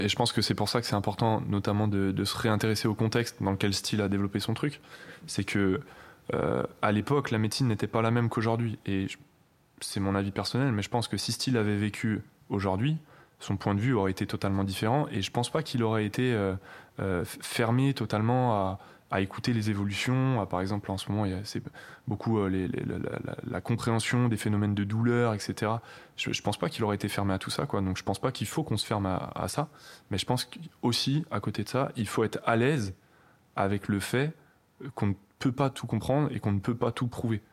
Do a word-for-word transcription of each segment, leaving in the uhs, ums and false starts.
Et je pense que c'est pour ça que c'est important, notamment de, de se réintéresser au contexte dans lequel Steele a développé son truc. C'est que euh, à l'époque, la médecine n'était pas la même qu'aujourd'hui. Et je, c'est mon avis personnel, mais je pense que si Steele avait vécu aujourd'hui, son point de vue aurait été totalement différent. Et je pense pas qu'il aurait été euh, euh, fermé totalement à, à écouter les évolutions. À, par exemple, en ce moment, il y a c'est beaucoup euh, les, les, la, la, la compréhension des phénomènes de douleur, et cetera. Je, je pense pas qu'il aurait été fermé à tout ça, quoi. Donc je pense pas qu'il faut qu'on se ferme à, à ça. Mais je pense qu'aussi, à côté de ça, il faut être à l'aise avec le fait qu'on ne peut pas tout comprendre et qu'on ne peut pas tout prouver.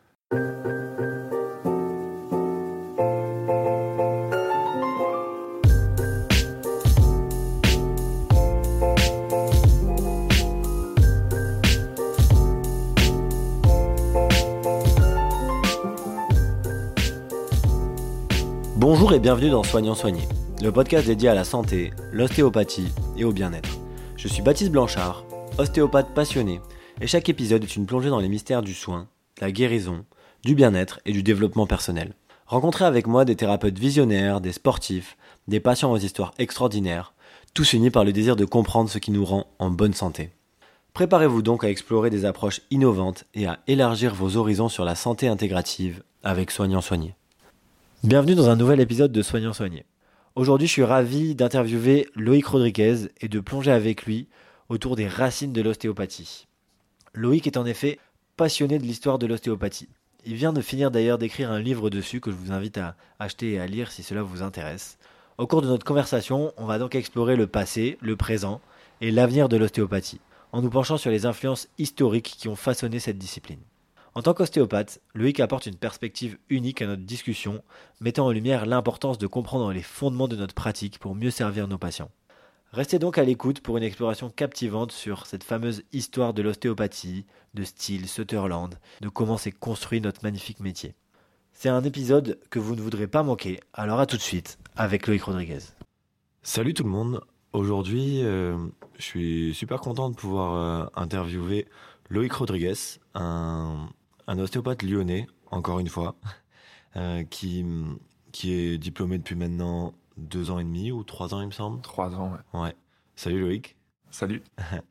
Bonjour et bienvenue dans Soignant Soigné, le podcast dédié à la santé, l'ostéopathie et au bien-être. Je suis Baptiste Blanchard, ostéopathe passionné, et chaque épisode est une plongée dans les mystères du soin, de la guérison, du bien-être et du développement personnel. Rencontrez avec moi des thérapeutes visionnaires, des sportifs, des patients aux histoires extraordinaires, tous unis par le désir de comprendre ce qui nous rend en bonne santé. Préparez-vous donc à explorer des approches innovantes et à élargir vos horizons sur la santé intégrative avec Soignant Soigné. Bienvenue dans un nouvel épisode de Soignant Soigné. Aujourd'hui, je suis ravi d'interviewer Loïc Rodriguez et de plonger avec lui autour des racines de l'ostéopathie. Loïc est en effet passionné de l'histoire de l'ostéopathie. Il vient de finir d'ailleurs d'écrire un livre dessus que je vous invite à acheter et à lire si cela vous intéresse. Au cours de notre conversation, on va donc explorer le passé, le présent et l'avenir de l'ostéopathie, en nous penchant sur les influences historiques qui ont façonné cette discipline. En tant qu'ostéopathe, Loïc apporte une perspective unique à notre discussion, mettant en lumière l'importance de comprendre les fondements de notre pratique pour mieux servir nos patients. Restez donc à l'écoute pour une exploration captivante sur cette fameuse histoire de l'ostéopathie, de Steele, Sutherland, de comment s'est construit notre magnifique métier. C'est un épisode que vous ne voudrez pas manquer, alors à tout de suite avec Loïc Rodriguez. Salut tout le monde, aujourd'hui euh, je suis super content de pouvoir euh, interviewer Loïc Rodriguez, un... un ostéopathe lyonnais, encore une fois, euh, qui, qui est diplômé depuis maintenant deux ans et demi ou trois ans, il me semble. Trois ans, ouais. Ouais. Salut Loïc. Salut.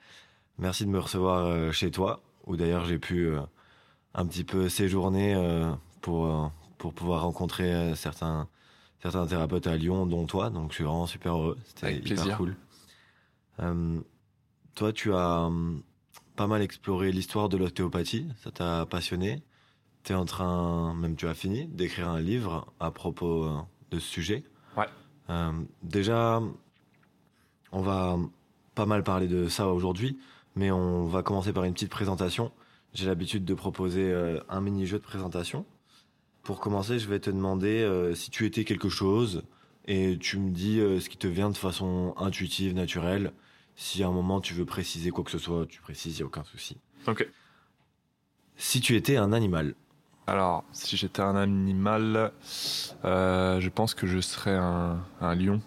Merci de me recevoir euh, chez toi, où d'ailleurs j'ai pu euh, un petit peu séjourner euh, pour, euh, pour pouvoir rencontrer euh, certains, certains thérapeutes à Lyon, dont toi. Donc je suis vraiment super heureux. C'était Avec hyper plaisir. cool. Euh, toi, tu as pas mal exploré l'histoire de l'ostéopathie, ça t'a passionné. T'es en train, même tu as fini, d'écrire un livre à propos euh, de ce sujet. Ouais. Euh, déjà, on va pas mal parler de ça aujourd'hui, mais on va commencer par une petite présentation. J'ai l'habitude de proposer euh, un mini-jeu de présentation. Pour commencer, je vais te demander euh, si tu étais quelque chose, et tu me dis euh, ce qui te vient de façon intuitive, naturelle. Si à un moment tu veux préciser quoi que ce soit, tu précises, il n'y a aucun souci. Ok. Si tu étais un animal. Alors, si j'étais un animal, euh, je pense que je serais un, un lion.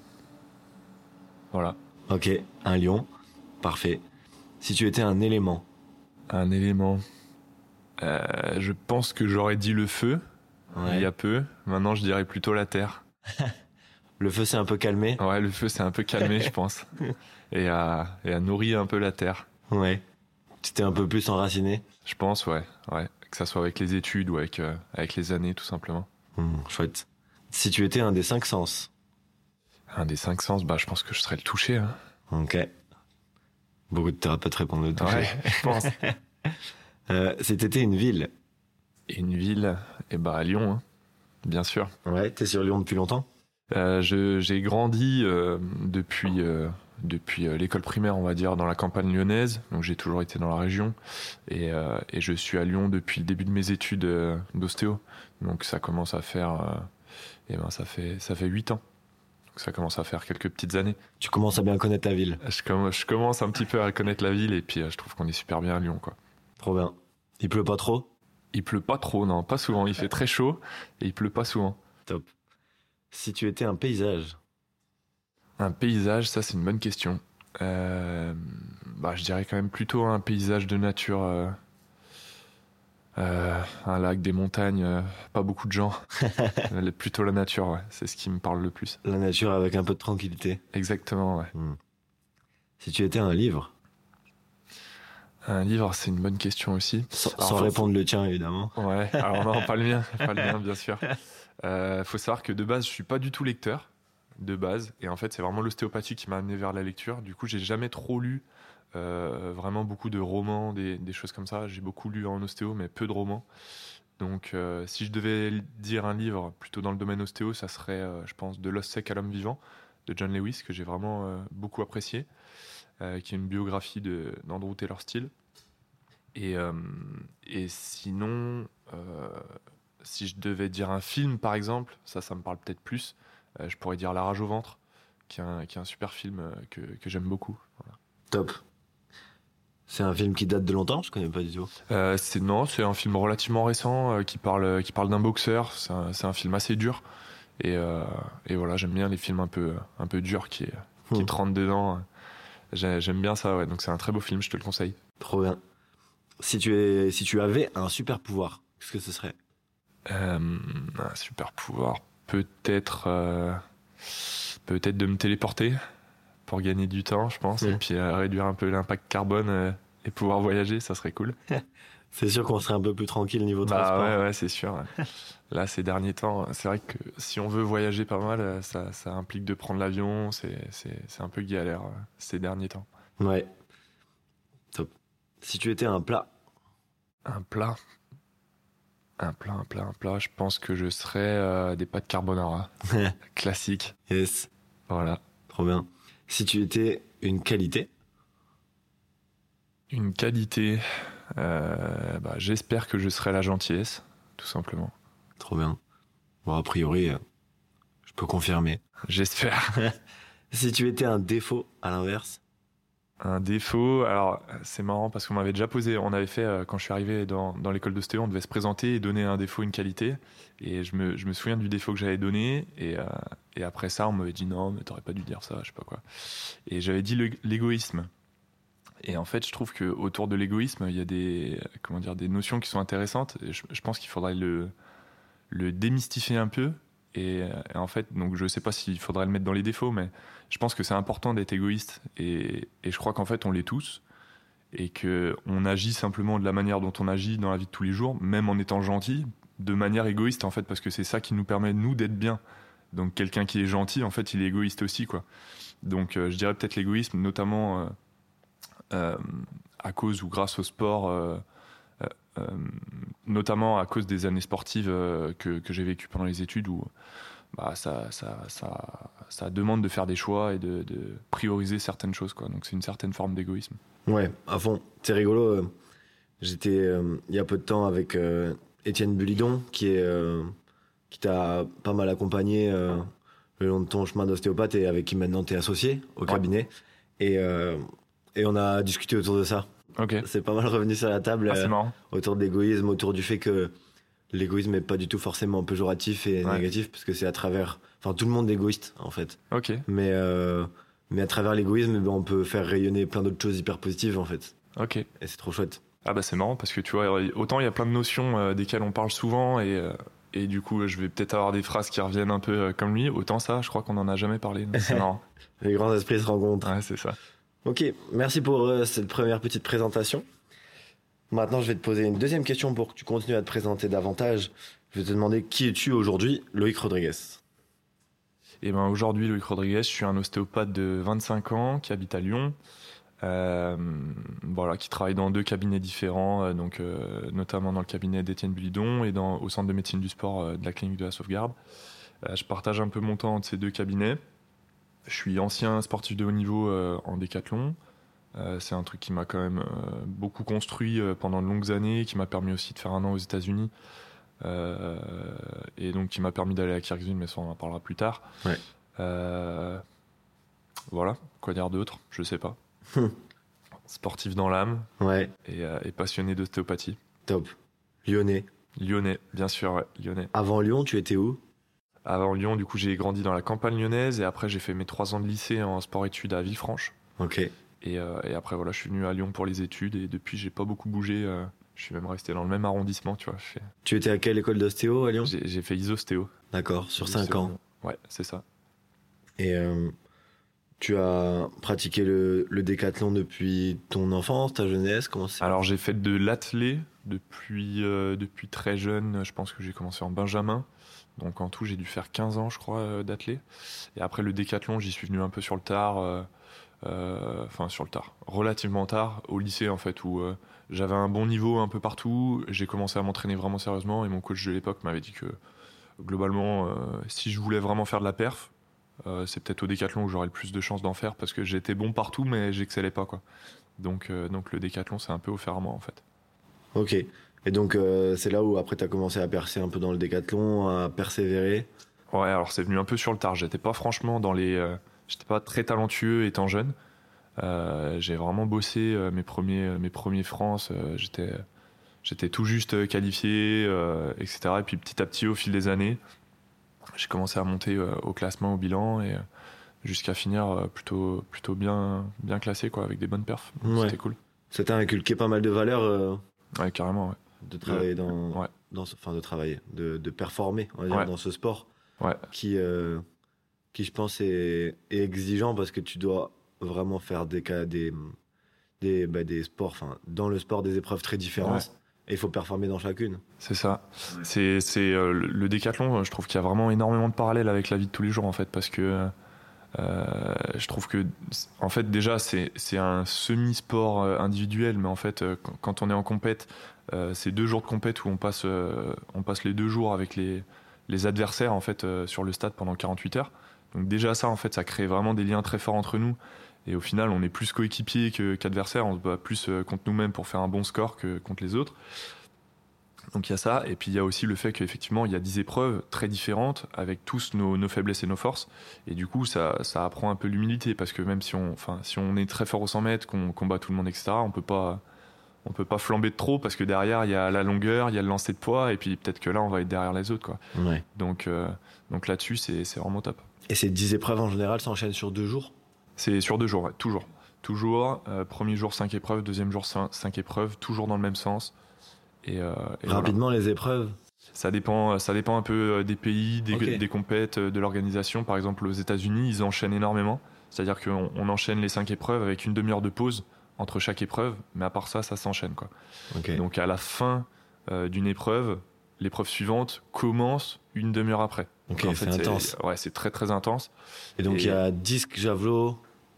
Voilà. Ok, un lion. Parfait. Si tu étais un élément. Un élément. Euh, je pense que j'aurais dit le feu, Ouais. il y a peu. Maintenant, je dirais plutôt la terre. Le feu s'est un peu calmé. Ouais, le feu, c'est un peu calmé, je pense. Et a, et a nourri un peu la terre. Ouais. Tu t'es un peu plus enraciné. Je pense, ouais. ouais. Que ça soit avec les études ou avec, euh, avec les années, tout simplement. Mmh, chouette. Si tu étais un des cinq sens. Un des cinq sens, bah, je pense que je serais le toucher. Hein. Ok. Beaucoup de thérapeutes répondent le toucher. Ouais, je pense. euh, si t'étais une ville. Et une ville, et bah, à Lyon, hein. Bien sûr. Ouais, t'es sur Lyon depuis longtemps. Euh, je, j'ai grandi euh, depuis, euh, depuis euh, l'école primaire, on va dire, dans la campagne lyonnaise. Donc j'ai toujours été dans la région. Et, euh, et je suis à Lyon depuis le début de mes études euh, d'ostéo. Donc ça commence à faire... Euh, eh ben, ça fait, ça fait huit ans. Donc ça commence à faire quelques petites années. Tu commences à bien connaître la ville. Je, comm- je commence un petit peu à connaître la ville et puis euh, je trouve qu'on est super bien à Lyon, quoi. Trop bien. Il pleut pas trop. Il pleut pas trop, non, pas souvent. Il fait très chaud et il pleut pas souvent. Top. Si tu étais un paysage. Un paysage, ça c'est une bonne question. Euh, bah, je dirais quand même plutôt un paysage de nature, euh, Euh, un lac, des montagnes, euh, pas beaucoup de gens. Plutôt la nature, ouais. C'est ce qui me parle le plus. La nature avec un peu de tranquillité. Exactement, ouais. Hmm. Si tu étais un livre. Un livre, c'est une bonne question aussi. Sans, alors, sans faut, répondre le tien, évidemment. Ouais, alors non, pas le mien, pas le mien, bien sûr. Euh, faut savoir que de base, je suis pas du tout lecteur, de base. Et en fait, c'est vraiment l'ostéopathie qui m'a amené vers la lecture. Du coup, j'ai jamais trop lu euh, vraiment beaucoup de romans, des, des choses comme ça. J'ai beaucoup lu en ostéo, mais peu de romans. Donc, euh, si je devais dire un livre plutôt dans le domaine ostéo, ça serait, euh, je pense, De l'os sec à l'homme vivant, de John Lewis, que j'ai vraiment euh, beaucoup apprécié, euh, qui est une biographie de, d'Andrew Taylor Still. Et, euh, et sinon, euh, si je devais dire un film, par exemple, ça, ça me parle peut-être plus, euh, je pourrais dire La rage au ventre, qui est un, qui est un super film euh, que, que j'aime beaucoup. Voilà. Top. C'est un film qui date de longtemps, je connais pas du tout. Euh, c'est, non, c'est un film relativement récent euh, qui parle, qui parle d'un boxeur. C'est un, c'est un film assez dur. Et, euh, et voilà, j'aime bien les films un peu, un peu durs qui, qui Hmm. te rentrent dedans. J'ai, j'aime bien ça, ouais. Donc c'est un très beau film, je te le conseille. Trop bien. Si tu, es, si tu avais un super pouvoir, qu'est-ce que ce serait? Euh, un super pouvoir, peut-être, euh, peut-être de me téléporter pour gagner du temps, je pense, Ouais. et puis euh, réduire un peu l'impact carbone euh, et pouvoir voyager, ça serait cool. C'est sûr qu'on serait un peu plus tranquille niveau Bah transport. ouais, ouais, c'est sûr. Ouais. Là, ces derniers temps, c'est vrai que si on veut voyager pas mal, euh, ça, ça implique de prendre l'avion, c'est, c'est, c'est un peu galère euh, ces derniers temps. Ouais. Top. Si tu étais un plat, Un plat, un plat, un plat, un plat, je pense que je serais euh, des pâtes carbonara, classique, yes, voilà. trop bien. Si tu étais une qualité, Une qualité, euh, bah, j'espère que je serai la gentillesse, tout simplement. trop bien. Bon, a priori, euh, je peux confirmer. J'espère. Si tu étais un défaut, à l'inverse, Un défaut, alors c'est marrant parce qu'on m'avait déjà posé, on avait fait, euh, quand je suis arrivé dans, dans l'école d'ostéo, on devait se présenter et donner un défaut, une qualité. Et je me, je me souviens du défaut que j'avais donné. Et, euh, et après ça, on m'avait dit non, mais t'aurais pas dû dire ça, je sais pas quoi. Et j'avais dit le- l'égoïsme. Et en fait, je trouve que autour de l'égoïsme, il y a des, comment dire, des notions qui sont intéressantes. Et je, je pense qu'il faudrait le, le démystifier un peu. Et, et en fait, donc je sais pas s'il faudrait le mettre dans les défauts, mais je pense que c'est important d'être égoïste. Et, et je crois qu'en fait, on l'est tous. Et qu'on agit simplement de la manière dont on agit dans la vie de tous les jours, même en étant gentil, de manière égoïste, en fait, parce que c'est ça qui nous permet, nous, d'être bien. Donc quelqu'un qui est gentil, en fait, il est égoïste aussi, quoi. Donc euh, je dirais peut-être l'égoïsme, notamment... Euh, Euh, à cause ou grâce au sport, euh, euh, euh, notamment à cause des années sportives euh, que, que j'ai vécues pendant les études où bah, ça, ça, ça, ça demande de faire des choix et de, de prioriser certaines choses, quoi. Donc c'est une certaine forme d'égoïsme. ouais, à fond. C'est rigolo. euh, J'étais euh, il y a peu de temps avec euh, Étienne Bulidon, qui est euh, qui t'a pas mal accompagné euh, le long de ton chemin d'ostéopathe et avec qui maintenant t'es associé au Ouais. cabinet. Et euh, et on a discuté autour de ça. Ok, C'est pas mal revenu sur la table ah, c'est euh, marrant. autour de l'égoïsme, autour du fait que l'égoïsme est pas du tout forcément péjoratif et Ouais. négatif, parce que c'est à travers, enfin tout le monde est égoïste en fait. Ok, Mais euh, mais à travers l'égoïsme, eh ben, on peut faire rayonner plein d'autres choses hyper positives en fait. ok. Et c'est trop chouette. Ah bah c'est marrant parce que tu vois, autant il y a plein de notions euh, desquelles on parle souvent et, euh, et du coup je vais peut-être avoir des phrases qui reviennent un peu euh, comme lui, autant ça je crois qu'on en a jamais parlé, donc c'est marrant. Les grands esprits se rencontrent. Ouais, c'est ça. Ok, merci pour euh, cette première petite présentation. Maintenant, je vais te poser une deuxième question pour que tu continues à te présenter davantage. Je vais te demander qui es-tu aujourd'hui, Loïc Rodriguez. Et ben aujourd'hui, Loïc Rodriguez, je suis un ostéopathe de vingt-cinq ans qui habite à Lyon, euh, voilà, qui travaille dans deux cabinets différents, euh, donc euh, notamment dans le cabinet d'Étienne Bulidon et dans, au centre de médecine du sport euh, de la clinique de la Sauvegarde. Euh, je partage un peu mon temps entre ces deux cabinets. Je suis ancien sportif de haut niveau euh, en décathlon. Euh, c'est un truc qui m'a quand même euh, beaucoup construit euh, pendant de longues années, qui m'a permis aussi de faire un an aux États-Unis. Euh, et donc qui m'a permis d'aller à Kyrgyzstan, mais ça on en parlera plus tard. Ouais. Euh, voilà, quoi dire d'autre, je sais pas. Sportif dans l'âme Ouais, et, euh, et passionné d'ostéopathie. top. Lyonnais. Lyonnais, bien sûr, ouais, lyonnais. Avant Lyon, tu étais où? Avant Lyon, du coup, j'ai grandi dans la campagne lyonnaise et après j'ai fait mes trois ans de lycée en sport-études à Villefranche. Ok. Et, euh, et après voilà, je suis venu à Lyon pour les études et depuis j'ai pas beaucoup bougé. Euh, Je suis même resté dans le même arrondissement, tu vois. Je fais- Tu étais à quelle école d'ostéo à Lyon? J'ai, j'ai fait isostéo. D'accord, sur cinq Isostéo. ans. Ouais, c'est ça. Et euh, tu as pratiqué le, le décathlon depuis ton enfance, ta jeunesse? Comment c'est? Alors j'ai fait de l'athlé depuis, euh, depuis très jeune. Je pense que j'ai commencé en benjamin. Donc en tout, j'ai dû faire quinze ans, je crois, euh, d'athlé. Et après le décathlon, j'y suis venu un peu sur le tard. euh, euh, Enfin, sur le tard. Relativement tard, au lycée, en fait, où euh, j'avais un bon niveau un peu partout. J'ai commencé à m'entraîner vraiment sérieusement. Et mon coach de l'époque m'avait dit que, globalement, euh, si je voulais vraiment faire de la perf, euh, c'est peut-être au décathlon où j'aurais le plus de chances d'en faire, parce que j'étais bon partout, mais j'excellais pas, quoi. Donc, euh, donc le décathlon, c'est un peu offert à moi, en fait. Ok. Et donc, euh, c'est là où après tu as commencé à percer un peu dans le décathlon, à persévérer. Ouais, alors c'est venu un peu sur le tard. J'étais pas franchement dans les. euh, j'étais pas très talentueux étant jeune. Euh, j'ai vraiment bossé euh, mes premiers, mes premiers France. euh, j'étais, j'étais tout juste euh, qualifié, euh, et cetera. Et puis petit à petit, au fil des années, j'ai commencé à monter euh, au classement, au bilan, et euh, jusqu'à finir euh, plutôt, plutôt bien, bien classé, quoi, avec des bonnes perfs. Ouais. C'était cool. Ça t'a inculqué pas mal de valeurs euh, Ouais, carrément, ouais. de travailler dans, Ouais. dans ce, enfin de travailler, de, de performer, on va dire, Ouais. dans ce sport Ouais. qui, euh, qui je pense est, est exigeant parce que tu dois vraiment faire des cas, des, des, bah, des sports, enfin dans le sport des épreuves très différentes. Et il faut performer dans chacune. C'est ça. C'est, c'est euh, le le décathlon. Je trouve qu'il y a vraiment énormément de parallèles avec la vie de tous les jours, en fait, parce que euh, je trouve que, en fait, déjà, c'est c'est un semi-sport euh, individuel, mais en fait, euh, quand- quand on est en compète, euh, c'est deux jours de compète où on passe, euh, on passe les deux jours avec les les adversaires, en fait, euh, sur le stade pendant quarante-huit heures. Donc déjà ça, en fait, ça crée vraiment des liens très forts entre nous. Et au final, on est plus coéquipiers que, qu'adversaires. On se bat plus euh, contre nous-mêmes pour faire un bon score que contre les autres. Donc il y a ça. Et puis il y a aussi le fait qu'effectivement, il y a dix épreuves très différentes avec tous nos, nos faiblesses et nos forces. Et du coup, ça, ça apprend un peu l'humilité. Parce que même si on, enfin, si on est très fort au cent mètres, qu'on combat tout le monde, et cetera, on peut pas, on peut pas flamber de trop parce que derrière, il y a la longueur, il y a le lancer de poids. Et puis peut-être que là, on va être derrière les autres, quoi. Ouais. Donc, euh, donc là-dessus, c'est, c'est vraiment top. Et ces dix épreuves en général s'enchaînent sur deux jours? C'est sur deux jours, ouais, toujours. Toujours. Euh, premier jour, cinq épreuves. Deuxième jour, cinq, cinq épreuves. Toujours dans le même sens. Et, euh, et Rapidement, voilà. les épreuves? Ça dépend, ça dépend un peu des pays, des, Ok. des compètes, de l'organisation. Par exemple, aux États-Unis, ils enchaînent énormément. C'est-à-dire qu'on on enchaîne les cinq épreuves avec une demi-heure de pause entre chaque épreuve. Mais à part ça, ça s'enchaîne, quoi. Ok. Donc à la fin euh, d'une épreuve, l'épreuve suivante commence une demi-heure après. Ok, Donc, en c'est fait, intense. Ouais, c'est très très intense. Et donc, il Et- y a disque, javelot.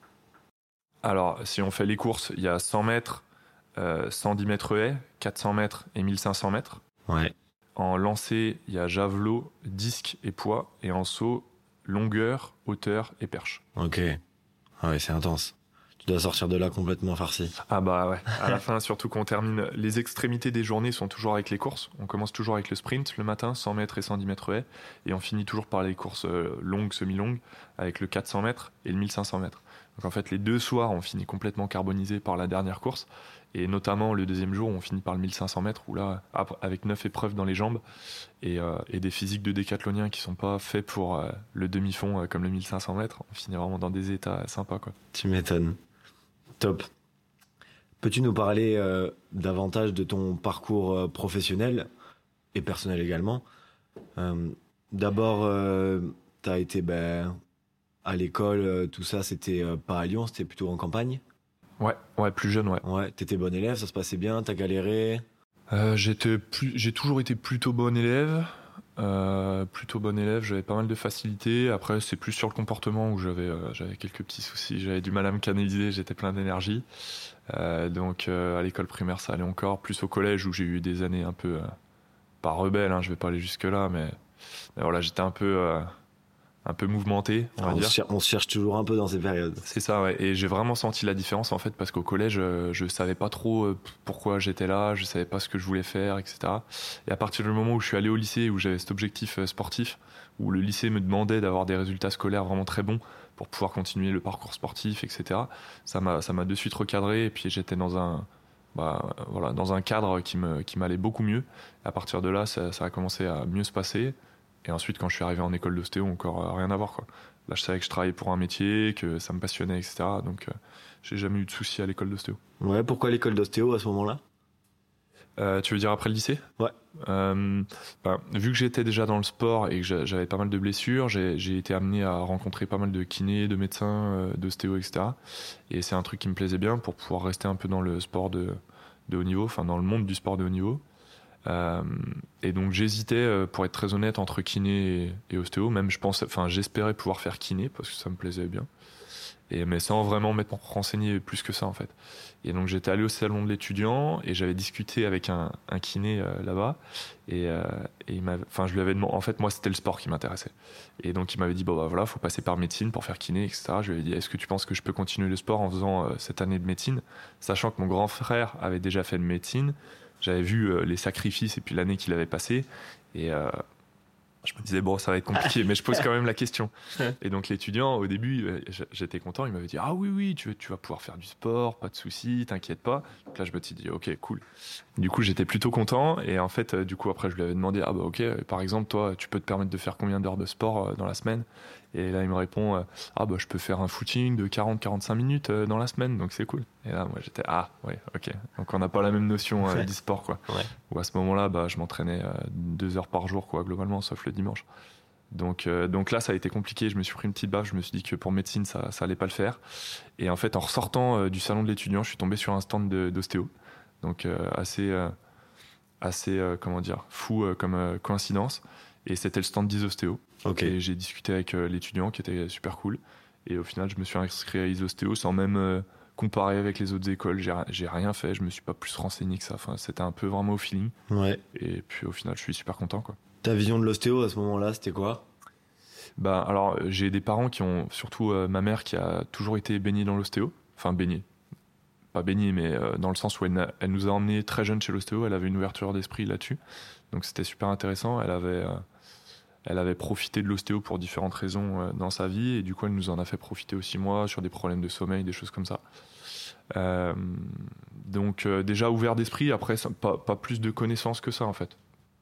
Alors, si on fait les courses, il y a cent mètres, euh, cent dix mètres haies, quatre cents mètres et mille cinq cents mètres. Ouais. En lancer, il y a javelot, disque et poids. Et en saut, longueur, hauteur et perche. Ok. Ah ouais, c'est intense. Tu dois sortir de là complètement farci. Ah bah ouais, à la fin, surtout qu'on termine, les extrémités des journées sont toujours avec les courses. On commence toujours avec le sprint le matin, cent mètres et cent dix mètres haies. Et on finit toujours par les courses euh, longues, semi-longues, avec le quatre cents mètres et le mille cinq cents mètres. Donc en fait, les deux soirs, on finit complètement carbonisé par la dernière course. Et notamment le deuxième jour, on finit par le mille cinq cents mètres, où là, après, avec neuf épreuves dans les jambes, et, euh, et des physiques de décathloniens qui sont pas faits pour euh, le demi-fond euh, comme le mille cinq cents mètres, on finit vraiment dans des états sympas, quoi. Tu m'étonnes. Top. Peux-tu nous parler euh, davantage de ton parcours euh, professionnel et personnel également? Euh, D'abord, euh, tu as été ben, à l'école, euh, tout ça, c'était euh, pas à Lyon, c'était plutôt en campagne. Ouais, ouais, plus jeune, ouais. Ouais, t'étais bon élève, ça se passait bien, t'as galéré. Euh, j'étais plus, j'ai toujours été plutôt bon élève. Euh, plutôt bon élève, j'avais pas mal de facilité. Après, c'est plus sur le comportement où j'avais, euh, j'avais quelques petits soucis. J'avais du mal à me canaliser, j'étais plein d'énergie. Euh, donc, euh, à l'école primaire, ça allait encore. Plus au collège où j'ai eu des années un peu, euh, pas rebelles, hein, je vais pas aller jusque-là, mais, mais voilà, j'étais un peu, euh, un peu mouvementé, on va on, dire. se cher- on se cherche toujours un peu dans ces périodes. C'est ça, ouais. Et j'ai vraiment senti la différence en fait parce qu'au collège, euh, je savais pas trop euh, pourquoi j'étais là, je savais pas ce que je voulais faire, et cetera. Et à partir du moment où je suis allé au lycée, où j'avais cet objectif euh, sportif, où le lycée me demandait d'avoir des résultats scolaires vraiment très bons pour pouvoir continuer le parcours sportif, et cetera. Ça m'a, ça m'a de suite recadré et puis j'étais dans un, bah, voilà, dans un cadre qui me, qui m'allait beaucoup mieux. Et à partir de là, ça, ça a commencé à mieux se passer. Et ensuite, quand je suis arrivé en école d'ostéo, encore euh, rien à voir, quoi. Là, je savais que je travaillais pour un métier, que ça me passionnait, et cetera. Donc, euh, j'ai jamais eu de soucis à l'école d'ostéo. Ouais, pourquoi l'école d'ostéo à ce moment-là? Euh, tu veux dire après le lycée ? Ouais. Euh, bah, vu que j'étais déjà dans le sport et que j'avais pas mal de blessures, j'ai, j'ai été amené à rencontrer pas mal de kinés, de médecins, euh, d'ostéo, et cetera. Et c'est un truc qui me plaisait bien pour pouvoir rester un peu dans le sport de, de haut niveau, enfin dans le monde du sport de haut niveau. Euh, et donc j'hésitais, euh, pour être très honnête, entre kiné et, et ostéo. Même je pensais, enfin j'espérais pouvoir faire kiné parce que ça me plaisait bien. Et, mais sans vraiment m'être renseigné plus que ça en fait. Et donc j'étais allé au salon de l'étudiant et j'avais discuté avec un, un kiné euh, là-bas et, euh, et il m'avait, enfin je lui avais demandé, en fait moi c'était le sport qui m'intéressait et donc il m'avait dit bon bah voilà faut passer par médecine pour faire kiné, etc. Je lui avais dit est-ce que tu penses que je peux continuer le sport en faisant euh, cette année de médecine, sachant que mon grand frère avait déjà fait de médecine, j'avais vu euh, les sacrifices et puis l'année qu'il avait passée et euh, je me disais bon ça va être compliqué mais je pose quand même la question. Et donc l'étudiant au début j'étais content, il m'avait dit ah oui oui tu, tu vas pouvoir faire du sport, pas de soucis, t'inquiète pas. Donc là je me suis dit ok cool. Du coup j'étais plutôt content et en fait du coup après je lui avais demandé ah bah ok par exemple toi tu peux te permettre de faire combien d'heures de sport dans la semaine, et là il me répond ah bah je peux faire un footing de quarante à quarante-cinq minutes dans la semaine donc c'est cool. Et là moi j'étais ah ouais ok donc on n'a pas la même notion euh, du sport quoi. Ouais. Ou à ce moment là bah je m'entraînais euh, deux heures par jour quoi globalement sauf le dimanche. Donc, euh, donc là, ça a été compliqué. Je me suis pris une petite baffe. Je me suis dit que pour médecine, ça, ça allait pas le faire. Et en fait, en ressortant euh, du salon de l'étudiant, je suis tombé sur un stand de, d'ostéo. Donc, euh, assez, euh, assez, euh, comment dire, fou euh, comme euh, coïncidence. Et c'était le stand d'Isostéo. Ok. Et j'ai discuté avec euh, l'étudiant qui était super cool. Et au final, je me suis inscrit à Isostéo sans même euh, comparer avec les autres écoles. J'ai, j'ai rien fait. Je me suis pas plus renseigné que ça. Enfin, c'était un peu vraiment au feeling. Ouais. Et puis au final, je suis super content, quoi. Ta vision de l'ostéo à ce moment-là, c'était quoi ? Bah, alors, j'ai des parents qui ont, surtout euh, ma mère qui a toujours été baignée dans l'ostéo. Enfin, baignée. Pas baignée, mais euh, dans le sens où elle, elle nous a emmenés très jeunes chez l'ostéo. Elle avait une ouverture d'esprit là-dessus. Donc, c'était super intéressant. Elle avait, euh, elle avait profité de l'ostéo pour différentes raisons euh, dans sa vie. Et du coup, elle nous en a fait profiter aussi, moi, sur des problèmes de sommeil, des choses comme ça. Euh, donc, euh, déjà ouvert d'esprit. Après, ça, pas, pas plus de connaissances que ça, en fait.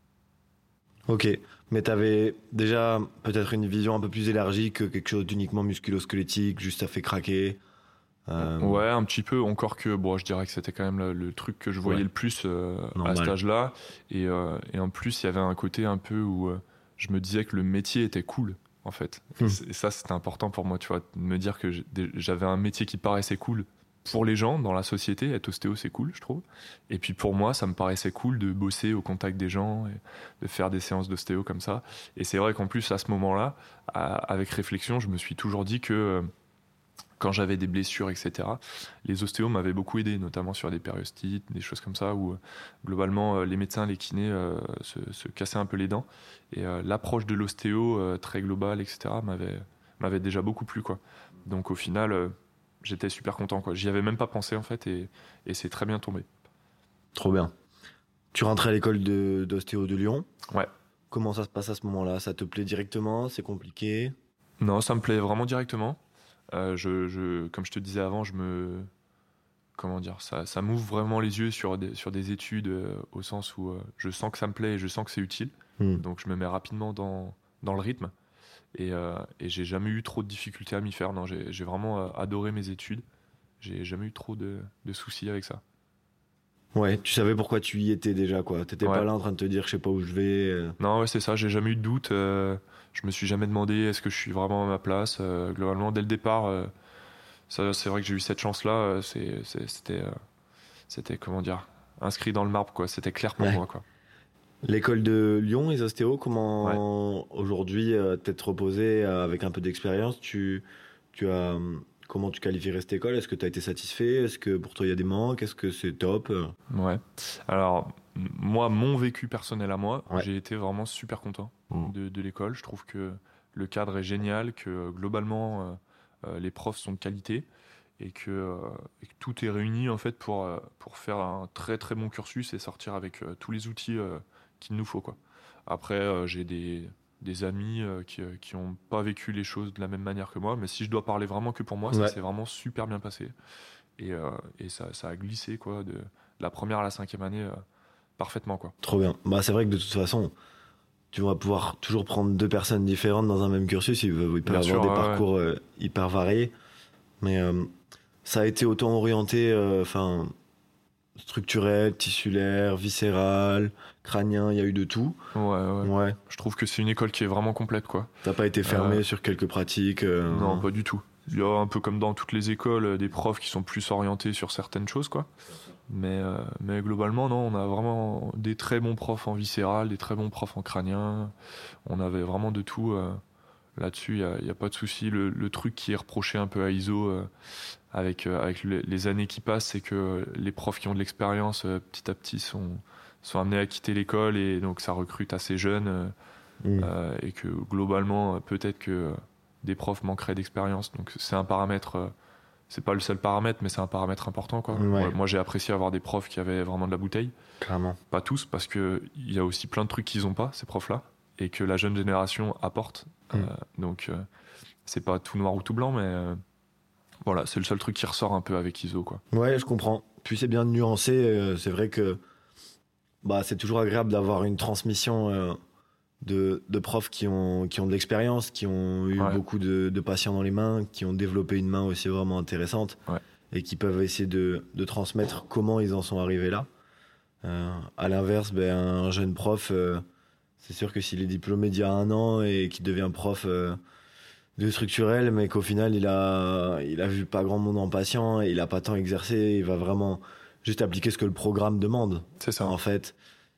Ok, mais t'avais déjà peut-être une vision un peu plus élargie que quelque chose d'uniquement musculo-squelettique, juste ça fait craquer. Euh... Ouais, un petit peu, encore que bon, je dirais que c'était quand même le, le truc que je voyais Ouais. le plus euh, à Normal. cet âge-là. Et, euh, et en plus, il y avait un côté un peu où euh, je me disais que le métier était cool, en fait. Hmm. Et, et ça, c'était important pour moi, tu vois, de me dire que j'avais un métier qui paraissait cool pour les gens dans la société. Être ostéo, c'est cool, je trouve. Et puis pour moi, ça me paraissait cool de bosser au contact des gens et de faire des séances d'ostéo comme ça. Et c'est vrai qu'en plus, à ce moment-là, à, avec réflexion, je me suis toujours dit que euh, quand j'avais des blessures, et cetera, les ostéos m'avaient beaucoup aidé, notamment sur des périostites, des choses comme ça, où euh, globalement, euh, les médecins, les kinés euh, se, se cassaient un peu les dents. Et euh, l'approche de l'ostéo, euh, très globale, et cetera, m'avait, m'avait déjà beaucoup plu, quoi. Donc au final... Euh, j'étais super content, quoi. J'y avais même pas pensé en fait et, et c'est très bien tombé. Trop bien. Tu rentrais à l'école de, d'ostéo de Lyon. Ouais. Comment ça se passe à ce moment-là ? Ça te plaît directement ? C'est compliqué ? Non, ça me plaît vraiment directement. Euh, je, je, comme je te disais avant, je me, comment dire, ça, ça m'ouvre vraiment les yeux sur des, sur des études euh, au sens où euh, je sens que ça me plaît et je sens que c'est utile. Hmm. Donc je me mets rapidement dans, dans le rythme. Et, euh, et j'ai jamais eu trop de difficultés à m'y faire. Non, j'ai, j'ai vraiment euh, adoré mes études. J'ai jamais eu trop de, de soucis avec ça. Ouais, tu savais pourquoi tu y étais déjà, quoi. T'étais Ouais. pas là en train de te dire je sais pas où je vais. euh. Non, ouais, c'est ça. J'ai jamais eu de doute. Euh, je me suis jamais demandé est-ce que je suis vraiment à ma place. Euh, globalement, dès le départ, euh, ça, c'est vrai que j'ai eu cette chance-là. Euh, c'est, c'est, c'était, euh, c'était comment dire, inscrit dans le marbre, quoi. C'était clair pour Ouais. moi, quoi. L'école de Lyon, les ostéos, comment aujourd'hui, euh, t'être reposé euh, avec un peu d'expérience, tu, tu as, euh, comment tu qualifierais cette école ? Est-ce que tu as été satisfait ? Est-ce que pour toi il y a des manques ? Est-ce que c'est top ? Ouais. Alors, m- moi, mon vécu personnel à moi, Ouais. j'ai été vraiment super content Mmh. de, de l'école. Je trouve que le cadre est génial, que euh, globalement, euh, euh, les profs sont de qualité et que, euh, et que tout est réuni en fait pour, euh, pour faire un très très bon cursus et sortir avec euh, tous les outils euh, qu'il nous faut, quoi. Après, euh, j'ai des, des amis euh, qui euh, qui ont pas vécu les choses de la même manière que moi, mais si je dois parler vraiment que pour moi, ça Ouais. s'est vraiment super bien passé. Et, euh, et ça, ça a glissé, quoi, de la première à la cinquième année euh, parfaitement, quoi. Trop bien. Bah, c'est vrai que de toute façon, tu vas pouvoir toujours prendre deux personnes différentes dans un même cursus. Il, il peut y Bien avoir sûr, des ouais, parcours euh, hyper variés. Mais euh, ça a été autant orienté, enfin, structurel, tissulaire, viscéral, crânien, il y a eu de tout. Ouais, ouais. Ouais. Je trouve que c'est une école qui est vraiment complète, quoi. T'as pas été fermé Euh, sur quelques pratiques euh, Non, pas du tout. Il y a un peu comme dans toutes les écoles, euh, des profs qui sont plus orientés sur certaines choses, quoi. Mais, euh, mais globalement, non, on a vraiment des très bons profs en viscéral, des très bons profs en crânien. On avait vraiment de tout. euh, Là-dessus, il n'y a, a pas de souci. Le, le truc qui est reproché un peu à I S O euh, avec, euh, avec le- les années qui passent, c'est que les profs qui ont de l'expérience, euh, petit à petit, sont, sont amenés à quitter l'école et donc ça recrute assez jeunes. euh, mm. euh, et que globalement, euh, peut-être que euh, des profs manqueraient d'expérience. Donc c'est un paramètre, euh, c'est pas le seul paramètre, mais c'est un paramètre important, quoi. Ouais. Moi, moi, j'ai apprécié avoir des profs qui avaient vraiment de la bouteille. Clairement. Pas tous, parce qu'il y a aussi plein de trucs qu'ils n'ont pas, ces profs-là, et que la jeune génération apporte. Mm. Euh, donc euh, c'est pas tout noir ou tout blanc, mais euh, voilà, c'est le seul truc qui ressort un peu avec I S O, quoi. Ouais, je comprends. Puis c'est bien de nuancer. euh, c'est vrai que bah, c'est toujours agréable d'avoir une transmission euh, de, de profs qui ont, qui ont de l'expérience, qui ont eu Ouais. beaucoup de, de patients dans les mains, qui ont développé une main aussi vraiment intéressante Ouais. et qui peuvent essayer de, de transmettre comment ils en sont arrivés là. Euh, à l'inverse, ben, un jeune prof, euh, c'est sûr que s'il est diplômé d'il y a un an et qu'il devient prof euh, de structurel, mais qu'au final il a, il a vu pas grand monde en patient et il a pas tant exercé, il va vraiment juste appliquer ce que le programme demande. C'est ça. En fait,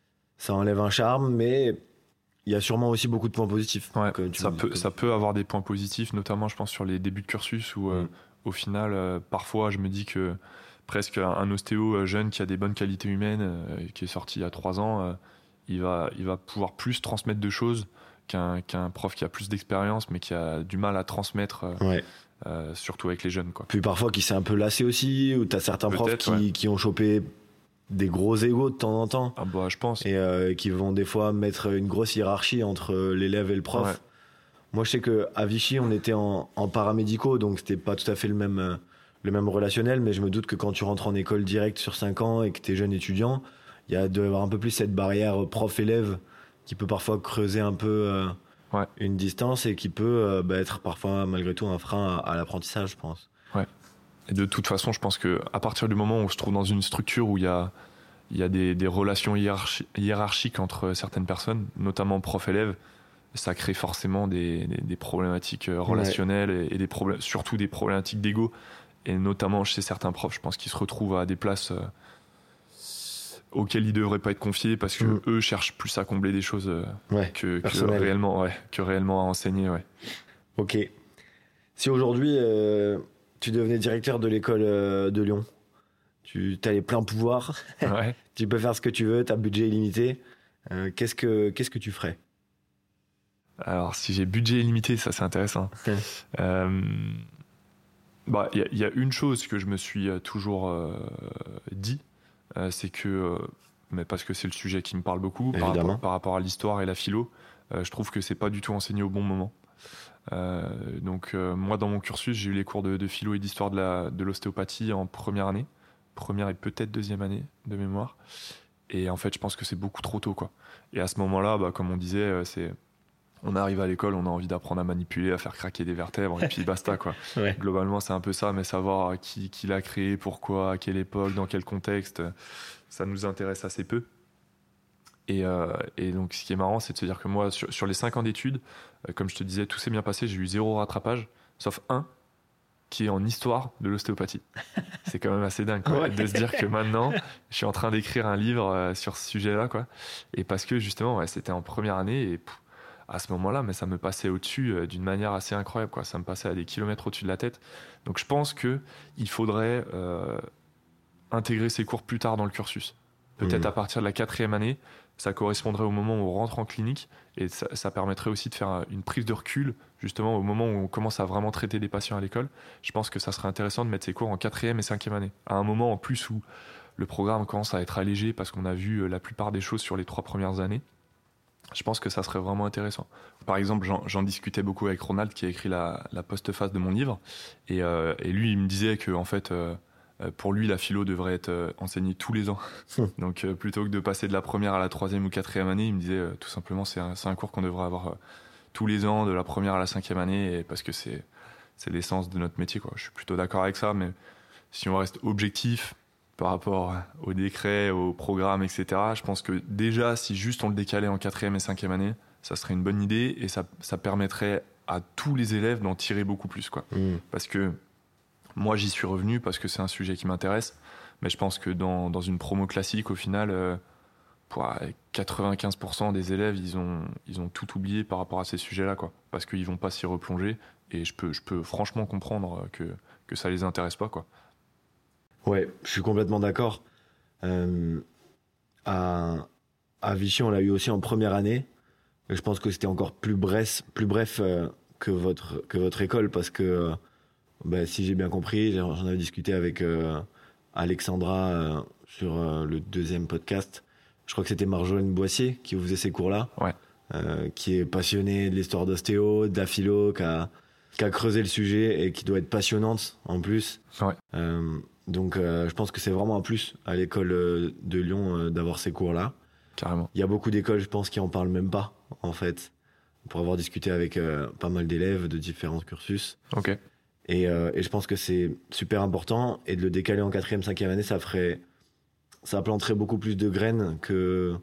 ça enlève un charme, mais il y a sûrement aussi beaucoup de points positifs. Ouais, comme tu ça, me dis. peut, ça peut avoir des points positifs, notamment je pense sur les débuts de cursus où euh, Mm. au final, euh, parfois je me dis que presque un, un ostéo euh, jeune qui a des bonnes qualités humaines, euh, qui est sorti il y a trois ans, euh, il, va, il va pouvoir plus transmettre de choses qu'un qu'un prof qui a plus d'expérience mais qui a du mal à transmettre, euh, Ouais. euh, surtout avec les jeunes, quoi. Puis parfois qui s'est un peu lassé aussi, ou t'as certains profs Peut-être, qui, ouais. qui ont chopé des gros égos de temps en temps. Ah bah je pense. Et euh, qui vont des fois mettre une grosse hiérarchie entre l'élève et le prof. Ouais. Moi, je sais que à Vichy, on était en, en paramédicaux, donc c'était pas tout à fait le même, euh, le même relationnel, mais je me doute que quand tu rentres en école directe sur cinq ans et que t'es jeune étudiant, il y a de avoir un peu plus cette barrière prof-élève qui peut parfois creuser un peu euh, Ouais. une distance et qui peut euh, bah, être parfois malgré tout un frein à, à l'apprentissage, je pense. Et de toute façon, je pense que à partir du moment où on se trouve dans une structure où il y a, il y a des, des relations hiérarchi- hiérarchiques entre certaines personnes, notamment prof-élève, ça crée forcément des, des, des problématiques euh, relationnelles et, et des problèmes, surtout des problématiques d'ego. Et notamment chez certains profs, je pense qu'ils se retrouvent à des places euh, auxquelles ils devraient pas être confiés parce que Mm. eux cherchent plus à combler des choses euh, Ouais. que, que personnel. réellement, ouais, que réellement à enseigner. Ouais. Ok. Si aujourd'hui euh, tu devenais directeur de l'école euh, de Lyon, tu as les pleins pouvoirs, Ouais. tu peux faire ce que tu veux, tu as budget illimité, euh, qu'est-ce que qu'est-ce que tu ferais? Alors, si j'ai budget illimité, ça c'est intéressant. Ouais. Euh, bah, il y, a- il y a une chose que je me suis euh, toujours euh, dit, euh, c'est que, euh, mais parce que c'est le sujet qui me parle beaucoup, par Évidemment. rapport, par rapport à l'histoire et la philo, euh, je trouve que c'est pas du tout enseigné au bon moment. Euh, donc, euh, moi, dans mon cursus, j'ai eu les cours de, de philo et d'histoire de la- de l'ostéopathie en première année, première et peut-être deuxième année de mémoire. Et en fait, je pense que c'est beaucoup trop tôt, quoi. Et à ce moment-là, bah, comme on disait, euh, c'est on arrive à l'école, on a envie d'apprendre à manipuler, à faire craquer des vertèbres, et puis basta, quoi. Ouais. Globalement, c'est un peu ça, mais savoir qui, qui l'a créé, pourquoi, à quelle époque, dans quel contexte, ça nous intéresse assez peu. Et, euh, et donc, ce qui est marrant, c'est de se dire que moi, sur, sur les cinq ans d'études, euh, comme je te disais, tout s'est bien passé, j'ai eu zéro rattrapage, sauf un qui est en histoire de l'ostéopathie. C'est quand même assez dingue, quoi, Ouais. de se dire que maintenant, je suis en train d'écrire un livre euh, sur ce sujet-là, quoi. Et parce que justement, ouais, c'était en première année et pff, à ce moment-là, mais ça me passait au-dessus euh, d'une manière assez incroyable, quoi. Ça me passait à des kilomètres au-dessus de la tête. Donc je pense que il faudrait euh, intégrer ces cours plus tard dans le cursus. Peut-être Mmh. à partir de la quatrième année, ça correspondrait au moment où on rentre en clinique et ça, ça permettrait aussi de faire une prise de recul, justement au moment où on commence à vraiment traiter des patients à l'école. Je pense que ça serait intéressant de mettre ces cours en quatrième et cinquième année, à un moment en plus où le programme commence à être allégé parce qu'on a vu la plupart des choses sur les trois premières années. Je pense que ça serait vraiment intéressant. Par exemple, j'en, j'en discutais beaucoup avec Ronald qui a écrit la, la postface de mon livre et, euh, et lui il me disait que en fait euh, pour lui la philo devrait être euh, enseignée tous les ans. Donc euh, plutôt que de passer de la première à la troisième ou quatrième année, il me disait euh, tout simplement c'est un, c'est un cours qu'on devrait avoir euh, tous les ans de la première à la cinquième année et parce que c'est, c'est l'essence de notre métier, quoi. Je suis plutôt d'accord avec ça, mais si on reste objectif, par rapport au décret, au programme, et cetera. Je pense que déjà, si juste on le décalait en quatrième et cinquième année, ça serait une bonne idée et ça, ça permettrait à tous les élèves d'en tirer beaucoup plus, quoi. Mmh. Parce que moi, j'y suis revenu parce que c'est un sujet qui m'intéresse, mais je pense que dans, dans une promo classique, au final, euh, pour quatre-vingt-quinze pour cent des élèves, ils ont, ils ont tout oublié par rapport à ces sujets-là, quoi. Parce qu'ils vont pas s'y replonger et je peux, je peux franchement comprendre que, que ça les intéresse pas, quoi. Ouais, je suis complètement d'accord. Euh, à, à Vichy, on l'a eu aussi en première année. Je pense que c'était encore plus bref, plus bref euh, que, votre, que votre école parce que, euh, bah, si j'ai bien compris, j'en avais discuté avec euh, Alexandra euh, sur euh, le deuxième podcast. Je crois que c'était Marjolaine Boissier qui vous faisait ces cours-là, ouais. euh, qui est passionnée de l'histoire d'ostéo, de la philo, qui a, qui a creusé le sujet et qui doit être passionnante en plus. Ouais. Euh, donc euh, je pense que c'est vraiment un plus à l'école euh, de Lyon euh, d'avoir ces cours-là. Carrément. Il y a beaucoup d'écoles, je pense, qui en parlent même pas, en fait, pour avoir discuté avec euh, pas mal d'élèves de différents cursus. Ok. Et, euh, et je pense que c'est super important. Et de le décaler en quatrième, cinquième année, ça ferait, ça planterait beaucoup plus de graines que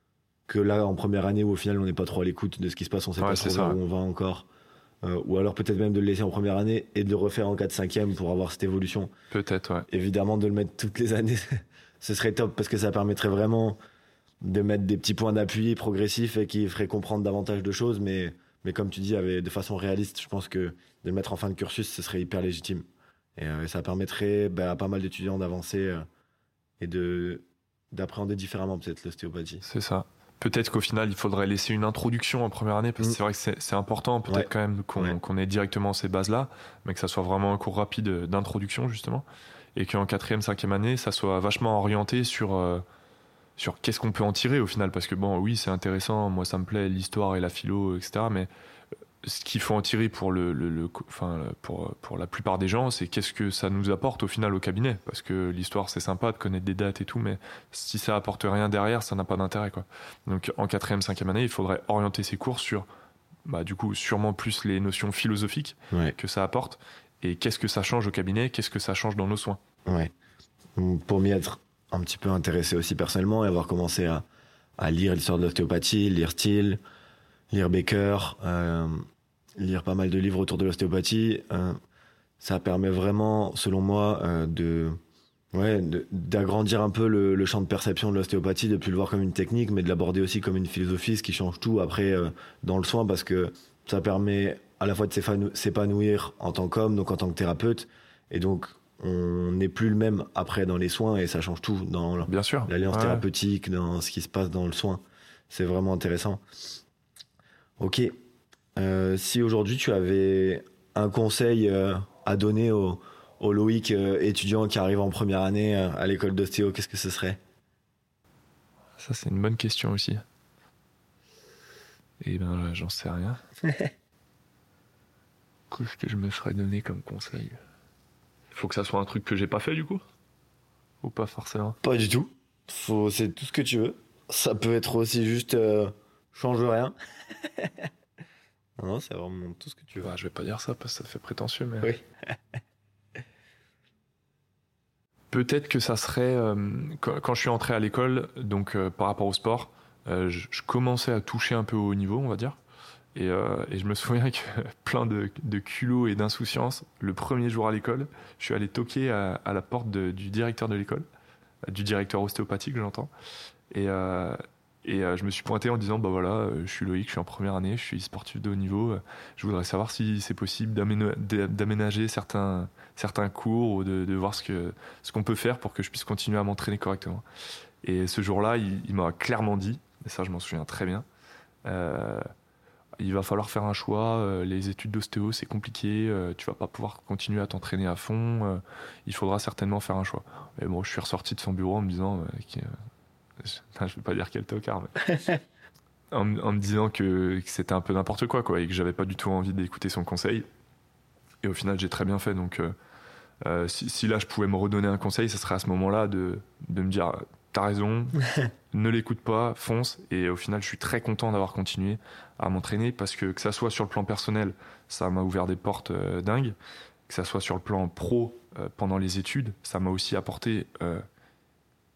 que là en première année où au final on n'est pas trop à l'écoute de ce qui se passe, on sait ouais, pas trop ça, où ouais. on va encore. Euh, ou alors peut-être même de le laisser en première année et de le refaire en quatre cinquième pour avoir cette évolution. Peut-être, ouais. Évidemment, de le mettre toutes les années, ce serait top parce que ça permettrait vraiment de mettre des petits points d'appui progressifs et qui feraient comprendre davantage de choses. Mais, mais comme tu dis, avec, de façon réaliste, je pense que de le mettre en fin de cursus, ce serait hyper légitime. Et euh, ça permettrait bah, à pas mal d'étudiants d'avancer euh, et de, d'appréhender différemment peut-être l'ostéopathie. C'est ça. Peut-être qu'au final, il faudrait laisser une introduction en première année, parce que mmh. c'est vrai que c'est, c'est important, peut-être ouais. quand même qu'on, ouais. qu'on ait directement ces bases-là, mais que ça soit vraiment un cours rapide d'introduction, justement, et qu'en quatrième, cinquième année, ça soit vachement orienté sur, euh, sur qu'est-ce qu'on peut en tirer au final, parce que bon, oui, c'est intéressant, moi ça me plaît, l'histoire et la philo, et cetera, mais ce qu'il faut en tirer pour, le, le, le, enfin, pour, pour la plupart des gens, c'est qu'est-ce que ça nous apporte au final au cabinet. Parce que l'histoire, c'est sympa de connaître des dates et tout, mais si ça apporte rien derrière, ça n'a pas d'intérêt, quoi. Donc en quatrième, cinquième année, il faudrait orienter ses cours sur, bah, du coup, sûrement plus les notions philosophiques ouais. que ça apporte. Et qu'est-ce que ça change au cabinet, qu'est-ce que ça change dans nos soins. Ouais. Pour m'y être un petit peu intéressé aussi personnellement et avoir commencé à, à lire l'histoire de l'ostéopathie, lire Steele, lire Baker, euh, lire pas mal de livres autour de l'ostéopathie, euh, ça permet vraiment, selon moi, euh, de, ouais, de, d'agrandir un peu le, le champ de perception de l'ostéopathie, de plus le voir comme une technique, mais de l'aborder aussi comme une philosophie, ce qui change tout après euh, dans le soin, parce que ça permet à la fois de s'épanouir, s'épanouir en tant qu'homme, donc en tant que thérapeute, et donc on n'est plus le même après dans les soins, et ça change tout dans Bien sûr. l'alliance ouais. thérapeutique, dans ce qui se passe dans le soin. C'est vraiment intéressant. Ok. Euh, si aujourd'hui tu avais un conseil euh, à donner au, au Loïc euh, étudiant qui arrive en première année euh, à l'école d'ostéo, qu'est-ce que ce serait ? Ça, c'est une bonne question aussi. Et ben là, j'en sais rien. Qu'est-ce que je me serais donné comme conseil ? Il faut que ça soit un truc que j'ai pas fait du coup ? Ou pas forcément ? Pas du tout. Faut, c'est tout ce que tu veux. Ça peut être aussi juste euh, change rien. Non, c'est vraiment tout ce que tu veux. Bah, je vais pas dire ça parce que ça fait prétentieux, mais. Oui. Peut-être que ça serait euh, quand, quand je suis entré à l'école, donc euh, par rapport au sport, euh, je, je commençais à toucher un peu au haut niveau, on va dire. Et, euh, et je me souviens que plein de, de culot et d'insouciance, le premier jour à l'école, je suis allé toquer à, à la porte de, du directeur de l'école, du directeur ostéopathique, j'entends. Et, euh, et euh, je me suis pointé en disant, bah voilà, euh, je suis Loïc, je suis en première année, je suis sportif de haut niveau. Euh, je voudrais savoir si c'est possible d'aména- d'aménager certains, certains cours ou de, de voir ce, que, ce qu'on peut faire pour que je puisse continuer à m'entraîner correctement. Et ce jour-là, il, il m'a clairement dit, et ça je m'en souviens très bien, euh, il va falloir faire un choix, euh, les études d'ostéo c'est compliqué, euh, tu vas pas pouvoir continuer à t'entraîner à fond, euh, il faudra certainement faire un choix. Et bon, je suis ressorti de son bureau en me disant, euh, que, euh, je ne vais pas dire quel tocard, mais en, en me disant que, que c'était un peu n'importe quoi, quoi, et que j'avais pas du tout envie d'écouter son conseil. Et au final, j'ai très bien fait. Donc, euh, euh, si, si là je pouvais me redonner un conseil, ce serait à ce moment-là de, de me dire, t'as raison, ne l'écoute pas, fonce. Et au final, je suis très content d'avoir continué à m'entraîner parce que que ça soit sur le plan personnel, ça m'a ouvert des portes euh, dingues. Que ça soit sur le plan pro, euh, pendant les études, ça m'a aussi apporté euh,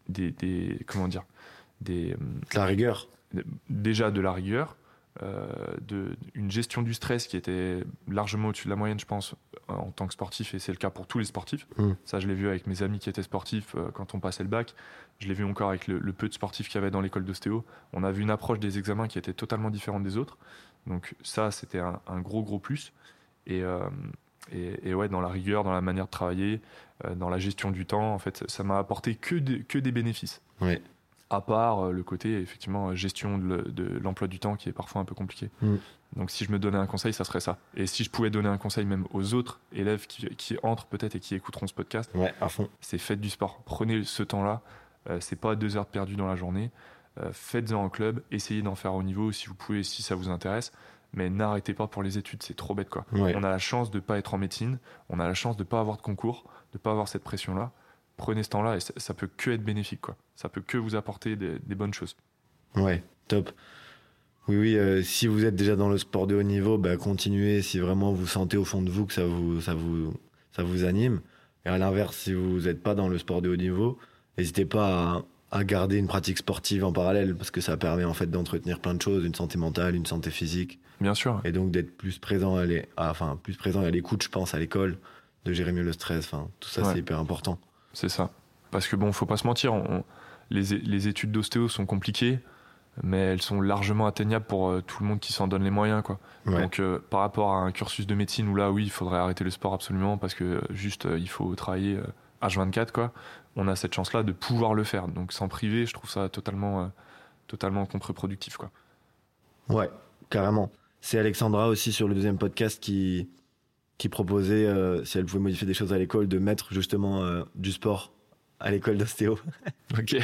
des, des comment dire, des de la rigueur. Déjà de la rigueur, euh, de, une gestion du stress qui était largement au-dessus de la moyenne, je pense, en tant que sportif, et c'est le cas pour tous les sportifs. Mmh. Ça, je l'ai vu avec mes amis qui étaient sportifs euh, quand on passait le bac. Je l'ai vu encore avec le, le peu de sportifs qu'il y avait dans l'école d'ostéo. On a vu une approche des examens qui était totalement différente des autres. Donc ça, c'était un, un gros, gros plus. Et, euh, et, et ouais, dans la rigueur, dans la manière de travailler, euh, dans la gestion du temps, en fait, ça m'a apporté que, de, que des bénéfices. Ouais. À part euh, le côté, effectivement, gestion de, le, de l'emploi du temps qui est parfois un peu compliqué. Mmh. Donc si je me donnais un conseil, ça serait ça. Et si je pouvais donner un conseil même aux autres élèves qui, qui entrent peut-être et qui écouteront ce podcast, ouais, à fond. C'est faites du sport. Prenez ce temps-là. Euh, c'est pas deux heures perdues dans la journée. Euh, faites-en en club. Essayez d'en faire au niveau si vous pouvez, si ça vous intéresse. Mais n'arrêtez pas pour les études, c'est trop bête, quoi. Ouais. On a la chance de pas être en médecine. On a la chance de pas avoir de concours, de pas avoir cette pression-là. Prenez ce temps-là et ça, ça peut que être bénéfique, quoi. Ça peut que vous apporter des, des bonnes choses. Ouais, top. Oui, oui. Euh, si vous êtes déjà dans le sport de haut niveau, bah, continuez. Si vraiment vous sentez au fond de vous que ça vous, ça vous, ça vous anime. Et à l'inverse, si vous n'êtes pas dans le sport de haut niveau, n'hésitez pas à, à garder une pratique sportive en parallèle parce que ça permet en fait d'entretenir plein de choses, une santé mentale, une santé physique. Bien sûr. Et donc d'être plus présent à, les, à enfin plus présent à l'écoute, je pense, à l'école, de gérer mieux le stress. Enfin, tout ça, ouais. C'est hyper important. C'est ça. Parce que bon, faut pas se mentir, on, les, les études d'ostéo sont compliquées, mais elles sont largement atteignables pour euh, tout le monde qui s'en donne les moyens, quoi. Ouais. Donc euh, par rapport à un cursus de médecine où là, oui, il faudrait arrêter le sport absolument parce que euh, juste euh, il faut travailler euh, H vingt-quatre, quoi. On a cette chance-là de pouvoir le faire. Donc s'en priver, je trouve ça totalement, euh, totalement contre-productif, quoi. Ouais, carrément. C'est Alexandra aussi sur le deuxième podcast qui, qui proposait, euh, si elle pouvait modifier des choses à l'école, de mettre justement euh, du sport à l'école d'ostéo. Ok.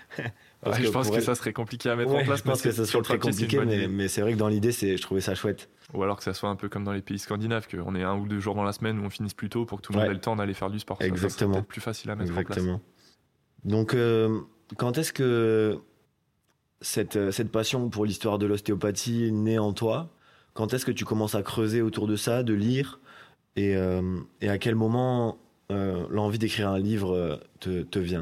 Ouais, je pense que elle... ça serait compliqué à mettre ouais, en place. Je pense que ça serait très compliqué, mais, mais c'est vrai que dans l'idée, c'est, je trouvais ça chouette. Ou alors que ça soit un peu comme dans les pays scandinaves, qu'on ait un ou deux jours dans la semaine où on finisse plus tôt pour que tout le monde ouais. ait le temps d'aller faire du sport. Exactement. Ça, ça serait peut-être plus facile à mettre Exactement. en place. Donc, euh, quand est-ce que cette, cette passion pour l'histoire de l'ostéopathie naît en toi ? Quand est-ce que tu commences à creuser autour de ça, de lire ? Et, euh, et à quel moment euh, l'envie d'écrire un livre te, te vient ?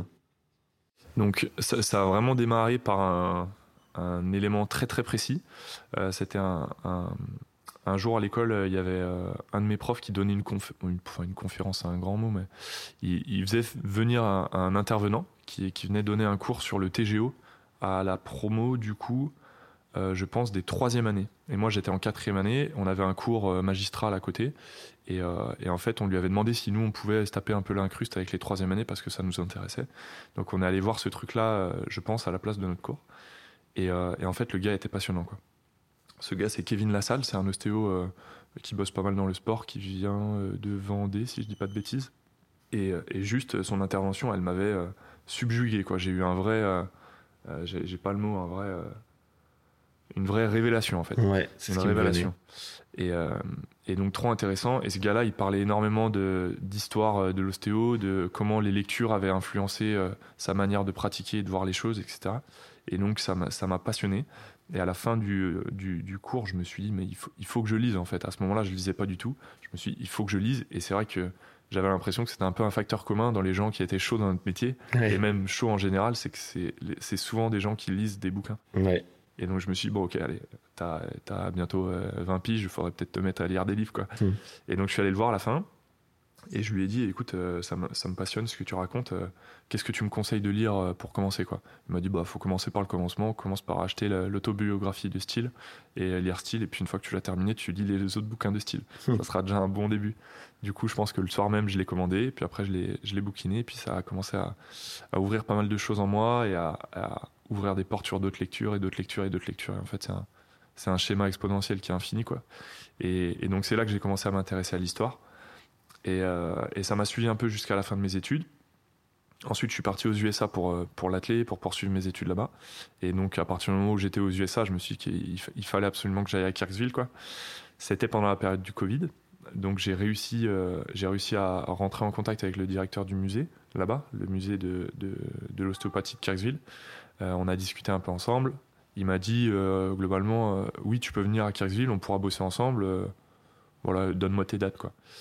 Donc ça, ça a vraiment démarré par un, un élément très très précis. Euh, c'était un, un, un jour à l'école, il y avait euh, un de mes profs qui donnait une, confé- une, une conférence, c'est un grand mot, mais il, il faisait venir un, un intervenant qui, qui venait donner un cours sur le T G O à la promo du coup, euh, je pense, des troisième années. Et moi j'étais en quatrième année, on avait un cours euh, magistral à côté. Et, euh, et en fait, on lui avait demandé si nous, on pouvait se taper un peu l'incruste avec les troisième années parce que ça nous intéressait. Donc, on est allé voir ce truc-là, euh, je pense, à la place de notre cours. Et, euh, et en fait, le gars était passionnant, quoi. Ce gars, c'est Kevin Lassalle, c'est un ostéo euh, qui bosse pas mal dans le sport, qui vient euh, de Vendée, si je dis pas de bêtises. Et, et juste, son intervention, elle m'avait euh, subjugué, quoi. J'ai eu un vrai... Euh, euh, j'ai, j'ai pas le mot, un vrai... Euh, une vraie révélation, en fait. Ouais, c'est une ce révélation. Et, euh, et donc trop intéressant. Et ce gars-là, il parlait énormément de, d'histoire de l'ostéo, de comment les lectures avaient influencé euh, sa manière de pratiquer et de voir les choses, et cetera. Et donc ça m'a, ça m'a passionné. Et à la fin du, du, du cours, je me suis dit, mais il faut, il faut que je lise, en fait. À ce moment-là, je lisais pas du tout. Je me suis dit, il faut que je lise. Et c'est vrai que j'avais l'impression que c'était un peu un facteur commun dans les gens qui étaient chauds dans notre métier. Ouais. Et même chauds en général, c'est que c'est, c'est souvent des gens qui lisent des bouquins. Ouais. Et donc je me suis dit, bon ok, allez, t'as, t'as bientôt euh, vingt piges, il faudrait peut-être te mettre à lire des livres, quoi. Mmh. Et donc je suis allé le voir à la fin, et je lui ai dit, écoute, euh, ça, me, ça me passionne ce que tu racontes, euh, qu'est-ce que tu me conseilles de lire euh, pour commencer, quoi. Il m'a dit, bah faut commencer par le commencement, commence par acheter la, l'autobiographie de Steele, et lire Steele, et puis une fois que tu l'as terminé, tu lis les autres bouquins de Steele. Mmh. Ça sera déjà un bon début. Du coup, je pense que le soir même, je l'ai commandé, et puis après, je l'ai, je l'ai bouquiné, et puis ça a commencé à, à ouvrir pas mal de choses en moi, et à, à ouvrir des portes sur d'autres lectures et d'autres lectures et d'autres lectures. Et en fait, c'est un, c'est un schéma exponentiel qui est infini, quoi. Et, et donc, c'est là que j'ai commencé à m'intéresser à l'histoire. Et, euh, et ça m'a suivi un peu jusqu'à la fin de mes études. Ensuite, je suis parti aux U S A pour, pour l'athlé, pour poursuivre mes études là-bas. Et donc, à partir du moment où j'étais aux U S A, je me suis dit qu'il il fallait absolument que j'aille à Kirksville, quoi. C'était pendant la période du Covid. Donc, j'ai réussi, euh, j'ai réussi à rentrer en contact avec le directeur du musée, là-bas, le musée de, de, de l'ostéopathie de Kirksville. Euh, on a discuté un peu ensemble. Il m'a dit euh, globalement, euh, oui, tu peux venir à Kirksville, on pourra bosser ensemble. Euh, voilà, donne-moi tes dates, quoi.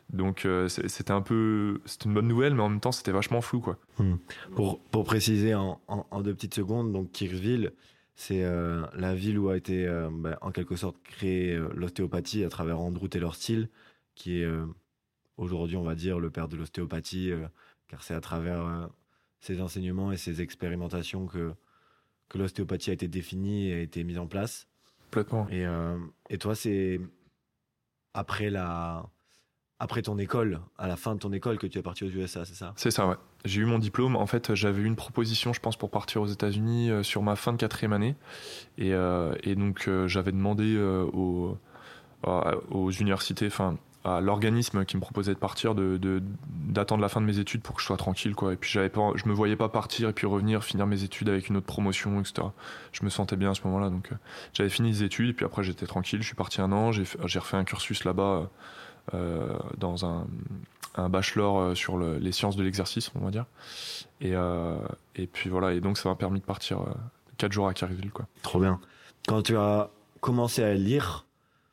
Donc euh, c'était un peu, c'était une bonne nouvelle, mais en même temps c'était vachement flou, quoi. Mmh. Pour, pour préciser en, en, en deux petites secondes, donc Kirksville, c'est euh, la ville où a été euh, bah, en quelque sorte créée euh, l'ostéopathie à travers Andrew Taylor Still, qui est euh, aujourd'hui, on va dire, le père de l'ostéopathie, euh, car c'est à travers euh, ses enseignements et ses expérimentations que, que l'ostéopathie a été définie et a été mise en place. Complètement. Et, euh, et toi, c'est après la... Après ton école, à la fin de ton école, que tu es parti aux U S A, c'est ça? C'est ça, ouais. J'ai eu mon diplôme. En fait, j'avais eu une proposition, je pense, pour partir aux États-Unis euh, sur ma fin de quatrième année. Et, euh, et donc, euh, j'avais demandé euh, aux, à- aux universités, enfin, à l'organisme qui me proposait de partir, de, de- d'attendre la fin de mes études pour que je sois tranquille, quoi. Et puis, j'avais pas, je me voyais pas partir et puis revenir, finir mes études avec une autre promotion, et cetera. Je me sentais bien à ce moment-là. Donc, euh, j'avais fini les études et puis après, j'étais tranquille. Je suis parti un an. J'ai, fait- j'ai refait un cursus là-bas. euh, euh, dans un, un bachelor sur le, les sciences de l'exercice, on va dire. Et, euh, et puis voilà, et donc ça m'a permis de partir euh, quatre jours à Kirksville, quoi. Trop bien. Quand tu as commencé à lire,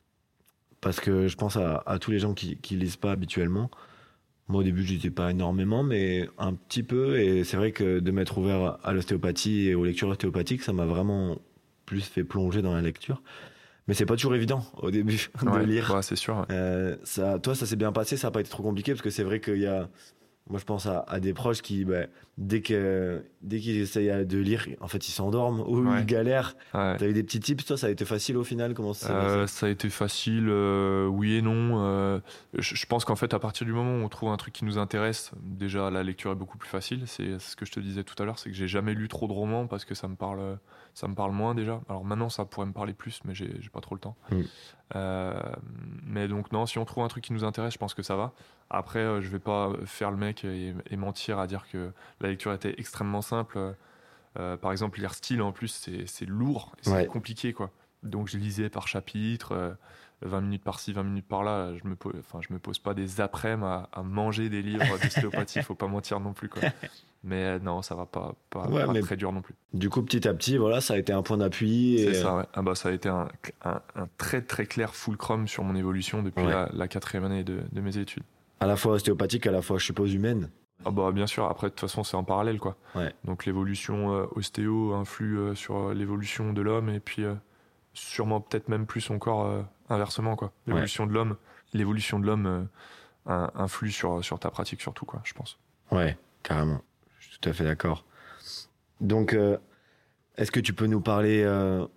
parce que je pense à, à tous les gens qui, qui lisent pas habituellement, moi au début je lisais pas énormément, mais un petit peu, et c'est vrai que de m'être ouvert à l'ostéopathie et aux lectures ostéopathiques, ça m'a vraiment plus fait plonger dans la lecture. Mais c'est pas toujours évident au début de Ouais, lire. ouais, c'est sûr. Ouais. Euh, ça, toi, ça s'est bien passé, ça n'a pas été trop compliqué parce que c'est vrai qu'il y a, moi je pense à, à des proches qui, bah, dès que dès qu'ils essayent de lire, en fait ils s'endorment ou Ouais. ils galèrent. Ouais. T'as eu des petits tips, toi, ça a été facile au final, comment ça s'est Euh, passé? ça a été facile, euh, oui et non. Euh, je, je pense qu'en fait, à partir du moment où on trouve un truc qui nous intéresse, déjà la lecture est beaucoup plus facile. C'est, c'est ce que je te disais tout à l'heure, c'est que j'ai jamais lu trop de romans parce que ça me parle, ça me parle moins déjà. Alors maintenant, ça pourrait me parler plus, mais j'ai, j'ai pas trop le temps. Mm. Euh, mais donc non, si on trouve un truc qui nous intéresse, je pense que ça va. Après, euh, je vais pas faire le mec et, et mentir à dire que la lecture était extrêmement simple. Euh, par exemple, lire Style, en plus, c'est, c'est lourd, et c'est Ouais. compliqué, quoi. Donc je lisais par chapitre, euh, vingt minutes par-ci, vingt minutes par-là. Je me pose, enfin, je me pose pas des après-midi à, à manger des livres d'ostéopathie, faut pas mentir non plus, quoi. Mais euh, non, ça va pas, pas, Ouais, pas mais- très dur non plus. Du coup, petit à petit, voilà, ça a été un point d'appui. Et... C'est ça, ouais. Ah bah, ça a été un, un, un très très clair fulcrum sur mon évolution depuis Ouais. la, la quatrième année de, de mes études. À la fois ostéopathique, à la fois, je suppose, humaine. Ah bah bien sûr, après de toute façon c'est en parallèle, quoi. Ouais. Donc l'évolution euh, ostéo influe euh, sur euh, l'évolution de l'homme et puis euh, sûrement peut-être même plus encore euh, inversement, quoi. L'évolution de l'homme, l'évolution de l'homme euh, in- influe sur, sur ta pratique surtout, quoi, je pense. Ouais, carrément. Je suis tout à fait d'accord. Donc, euh, est-ce que tu peux nous parler euh,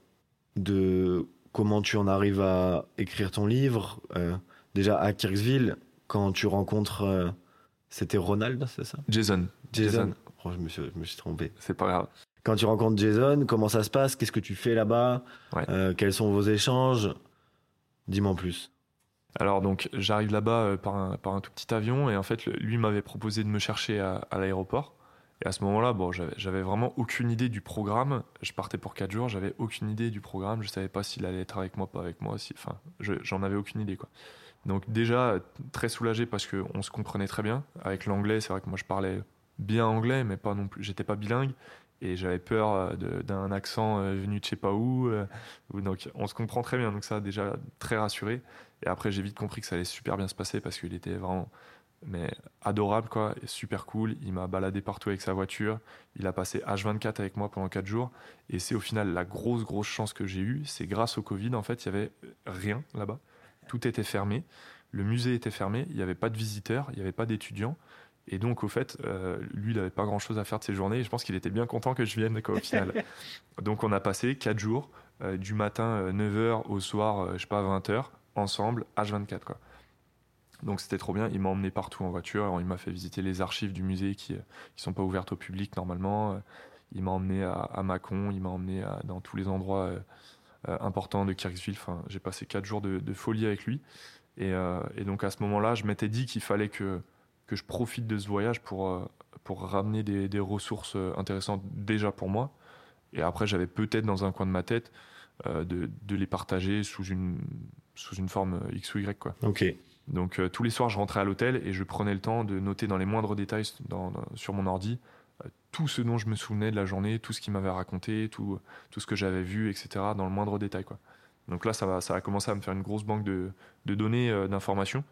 de comment tu en arrives à écrire ton livre? Euh, déjà à Kirksville, quand tu rencontres... euh, c'était Ronald, c'est ça? Jason, Jason. Oh, je, me suis, je me suis trompé. c'est pas grave. Quand tu rencontres Jason, comment ça se passe? Qu'est-ce que tu fais là-bas? Ouais. Euh, quels sont vos échanges? Dis-moi en plus. Alors donc j'arrive là-bas euh, par, un, par un tout petit avion et en fait le- lui m'avait proposé de me chercher à, à l'aéroport. Et à ce moment-là, bon, j'avais, j'avais vraiment aucune idée du programme. Je partais pour quatre jours, j'avais aucune idée du programme. Je savais pas s'il allait être avec moi, pas avec moi. Si, enfin, je- j'en avais aucune idée, quoi. Donc déjà très soulagé parce que on se comprenait très bien avec l'anglais. C'est vrai que moi je parlais bien anglais, mais pas non plus. J'étais pas bilingue et j'avais peur euh, de- d'un accent euh, venu de je sais pas où. euh, donc on se comprend très bien. Donc ça déjà très rassuré. Et après j'ai vite compris que ça allait super bien se passer parce qu'il était vraiment mais adorable, quoi, et super cool. Il m'a baladé partout avec sa voiture. Il a passé H vingt-quatre avec moi pendant quatre jours. Et c'est au final la grosse grosse chance que j'ai eue. C'est grâce au Covid en fait, il y avait rien là-bas. Tout était fermé. Le musée était fermé. Il n'y avait pas de visiteurs. Il n'y avait pas d'étudiants. Et donc, au fait, euh, lui, il n'avait pas grand-chose à faire de ses journées. Et je pense qu'il était bien content que je vienne, quoi, au final. Donc, on a passé quatre jours, euh, du matin euh, neuf heures au soir, euh, je sais pas, vingt heures, ensemble, H vingt-quatre, quoi. Donc, c'était trop bien. Il m'a emmené partout en voiture. Alors, il m'a fait visiter les archives du musée qui ne sont pas ouvertes au public normalement. Euh, Il m'a emmené à, à Mâcon. Il m'a emmené à- dans tous les endroits euh, euh, importants de Kirksville. Enfin, j'ai passé quatre jours de, de folie avec lui. Et, euh, et donc, à ce moment-là, je m'étais dit qu'il fallait que, que je profite de ce voyage pour, euh, pour ramener des, des ressources euh, intéressantes déjà pour moi. Et après, j'avais peut-être dans un coin de ma tête euh, de, de les partager sous une, sous une forme euh, X ou Y, quoi. Ok. Donc euh, tous les soirs, je rentrais à l'hôtel et je prenais le temps de noter dans les moindres détails dans- dans- sur mon ordi euh, tout ce dont je me souvenais de la journée, tout ce qu'il m'avait raconté, tout, tout ce que j'avais vu, et cetera, dans le moindre détail, quoi. Donc là, ça va, ça a commencé à me faire une grosse banque de, de données, euh, d'informations.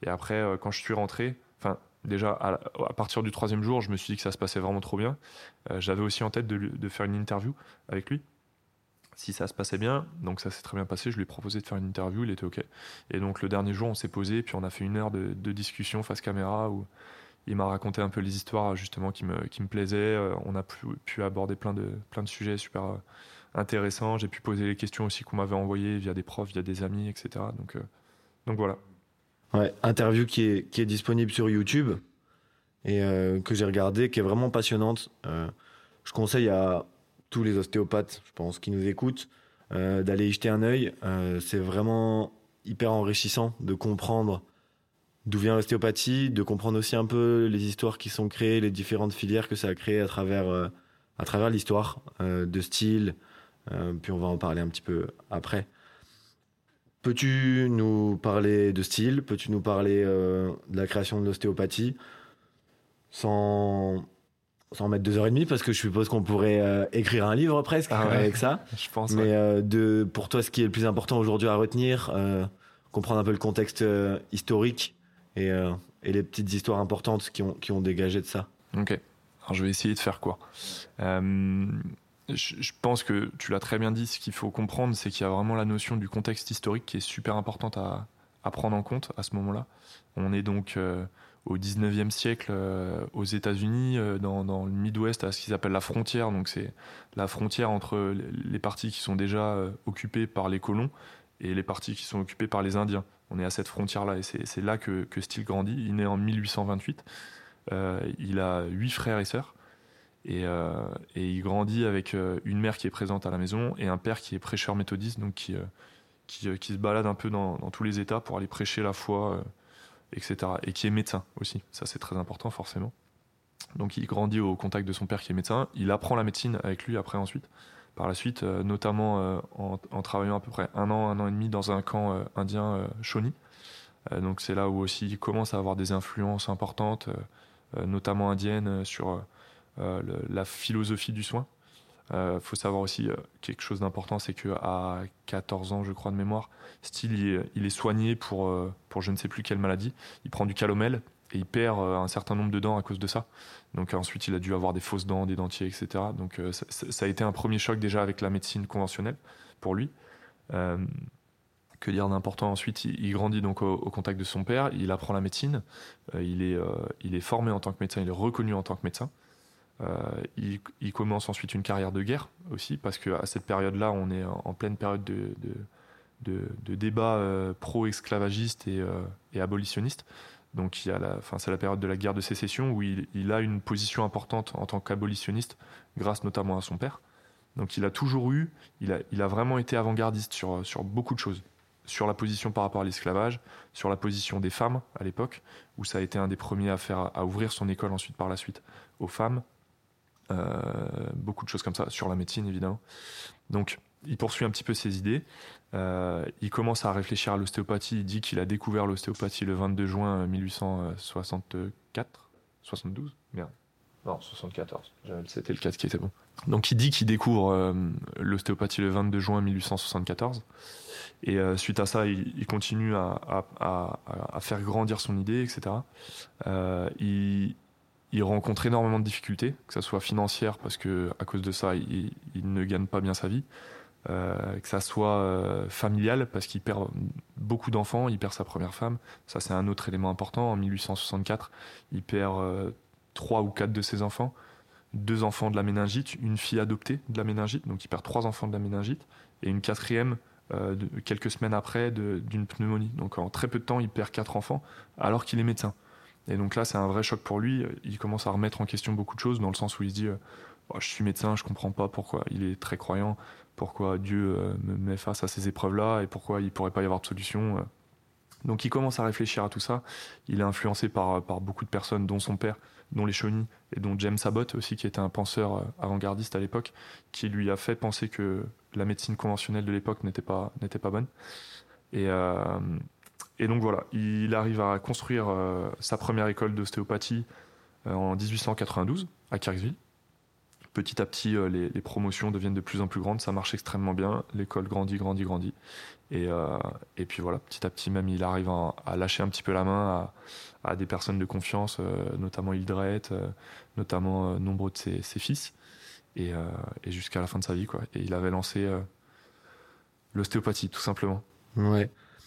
Et après, euh, quand je suis rentré, enfin, déjà, à, à partir du troisième jour, je me suis dit que ça se passait vraiment trop bien. Euh, j'avais aussi en tête de, de faire une interview avec lui, si ça se passait bien. Donc ça s'est très bien passé. Je lui ai proposé de faire une interview, il était OK. Et donc le dernier jour, on s'est posé, puis on a fait une heure de, de discussion face caméra où il m'a raconté un peu les histoires justement qui me, qui me plaisaient. Euh, on a pu, pu aborder plein de, plein de sujets super euh, intéressants. J'ai pu poser les questions aussi qu'on m'avait envoyées via des profs, via des amis, et cetera. Donc, euh, donc voilà. Ouais, interview qui est, qui est disponible sur YouTube et euh, que j'ai regardé, qui est vraiment passionnante. Euh, je conseille à tous les ostéopathes, je pense, qui nous écoutent, euh, d'aller y jeter un œil. Euh, c'est vraiment hyper enrichissant de comprendre d'où vient l'ostéopathie, de comprendre aussi un peu les histoires qui sont créées, les différentes filières que ça a créées à travers, euh, à travers l'histoire euh, de style. Euh, puis on va en parler un petit peu après. Peux-tu nous parler de style? Peux-tu nous parler euh, de la création de l'ostéopathie sans, sans mettre deux heures et demie, parce que je suppose qu'on pourrait euh, écrire un livre presque Ah ouais, avec ça. Je pense. Mais Ouais. euh, de, pour toi, ce qui est le plus important aujourd'hui à retenir, euh, comprendre un peu le contexte euh, historique et, euh, et les petites histoires importantes qui ont, qui ont dégagé de ça. Ok. Alors je vais essayer de faire quoi. Euh, je, je pense que tu l'as très bien dit. Ce qu'il faut comprendre, c'est qu'il y a vraiment la notion du contexte historique qui est super importante à, à prendre en compte à ce moment-là. On est donc euh, au dix-neuvième siècle euh, aux États-Unis, euh, dans, dans le Midwest, à ce qu'ils appellent la frontière. Donc c'est la frontière entre les parties qui sont déjà euh, occupées par les colons et les parties qui sont occupées par les Indiens. On est à cette frontière-là et c'est, c'est là que, que Steele grandit. Il est né en mille huit cent vingt-huit. Euh, il a huit frères et sœurs. Et, euh, et il grandit avec euh, une mère qui est présente à la maison et un père qui est prêcheur méthodiste, donc qui, euh, qui, euh, qui se balade un peu dans, dans tous les États pour aller prêcher la foi, euh, et cetera. Et qui est médecin aussi. Ça, c'est très important, forcément. Donc il grandit au contact de son père qui est médecin. Il apprend la médecine avec lui après ensuite. Par la suite, euh, notamment euh, en, en travaillant à peu près un an, un an et demi dans un camp euh, indien euh, Shawnee. Euh, donc c'est là où aussi il commence à avoir des influences importantes, euh, notamment indiennes, euh, sur euh, le, la philosophie du soin. Il euh, faut savoir aussi euh, quelque chose d'important, c'est qu'à quatorze ans, je crois de mémoire, Steele il est, il est soigné pour, euh, pour je ne sais plus quelle maladie. Il prend du calomel et il perd euh, un certain nombre de dents à cause de ça. Donc euh, ensuite, il a dû avoir des fausses dents, des dentiers, et cetera. Donc euh, ça, ça a été un premier choc déjà avec la médecine conventionnelle pour lui. Euh, que dire d'important ensuite, il, il grandit donc au, au contact de son père, il apprend la médecine, euh, il, est, euh, il est formé en tant que médecin, il est reconnu en tant que médecin. Euh, il, il commence ensuite une carrière de guerre aussi, parce qu'à cette période-là, on est en, en pleine période de, de, de, de débats euh, pro-esclavagistes et, euh, et abolitionnistes. Donc il y a la, enfin, c'est la période de la guerre de sécession où il, il a une position importante en tant qu'abolitionniste, grâce notamment à son père. Donc il a toujours eu, il a, il a vraiment été avant-gardiste sur, sur beaucoup de choses. Sur la position par rapport à l'esclavage, sur la position des femmes à l'époque, où ça a été un des premiers à, faire, à ouvrir son école ensuite par la suite aux femmes. Euh, beaucoup de choses comme ça, sur la médecine évidemment. Donc il poursuit un petit peu ses idées. Euh, il commence à réfléchir à l'ostéopathie. Il dit qu'il a découvert l'ostéopathie le vingt-deux juin mille huit cent soixante-quatre, soixante-douze, merde. Non, soixante-quatorze. C'était le quatre qui était bon. Donc il dit qu'il découvre euh, l'ostéopathie le vingt-deux juin mille huit cent soixante-quatorze. Et euh, suite à ça, il, il continue à, à, à, à faire grandir son idée, et cetera. Euh, il, il rencontre énormément de difficultés, que ce soit financière, parce que à cause de ça, il, il ne gagne pas bien sa vie. Euh, que ça soit euh, familial, parce qu'il perd beaucoup d'enfants, il perd sa première femme. Ça, c'est un autre élément important. En mille huit cent soixante-quatre, il perd euh, trois ou quatre de ses enfants. Deux enfants de la méningite, une fille adoptée de la méningite, donc il perd trois enfants de la méningite, et une quatrième euh, de, quelques semaines après de, d'une pneumonie. Donc en très peu de temps, il perd quatre enfants, alors qu'il est médecin. Et donc là, c'est un vrai choc pour lui. Il commence à remettre en question beaucoup de choses, dans le sens où il se dit oh, « je suis médecin, je comprends pas pourquoi il est très croyant, pourquoi Dieu euh, me met face à ces épreuves-là, et pourquoi il pourrait pas y avoir de solution. » Donc il commence à réfléchir à tout ça. Il est influencé par, par beaucoup de personnes, dont son père, dont les Shawnee, et dont James Abbott aussi, qui était un penseur avant-gardiste à l'époque, qui lui a fait penser que la médecine conventionnelle de l'époque n'était pas, n'était pas bonne. Et, euh, et donc voilà, il arrive à construire euh, sa première école d'ostéopathie euh, en dix-huit cent quatre-vingt-douze, à Kirksville. Petit à petit, euh, les, les promotions deviennent de plus en plus grandes, ça marche extrêmement bien, l'école grandit, grandit, grandit. Et, euh, et puis voilà, petit à petit, même il arrive à, à lâcher un petit peu la main à, à des personnes de confiance, euh, notamment Hildreth, euh, notamment euh, nombreux de ses, ses fils, et, euh, et jusqu'à la fin de sa vie, quoi. Et il avait lancé euh, l'ostéopathie, tout simplement. Ouais.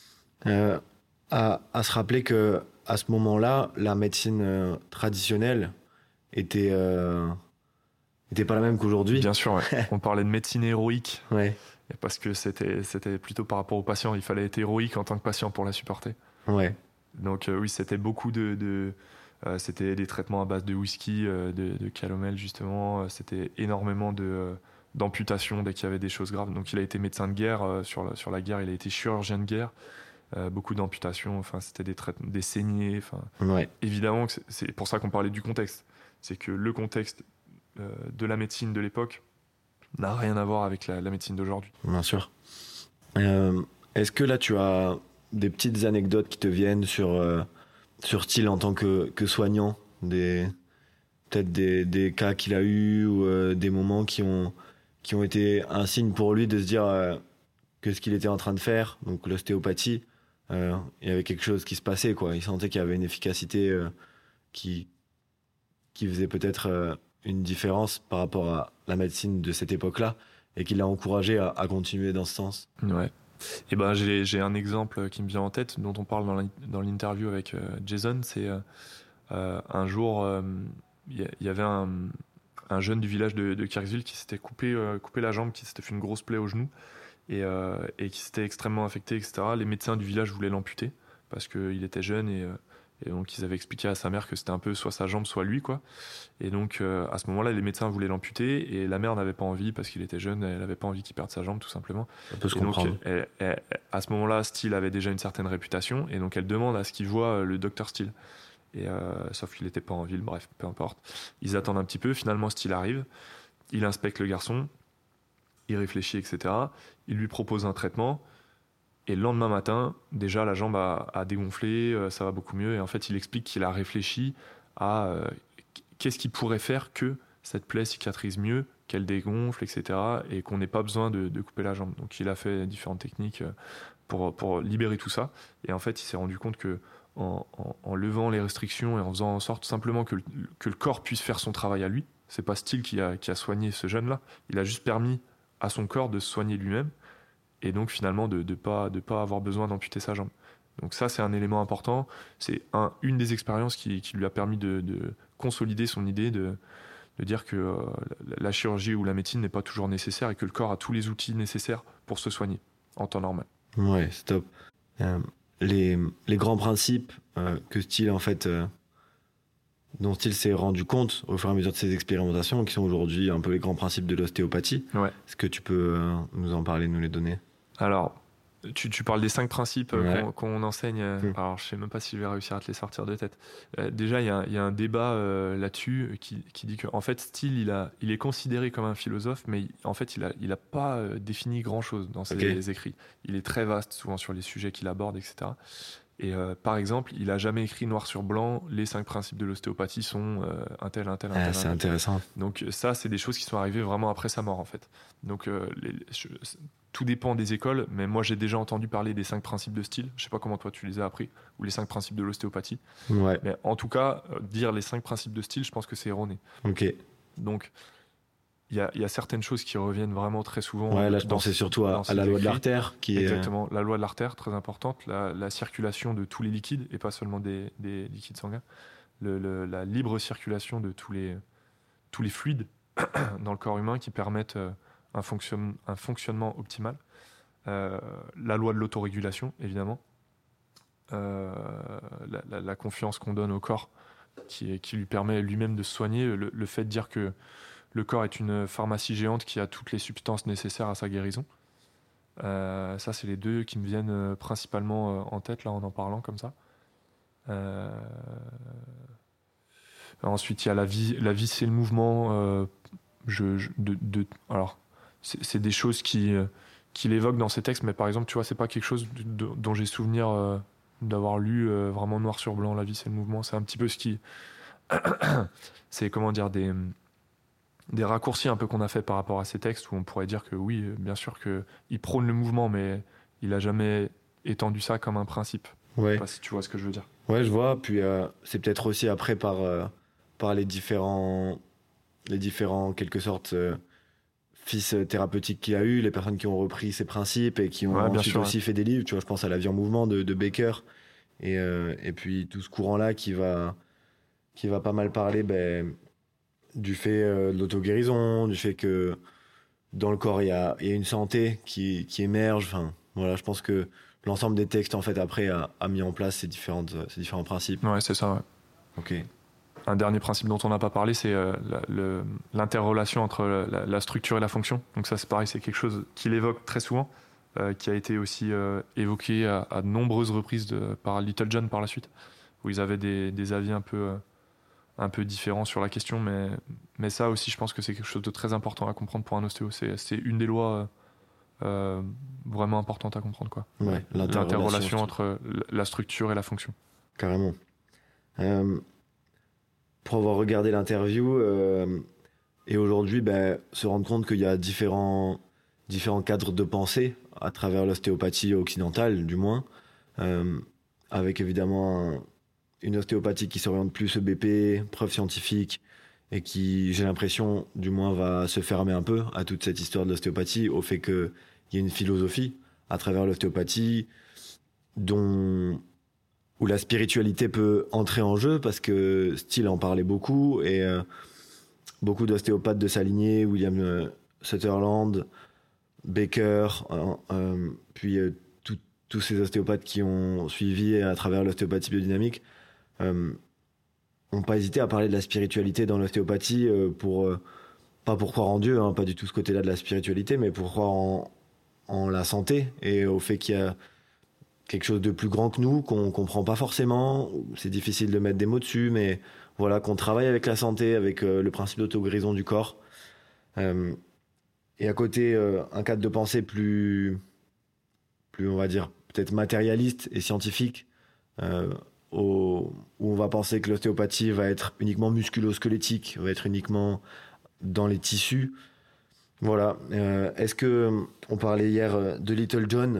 Euh, à, à se rappeler que à ce moment-là, la médecine euh, traditionnelle était euh, était pas la même qu'aujourd'hui. Bien sûr, ouais. On parlait de médecine héroïque. Ouais. Parce que c'était, c'était plutôt par rapport aux patients. Il fallait être héroïque en tant que patient pour la supporter. Ouais. Donc euh, oui, c'était beaucoup de... de euh, c'était des traitements à base de whisky, euh, de, de calomel justement. Euh, c'était énormément de, euh, d'amputations dès qu'il y avait des choses graves. Donc il a été médecin de guerre euh, sur, la, sur la guerre. Il a été chirurgien de guerre. Euh, beaucoup d'amputations. Enfin, c'était des, traitements, des saignées. Enfin, ouais. Évidemment, que c'est, c'est pour ça qu'on parlait du contexte. C'est que le contexte euh, de la médecine de l'époque n'a rien à voir avec la, la médecine d'aujourd'hui. Bien sûr. Euh, est-ce que là, tu as des petites anecdotes qui te viennent sur, euh, sur style en tant que, que soignant, des, peut-être des, des cas qu'il a eu ou euh, des moments qui ont, qui ont été un signe pour lui de se dire euh, que ce qu'il était en train de faire, donc l'ostéopathie, euh, il y avait quelque chose qui se passait, quoi. Il sentait qu'il y avait une efficacité euh, qui, qui faisait peut-être euh, une différence par rapport à la médecine de cette époque-là et qui l'a encouragé à, à continuer dans ce sens. Ouais. Et ben j'ai, j'ai un exemple qui me vient en tête dont on parle dans, dans l'interview avec euh, Jason. C'est euh, euh, un jour, il euh, y, y avait un, un jeune du village de, de Kirksville qui s'était coupé, euh, coupé la jambe, qui s'était fait une grosse plaie au genou et, euh, et qui s'était extrêmement affecté, et cetera. Les médecins du village voulaient l'amputer parce qu'il était jeune et... Euh, Et donc, ils avaient expliqué à sa mère que c'était un peu soit sa jambe, soit lui, quoi. Et donc, euh, à ce moment-là, les médecins voulaient l'amputer et la mère n'avait pas envie parce qu'il était jeune, elle n'avait pas envie qu'il perde sa jambe, tout simplement. On peut se et comprendre. donc, elle, elle, à ce moment-là, Steele avait déjà une certaine réputation et donc elle demande à ce qu'il voit le docteur Steele. Et, euh, sauf qu'il n'était pas en ville, bref, peu importe. Ils attendent un petit peu, finalement, Steele arrive, il inspecte le garçon, il réfléchit, et cetera. Il lui propose un traitement. Et le lendemain matin, déjà, la jambe a, a dégonflé, euh, ça va beaucoup mieux. Et en fait, il explique qu'il a réfléchi à euh, qu'est-ce qui pourrait faire que cette plaie cicatrise mieux, qu'elle dégonfle, et cetera. Et qu'on n'ait pas besoin de, de couper la jambe. Donc, il a fait différentes techniques pour, pour libérer tout ça. Et en fait, il s'est rendu compte que en, en, en levant les restrictions et en faisant en sorte simplement que le, que le corps puisse faire son travail à lui, c'est pas Steele qui a, qui a soigné ce jeune-là. Il a juste permis à son corps de se soigner lui-même. Et donc finalement de ne pas, de pas avoir besoin d'amputer sa jambe. Donc ça, c'est un élément important. C'est un, une des expériences qui, qui lui a permis de, de consolider son idée de, de dire que euh, la, la chirurgie ou la médecine n'est pas toujours nécessaire et que le corps a tous les outils nécessaires pour se soigner en temps normal. Ouais, c'est top. Euh, les, les grands principes euh, que Steele, en fait, euh, dont Steele s'est rendu compte au fur et à mesure de ses expérimentations, qui sont aujourd'hui un peu les grands principes de l'ostéopathie. Ouais. Est-ce que tu peux euh, nous en parler, nous les donner ? Alors, tu, tu parles des cinq principes ouais. qu'on, qu'on enseigne. Mmh. Alors, je sais même pas si je vais réussir à te les sortir de tête. Euh, déjà, il y, y a un débat euh, là-dessus qui, qui dit que, en fait, Steele, il, a, il est considéré comme un philosophe, mais en fait, il a, il a pas euh, défini grand-chose dans ses okay. écrits. Il est très vaste, souvent sur les sujets qu'il aborde, et cetera. Et euh, par exemple, il a jamais écrit noir sur blanc. Les cinq principes de l'ostéopathie sont euh, un tel, un tel, un tel. Ah, c'est un tel. Intéressant. Donc ça, c'est des choses qui sont arrivées vraiment après sa mort, en fait. Donc euh, les, je, tout dépend des écoles, mais moi j'ai déjà entendu parler des cinq principes de Steele. Je sais pas comment toi tu les as appris, ou les cinq principes de l'ostéopathie. Ouais. Mais en tout cas, euh, dire les cinq principes de Steele, je pense que c'est erroné. Ok. Donc il y a, y a certaines choses qui reviennent vraiment très souvent. Ouais, là je pensais surtout à, à la loi de l'artère. Qui Exactement, est... la loi de l'artère, très importante, la, la circulation de tous les liquides, et pas seulement des, des liquides sanguins, le, le, la libre circulation de tous les, tous les fluides dans le corps humain qui permettent euh, un, fonctionne, un fonctionnement optimal. Euh, la loi de l'autorégulation, évidemment. Euh, la, la, la confiance qu'on donne au corps qui, qui lui permet lui-même de se soigner. Le, le fait de dire que le corps est une pharmacie géante qui a toutes les substances nécessaires à sa guérison. Euh, ça, c'est les deux qui me viennent principalement en tête, là, en en parlant comme ça. Euh... Ensuite, il y a la vie, la vie c'est le mouvement. Euh, je, je, de, de, alors, c'est, c'est des choses qui, qu'il évoque dans ses textes, mais par exemple, tu vois, c'est pas quelque chose de, de, dont j'ai souvenir euh, d'avoir lu euh, vraiment noir sur blanc. La vie c'est le mouvement. C'est un petit peu ce qui, c'est comment dire des des raccourcis un peu qu'on a fait par rapport à ces textes où on pourrait dire que oui, bien sûr qu'il prône le mouvement, mais il n'a jamais étendu ça comme un principe. Ouais. Je sais pas si tu vois ce que je veux dire. Ouais, je vois. Puis euh, c'est peut-être aussi après par, euh, par les différents, les différents, en quelque sorte, euh, fils thérapeutiques qu'il a eu, les personnes qui ont repris ses principes et qui ont Ouais, bien ensuite sûr, aussi ouais. fait des livres. Tu vois, je pense à La vie en mouvement de, de Baker. Et, euh, et puis tout ce courant-là qui va, qui va pas mal parler ben, du fait euh, de l'auto-guérison, du fait que dans le corps, il y a, il y a une santé qui, qui émerge. Enfin, voilà, je pense que l'ensemble des textes, en fait, après, a, a mis en place ces, différentes, ces différents principes. Ouais, c'est ça, ouais. Ok. Un dernier principe dont on n'a pas parlé, c'est euh, la- le- l'interrelation entre la, la structure et la fonction. Donc ça, c'est pareil, c'est quelque chose qu'il évoque très souvent, euh, qui a été aussi euh, évoqué à, à de nombreuses reprises de, par Little John par la suite, où ils avaient des, des avis un peu, euh, un peu différents sur la question. Mais, mais ça aussi, je pense que c'est quelque chose de très important à comprendre pour un ostéo. C'est, c'est une des lois euh, vraiment importantes à comprendre, quoi. Ouais, L'interrelation entre la structure et la fonction. Carrément. Euh, pour avoir regardé l'interview euh, et aujourd'hui, ben, se rendre compte qu'il y a différents, différents cadres de pensée à travers l'ostéopathie occidentale, du moins, euh, avec évidemment un- une ostéopathie qui s'oriente plus E B P, preuve scientifique, et qui, j'ai l'impression, du moins, va se fermer un peu à toute cette histoire de l'ostéopathie, au fait qu'il y a une philosophie à travers l'ostéopathie dont où la spiritualité peut entrer en jeu, parce que Steele en parlait beaucoup, et euh, beaucoup d'ostéopathes de sa lignée, William euh, Sutherland, Baker, euh, euh, puis euh, tout- tous ces ostéopathes qui ont suivi à travers l'ostéopathie biodynamique, euh, n'ont pas hésité à parler de la spiritualité dans l'ostéopathie, euh, pour, euh, pas pour croire en Dieu, hein, pas du tout ce côté-là de la spiritualité, mais pour croire en, en la santé, et au fait qu'il y a quelque chose de plus grand que nous, qu'on comprend pas forcément. C'est difficile de mettre des mots dessus, mais voilà, qu'on travaille avec la santé, avec euh, le principe d'auto-guérison du corps. Euh, et à côté, euh, un cadre de pensée plus, plus, on va dire, peut-être matérialiste et scientifique, euh, au, où on va penser que l'ostéopathie va être uniquement musculo-squelettique, va être uniquement dans les tissus. Voilà. Euh, est-ce que, on parlait hier de Little John,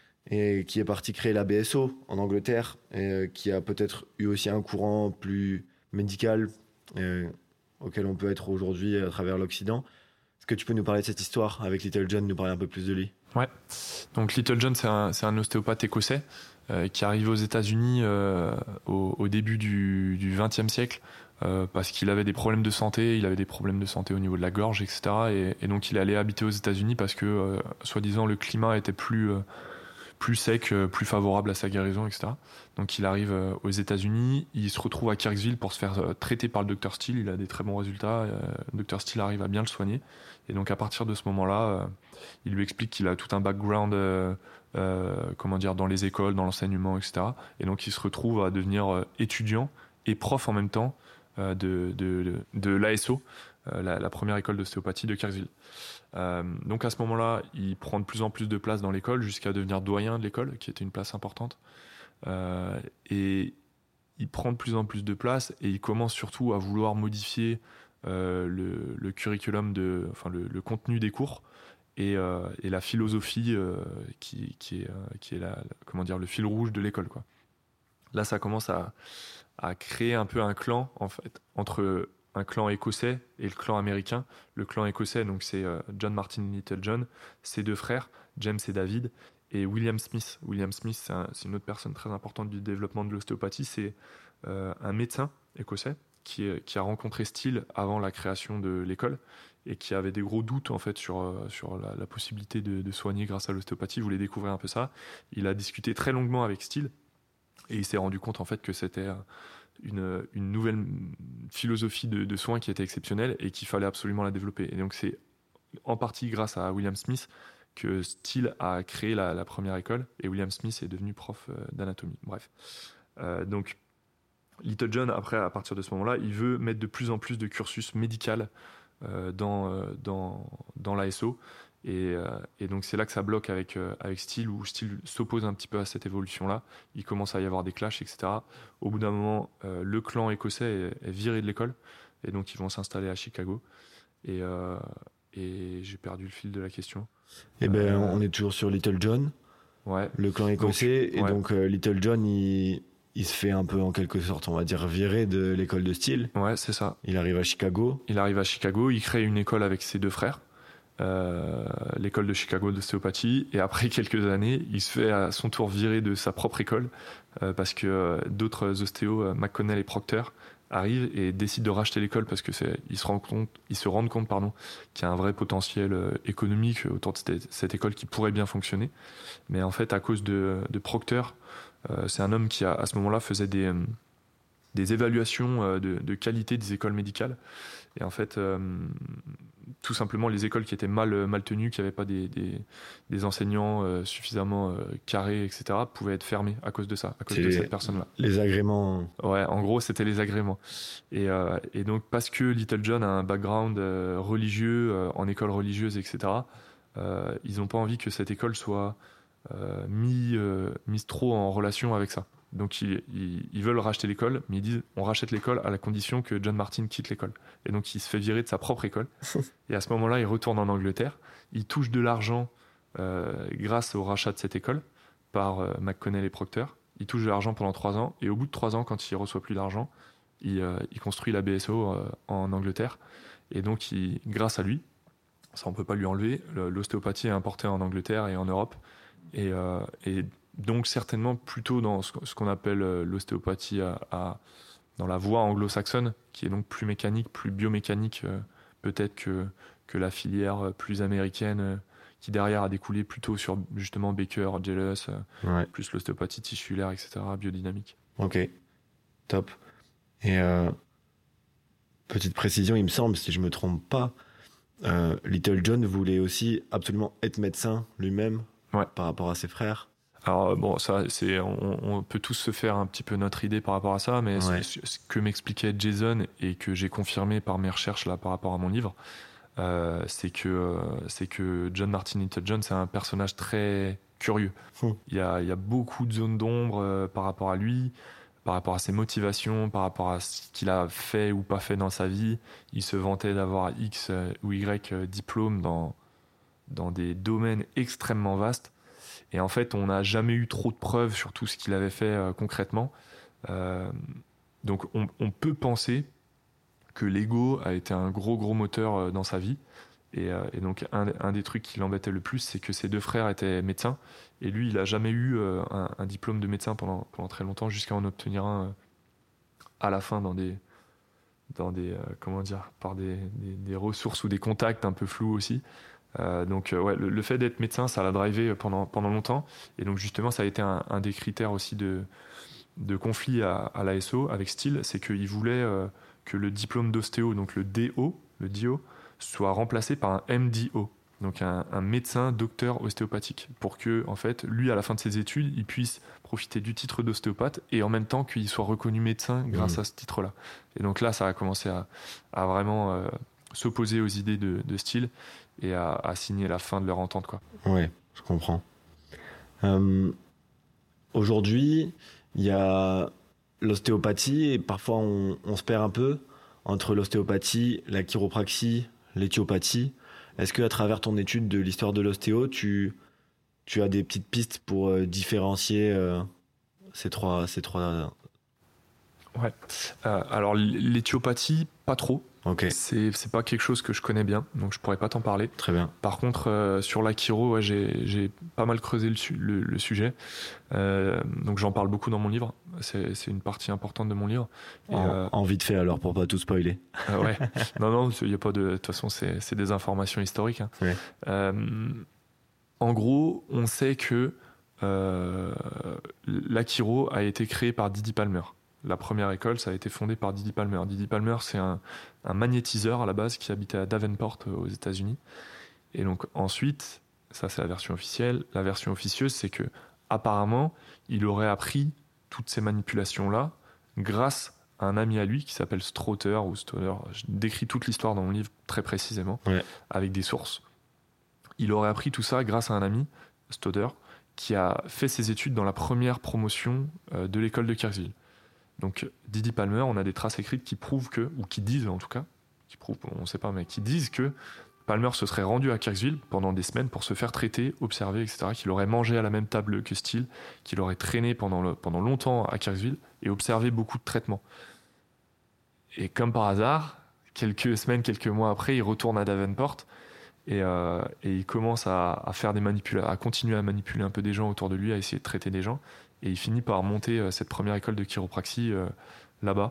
et qui est parti créer la B S O en Angleterre, et euh, qui a peut-être eu aussi un courant plus médical euh, auquel on peut être aujourd'hui à travers l'Occident. Est-ce que tu peux nous parler de cette histoire avec Little John, nous parler un peu plus de lui? Ouais. Donc Little John, c'est un, c'est un ostéopathe écossais euh, qui arrive aux États-Unis euh, au, au début du vingtième siècle euh, parce qu'il avait des problèmes de santé, il avait des problèmes de santé au niveau de la gorge, et cetera. Et, et donc il allait habiter aux États-Unis parce que, euh, soi-disant, le climat était plus euh, plus sec, euh, plus favorable à sa guérison, et cetera. Donc il arrive euh, aux États-Unis, il se retrouve à Kirksville pour se faire euh, traiter par le docteur Steele. Il a des très bons résultats. Euh, le docteur Steele arrive à bien le soigner. Et donc à partir de ce moment-là, euh, il lui explique qu'il a tout un background, euh, euh, comment dire, dans les écoles, dans l'enseignement, et cetera. Et donc il se retrouve à devenir euh, étudiant et prof en même temps euh, de, de, de, de l'A S O, euh, la, la première école d'ostéopathie de Kirksville. Euh, donc à ce moment-là, il prend de plus en plus de place dans l'école jusqu'à devenir doyen de l'école, qui était une place importante. Euh, et il prend de plus en plus de place et il commence surtout à vouloir modifier euh, le, le curriculum, de, enfin le, le contenu des cours et, euh, et la philosophie euh, qui, qui est, euh, qui est la, la- comment dire, le fil rouge de l'école, quoi. Là, ça commence à, à créer un peu un clan, en fait, entre un clan écossais et le clan américain. Le clan écossais, donc c'est euh, John Martin Little John, ses deux frères, James et David, et William Smith. William Smith, c'est, un- c'est une autre personne très importante du développement de l'ostéopathie. C'est euh, un médecin écossais qui, est- qui a rencontré Steele avant la création de l'école et qui avait des gros doutes en fait sur, euh, sur la, la possibilité de, de soigner grâce à l'ostéopathie. Il voulait découvrir un peu ça. Il a discuté très longuement avec Steele et il s'est rendu compte en fait que c'était une, une nouvelle philosophie de, de soins qui était exceptionnelle et qu'il fallait absolument la développer. Et donc c'est en partie grâce à William Smith que Steele a créé la, la première école et William Smith est devenu prof euh, d'anatomie. Bref. Euh, donc Little John, après, à partir de ce moment-là, il veut mettre de plus en plus de cursus médical euh, dans, euh, dans, dans l'A S O. Et, euh, et donc c'est là que ça bloque avec, euh, avec Steele, où Steele s'oppose un petit peu à cette évolution-là. Il commence à y avoir des clashs, et cetera. Au bout d'un moment, euh, le clan écossais est, est viré de l'école, et donc ils vont s'installer à Chicago. Et, euh, et j'ai perdu le fil de la question. Et ben, Euh, on est toujours sur Little John, Ouais. le clan écossais. Donc, et ouais. donc, euh, Little John, il, il se fait un peu, en quelque sorte, on va dire, virer de l'école de style. Ouais, c'est ça. Il arrive à Chicago. Il arrive à Chicago, il crée une école avec ses deux frères, euh, l'école de Chicago d'ostéopathie, et après quelques années, il se fait à son tour virer de sa propre école euh, parce que euh, d'autres ostéos, euh, McConnell et Proctor, arrivent et décident de racheter l'école parce que c'est, ils se rendent compte, ils se rendent compte, pardon, qu'il y a un vrai potentiel euh, économique autour de cette, cette école qui pourrait bien fonctionner. Mais en fait, à cause de, de Proctor, euh, c'est un homme qui a, à ce moment-là faisait des, euh, des évaluations euh, de, de qualité des écoles médicales. Et en fait, euh, tout simplement, les écoles qui étaient mal, mal tenues, qui n'avaient pas des, des, des enseignants euh, suffisamment euh, carrés, et cetera, pouvaient être fermées à cause de ça, à cause C'est de les- cette personne-là. Les agréments. Ouais, en gros, c'était les agréments. Et, euh, et donc, parce que Little John a un background euh, religieux, euh, en école religieuse, et cetera, euh, ils n'ont pas envie que cette école soit euh, mis, euh, mise trop en relation avec ça. Donc, ils, ils, ils veulent racheter l'école, mais ils disent on rachète l'école à la condition que John Martin quitte l'école. Et donc, il se fait virer de sa propre école. Et à ce moment-là, il retourne en Angleterre. Il touche de l'argent euh, grâce au rachat de cette école par euh, McConnell et Proctor. Il touche de l'argent pendant trois ans. Et au bout de trois ans, quand il reçoit plus d'argent, il, euh, il construit la B S O euh, en Angleterre. Et donc, il, grâce à lui, ça on peut pas lui enlever, le- l'ostéopathie est importée en Angleterre et en Europe. Et, euh, et donc, certainement plutôt dans ce, ce qu'on appelle euh, l'ostéopathie à, à- dans la voie anglo-saxonne, qui est donc plus mécanique, plus biomécanique, euh, peut-être que, que la filière euh, plus américaine, euh, qui derrière a découlé plutôt sur justement Baker, Jealous, euh, Ouais. plus l'ostéopathie tissulaire, et cetera, biodynamique. Ok. Top. Et euh, petite précision, il me semble, si je me trompe pas, euh, Little John voulait aussi absolument être médecin lui-même Ouais. par rapport à ses frères. Alors bon, ça, c'est, on, on peut tous se faire un petit peu notre idée par rapport à ça, mais Ouais. ce, ce que m'expliquait Jason et que j'ai confirmé par mes recherches là par rapport à mon livre, euh, c'est que euh, c'est que John Martin Little John, c'est un personnage très curieux. Hmm. Il y a il y a beaucoup de zones d'ombre euh, par rapport à lui, par rapport à ses motivations, par rapport à ce qu'il a fait ou pas fait dans sa vie. Il se vantait d'avoir X euh, ou Y euh, diplômes dans dans des domaines extrêmement vastes. Et en fait, on n'a jamais eu trop de preuves sur tout ce qu'il avait fait euh, concrètement. Euh, donc, on, on peut penser que l'ego a été un gros, gros moteur euh, dans sa vie. Et, euh, et donc, un, un des trucs qui l'embêtait le plus, c'est que ses deux frères étaient médecins. Et lui, il n'a jamais eu euh, un, un diplôme de médecin pendant, pendant très longtemps, jusqu'à en obtenir un euh, à la fin dans des, dans des euh, comment dire, par des, des, des ressources ou des contacts un peu flous aussi. Euh, donc euh, ouais, le, le fait d'être médecin, ça l'a drivé pendant, pendant longtemps. Et donc justement, ça a été un, un des critères aussi de, de conflit à, à l'A S O avec Steele, c'est qu'il voulait euh, que le diplôme d'ostéo, donc le D O, le D O, soit remplacé par un M D O, donc un, un médecin docteur ostéopathique, pour que en fait, lui, à la fin de ses études, il puisse profiter du titre d'ostéopathe et en même temps qu'il soit reconnu médecin grâce Mmh. à ce titre-là. Et donc là, ça a commencé à, à vraiment euh, s'opposer aux idées de, de Steele et à, à signer la fin de leur entente, quoi. Ouais, je comprends. Euh, Aujourd'hui, il y a l'ostéopathie et parfois on, on se perd un peu entre l'ostéopathie, la chiropraxie, l'éthiopathie. Est-ce que à travers ton étude de l'histoire de l'ostéo, tu, tu as des petites pistes pour euh, différencier euh, ces trois, ces trois... Ouais. Euh, alors l'éthiopathie, pas trop. Ok, C'est, c'est pas quelque chose que je connais bien, donc je pourrais pas t'en parler. très bien. Par contre, euh, sur la chiro, ouais, j'ai, j'ai pas mal creusé le, su- le, le sujet. Euh, donc j'en parle beaucoup dans mon livre. C'est, c'est une partie importante de mon livre. Et, En, euh, en vite fait alors, pour pas tout spoiler. euh, ouais. Non, non, il y a pas de. De toute façon, c'est, c'est des informations historiques. Hein. Ouais. Euh, en gros, on sait que euh, la chiro a été créée par Didi Palmer. La première école, ça a été fondé par Didi Palmer. Didi Palmer, c'est un, un magnétiseur à la base qui habitait à Davenport aux États-Unis. Et donc ensuite, ça c'est la version officielle. La version officieuse, c'est que apparemment, il aurait appris toutes ces manipulations-là grâce à un ami à lui qui s'appelle Strother ou Stoller. Je décris toute l'histoire dans mon livre très précisément, Ouais. avec des sources. Il aurait appris tout ça grâce à un ami, Stoder, qui a fait ses études dans la première promotion euh, de l'école de Kirksville. Donc Didi Palmer, on a des traces écrites qui prouvent que, ou qui disent en tout cas, qui prouvent, on ne sait pas, mais qui disent que Palmer se serait rendu à Kirksville pendant des semaines pour se faire traiter, observer, et cetera, qu'il aurait mangé à la même table que Steele, qu'il aurait traîné pendant, le, pendant longtemps à Kirksville et observé beaucoup de traitements. Et comme par hasard, quelques semaines, quelques mois après, il retourne à Davenport et, euh, et il commence à, à faire des manipula- à continuer à manipuler un peu des gens autour de lui, à essayer de traiter des gens. Et il finit par monter euh, cette première école de chiropraxie euh, là-bas.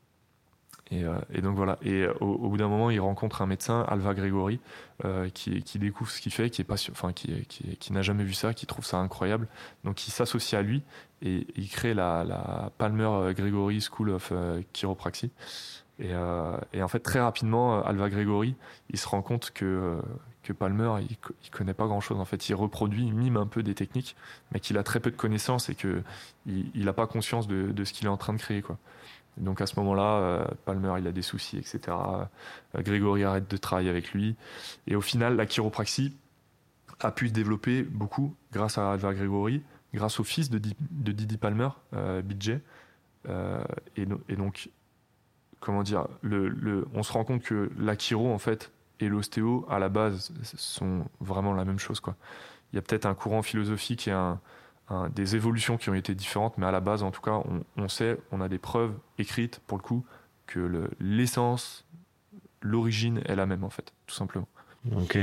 Et, euh, et donc voilà. Et euh, au, au bout d'un moment, il rencontre un médecin, Alva Gregory, euh, qui, qui découvre ce qu'il fait, qui est passion, enfin qui, qui, qui n'a jamais vu ça, qui trouve ça incroyable. Donc il s'associe à lui et, et il crée la, la Palmer Gregory School of euh, Chiropraxy. Et, euh, et en fait, très rapidement, Alva Gregory, il se rend compte que euh, que Palmer, il, il connaît pas grand-chose. En fait, il reproduit, il mime un peu des techniques, mais qu'il a très peu de connaissances et que il, il a pas conscience de, de ce qu'il est en train de créer, quoi. Donc à ce moment-là, euh, Palmer, il a des soucis, et cetera. Euh, Gregory arrête de travailler avec lui. Et au final, la chiropraxie a pu se développer beaucoup grâce à Alva Gregory, grâce au fils de, Di, de Didi Palmer, euh, B J. Euh, et, no, et donc, comment dire, le, le, on se rend compte que la chiro, en fait, et l'ostéo, à la base, sont vraiment la même chose, quoi. Il y a peut-être un courant philosophique et un... Hein, des évolutions qui ont été différentes, mais à la base, en tout cas, on, on sait, on a des preuves écrites, pour le coup, que le, l'essence, l'origine est la même, en fait, tout simplement. Ok.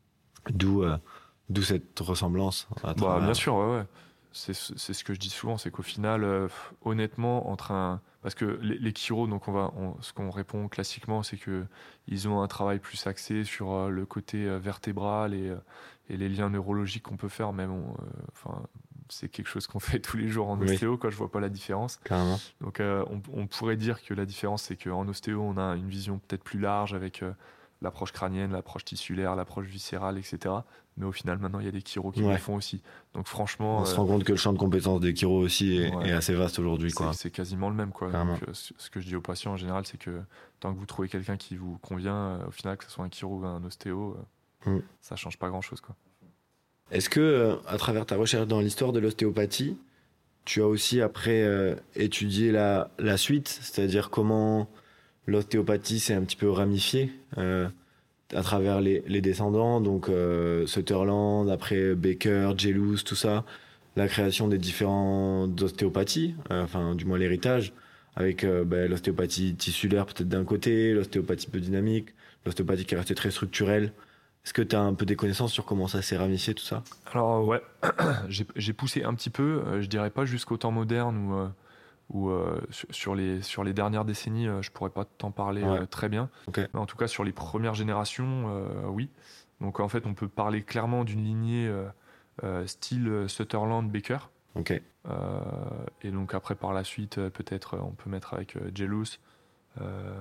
D'où, euh, d'où cette ressemblance à travers... Bah, bien sûr, ouais, ouais. C'est, c'est ce que je dis souvent, c'est qu'au final, euh, honnêtement, entre un... Parce que les, les chiros, donc on va, on, ce qu'on répond classiquement, c'est qu'ils ont un travail plus axé sur euh, le côté euh, vertébral et, euh, et les liens neurologiques qu'on peut faire, même... Enfin... Euh, c'est quelque chose qu'on fait tous les jours en ostéo, oui. Quoi, je vois pas la différence. Carrément. Donc euh, on, on pourrait dire que la différence, c'est qu'en ostéo, on a une vision peut-être plus large avec euh, l'approche crânienne, l'approche tissulaire, l'approche viscérale, et cetera. Mais au final, maintenant, il y a des chiros qui ouais. le font aussi. Donc franchement... On euh, se rend compte que le champ de compétences des chiros aussi est, ouais. est assez vaste aujourd'hui. Quoi. C'est, c'est quasiment le même. Quoi. Donc, euh, ce que je dis aux patients en général, c'est que tant que vous trouvez quelqu'un qui vous convient, euh, au final, que ce soit un chiro ou un ostéo, euh, mm. ça change pas grand-chose, quoi. Est-ce que, euh, à travers ta recherche dans l'histoire de l'ostéopathie, tu as aussi après euh, étudié la, la suite, c'est-à-dire comment l'ostéopathie s'est un petit peu ramifiée euh, à travers les, les descendants, donc euh, Sutherland, après Baker, Gellus, tout ça, la création des différentes ostéopathies, euh, enfin du moins l'héritage, avec euh, bah, l'ostéopathie tissulaire peut-être d'un côté, l'ostéopathie biodynamique, l'ostéopathie qui est restée très structurelle. Est-ce que tu as un peu des connaissances sur comment ça s'est ramifié tout ça ? Alors ouais, j'ai, j'ai poussé un petit peu, euh, je dirais pas jusqu'au temps moderne ou euh, ou euh, sur, sur les sur les dernières décennies, euh, je pourrais pas t'en parler ouais. euh, très bien. Okay. Mais en tout cas sur les premières générations, euh, oui. Donc en fait, on peut parler clairement d'une lignée euh, euh, style Sutherland Baker. Okay. Euh, et donc après par la suite, euh, peut-être on peut mettre avec euh, Gellus. Euh,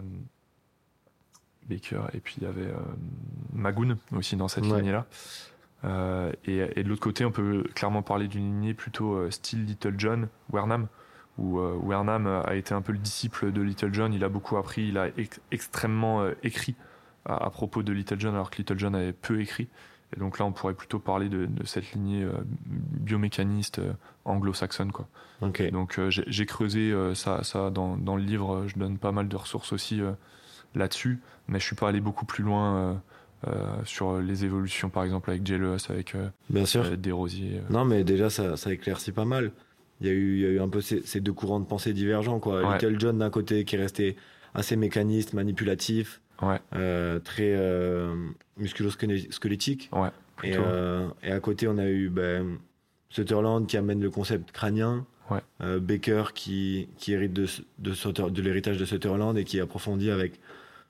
Baker, et puis il y avait euh, Magoon aussi dans cette ouais. lignée-là. Euh, et, et de l'autre côté, on peut clairement parler d'une lignée plutôt euh, style Little John, Wernham, où euh, Wernham a été un peu le disciple de Little John. Il a beaucoup appris, il a ex- extrêmement euh, écrit à, à propos de Little John, alors que Little John avait peu écrit. Et donc là, on pourrait plutôt parler de, de cette lignée euh, biomécaniste euh, anglo-saxonne, quoi. Okay. Donc euh, j'ai, j'ai creusé euh, ça, ça dans, dans le livre. Je donne pas mal de ressources aussi euh, là-dessus, mais je suis pas allé beaucoup plus loin euh, euh, sur les évolutions, par exemple avec Gellus, avec euh, Bien sûr. Euh, Desrosiers. Euh. Non, mais déjà ça, ça éclaircit pas mal. Il y a eu, il y a eu un peu ces, ces deux courants de pensée divergents, quoi. Ouais. Little John d'un côté qui est resté assez mécaniste, manipulatif, ouais. euh, très euh, musculo-squelettique. Ouais, et, euh, et à côté on a eu ben, Sutherland qui amène le concept crânien. Ouais. Euh, Baker qui, qui hérite de, de, de, de l'héritage de Sutherland et qui approfondit avec,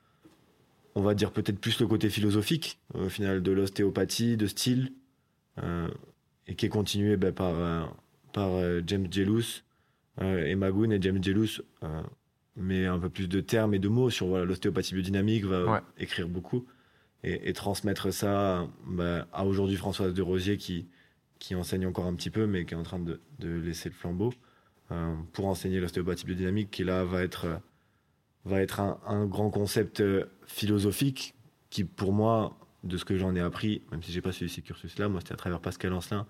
on va dire peut-être plus le côté philosophique au final de l'ostéopathie, de style, euh, et qui est continué ben, par, euh, par euh, James Gellus euh, et Magoon. Et James Gellus euh, met un peu plus de termes et de mots sur voilà, l'ostéopathie biodynamique, va ouais. écrire beaucoup et, et transmettre ça ben, à aujourd'hui Françoise Desrosiers qui qui enseigne encore un petit peu, mais qui est en train de, de laisser le flambeau euh, pour enseigner l'ostéopathie biodynamique, qui là va être, euh, va être un, un grand concept euh, philosophique qui, pour moi, de ce que j'en ai appris, même si j'ai pas suivi ces cursus-là, moi c'était à travers Pascal Ancelin,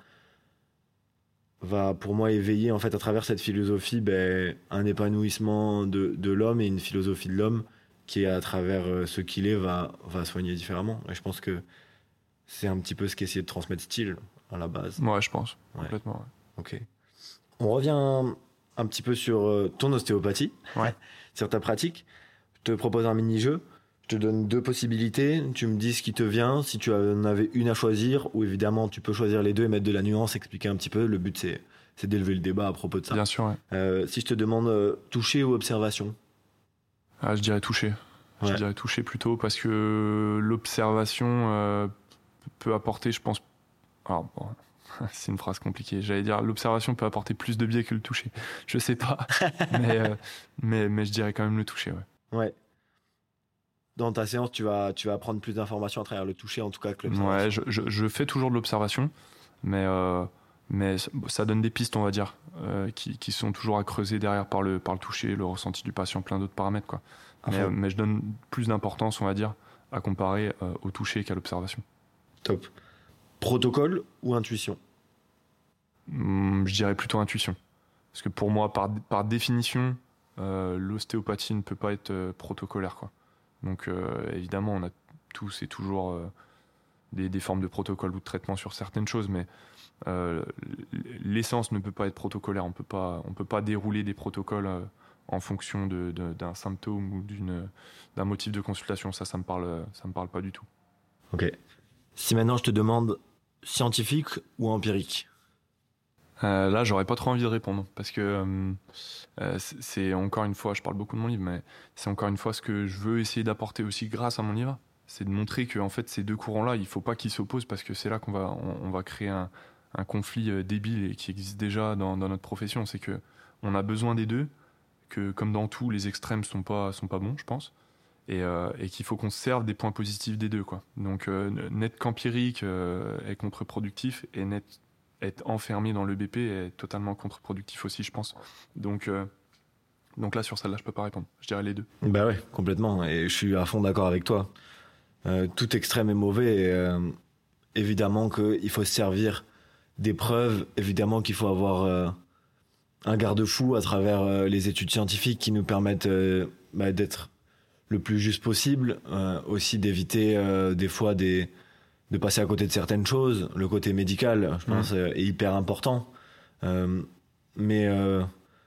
va pour moi éveiller en fait à travers cette philosophie ben, un épanouissement de, de l'homme et une philosophie de l'homme qui à travers euh, ce qu'il est va, va soigner différemment. Et je pense que c'est un petit peu ce qu'essayer de transmettre Steel à la base. Ouais, je pense. Ouais. Complètement. Ouais. Ok. On revient un, un petit peu sur euh, ton ostéopathie, Ouais. sur ta pratique. Je te propose un mini-jeu. Je te donne deux possibilités. Tu me dis ce qui te vient. Si tu en avais une à choisir, ou évidemment tu peux choisir les deux et mettre de la nuance, expliquer un petit peu. Le but c'est, c'est d'élever le débat à propos de ça. Bien sûr, ouais. Euh, si je te demande euh, toucher ou observation. Ah, je dirais toucher. Ouais. Je dirais toucher plutôt parce que l'observation euh, peut apporter, je pense. Alors, bon, c'est une phrase compliquée. J'allais dire l'observation peut apporter plus de biais que le toucher. Je sais pas, mais, euh, mais mais je dirais quand même le toucher. Ouais. Ouais. Dans ta séance, tu vas, tu vas apprendre plus d'informations à travers le toucher, en tout cas que l'observation. Ouais, je, je, je fais toujours de l'observation, mais euh, mais ça donne des pistes, on va dire, euh, qui, qui sont toujours à creuser derrière par le par le toucher, le ressenti du patient, plein d'autres paramètres, quoi. Mais, euh, mais je donne plus d'importance, on va dire, à comparer euh, au toucher qu'à l'observation. Top. Protocole ou intuition? Hum, je dirais plutôt intuition. Parce que pour moi, par, par définition, euh, l'ostéopathie ne peut pas être euh, protocolaire, quoi. Donc euh, évidemment, on a tous et toujours euh, des, des formes de protocole ou de traitement sur certaines choses, mais euh, l'essence ne peut pas être protocolaire. On peut pas, on peut pas dérouler des protocoles euh, en fonction de, de, d'un symptôme ou d'une, d'un motif de consultation. Ça, ça me parle, ça me parle pas du tout. Ok. Si maintenant je te demande scientifique ou empirique? Euh, là, j'aurais pas trop envie de répondre parce que euh, euh, c'est, c'est encore une fois, je parle beaucoup de mon livre, mais c'est encore une fois ce que je veux essayer d'apporter aussi grâce à mon livre, c'est de montrer que en fait ces deux courants-là, il faut pas qu'ils s'opposent parce que c'est là qu'on va, on, on va créer un, un conflit euh, débile et qui existe déjà dans, dans notre profession. C'est que on a besoin des deux, que comme dans tout, les extrêmes sont pas sont pas bons, je pense, et, euh, et qu'il faut qu'on se serve des points positifs des deux, quoi. Donc euh, n'être qu'empirique euh, est contre-productif et n'être être enfermé dans l'E B P est totalement contre-productif aussi, je pense. Donc, euh, donc là, sur celle-là, je peux pas répondre. Je dirais les deux. Bah ouais, complètement. Et je suis à fond d'accord avec toi. Euh, tout extrême est mauvais. Et, euh, évidemment qu'il faut se servir des preuves. Évidemment qu'il faut avoir euh, un garde-fou à travers euh, les études scientifiques qui nous permettent euh, bah, d'être le plus juste possible. Euh, aussi d'éviter euh, des fois des... de passer à côté de certaines choses. Le côté médical, je pense, mmh. est hyper important. Euh, mais euh,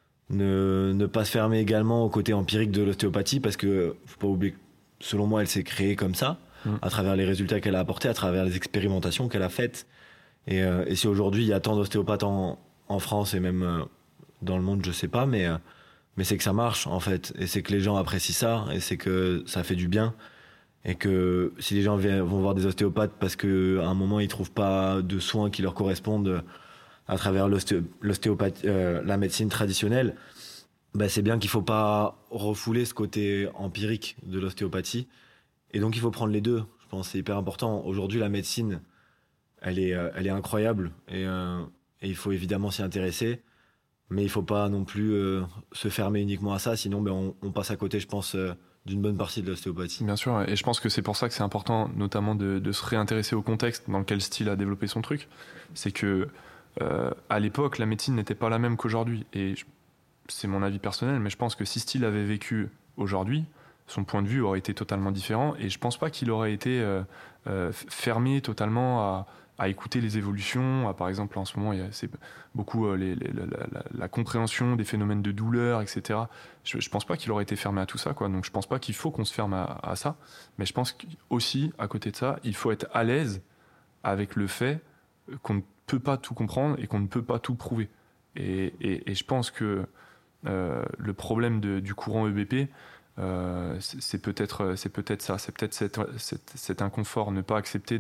ne, ne pas se fermer également au côté empirique de l'ostéopathie, parce que, faut pas oublier, selon moi, elle s'est créée comme ça, mmh. à travers les résultats qu'elle a apportés, à travers les expérimentations qu'elle a faites. Et, euh, et si aujourd'hui, il y a tant d'ostéopathes en, en France et même euh, dans le monde, je sais pas, mais, euh, mais c'est que ça marche, en fait. Et c'est que les gens apprécient ça, et c'est que ça fait du bien. Et que si les gens vont voir des ostéopathes parce qu'à un moment ils trouvent pas de soins qui leur correspondent à travers l'osté- l'ostéopathie, euh, la médecine traditionnelle, bah c'est bien qu'il faut pas refouler ce côté empirique de l'ostéopathie. Et donc il faut prendre les deux. Je pense que c'est hyper important. Aujourd'hui la médecine, elle est, euh, elle est incroyable et, euh, et il faut évidemment s'y intéresser. Mais il faut pas non plus euh, se fermer uniquement à ça, sinon ben, on, on passe à côté, je pense, euh, d'une bonne partie de l'ostéopathie. Bien sûr, et je pense que c'est pour ça que c'est important, notamment de, de se réintéresser au contexte dans lequel Steel a développé son truc. C'est que euh, à l'époque, la médecine n'était pas la même qu'aujourd'hui. Et je, c'est mon avis personnel, mais je pense que si Steel avait vécu aujourd'hui, son point de vue aurait été totalement différent. Et je pense pas qu'il aurait été euh, euh, fermé totalement à à écouter les évolutions, à, par exemple en ce moment il y a c'est beaucoup euh, les, les, la, la, la compréhension des phénomènes de douleur, et cetera. Je, je pense pas qu'il aurait été fermé à tout ça, quoi. Donc je pense pas qu'il faut qu'on se ferme à, à ça, mais je pense aussi à côté de ça, il faut être à l'aise avec le fait qu'on ne peut pas tout comprendre et qu'on ne peut pas tout prouver. Et, et, et je pense que euh, le problème de, du courant E B P, euh, c'est, c'est peut-être c'est peut-être ça, c'est peut-être cet, cet, cet inconfort, ne pas accepter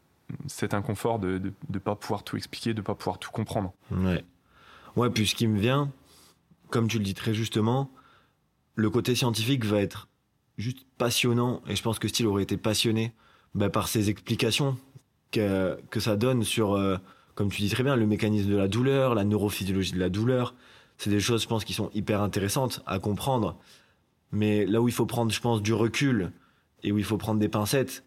cet inconfort de ne de, de pas pouvoir tout expliquer, de pas pouvoir tout comprendre. Ouais. Ouais, puis ce qui me vient, comme tu le dis très justement, le côté scientifique va être juste passionnant, et je pense que Steel aurait été passionné bah, par ces explications que, que ça donne sur, euh, comme tu dis très bien, le mécanisme de la douleur, la neurophysiologie de la douleur. C'est des choses, je pense, qui sont hyper intéressantes à comprendre. Mais là où il faut prendre, je pense, du recul et où il faut prendre des pincettes,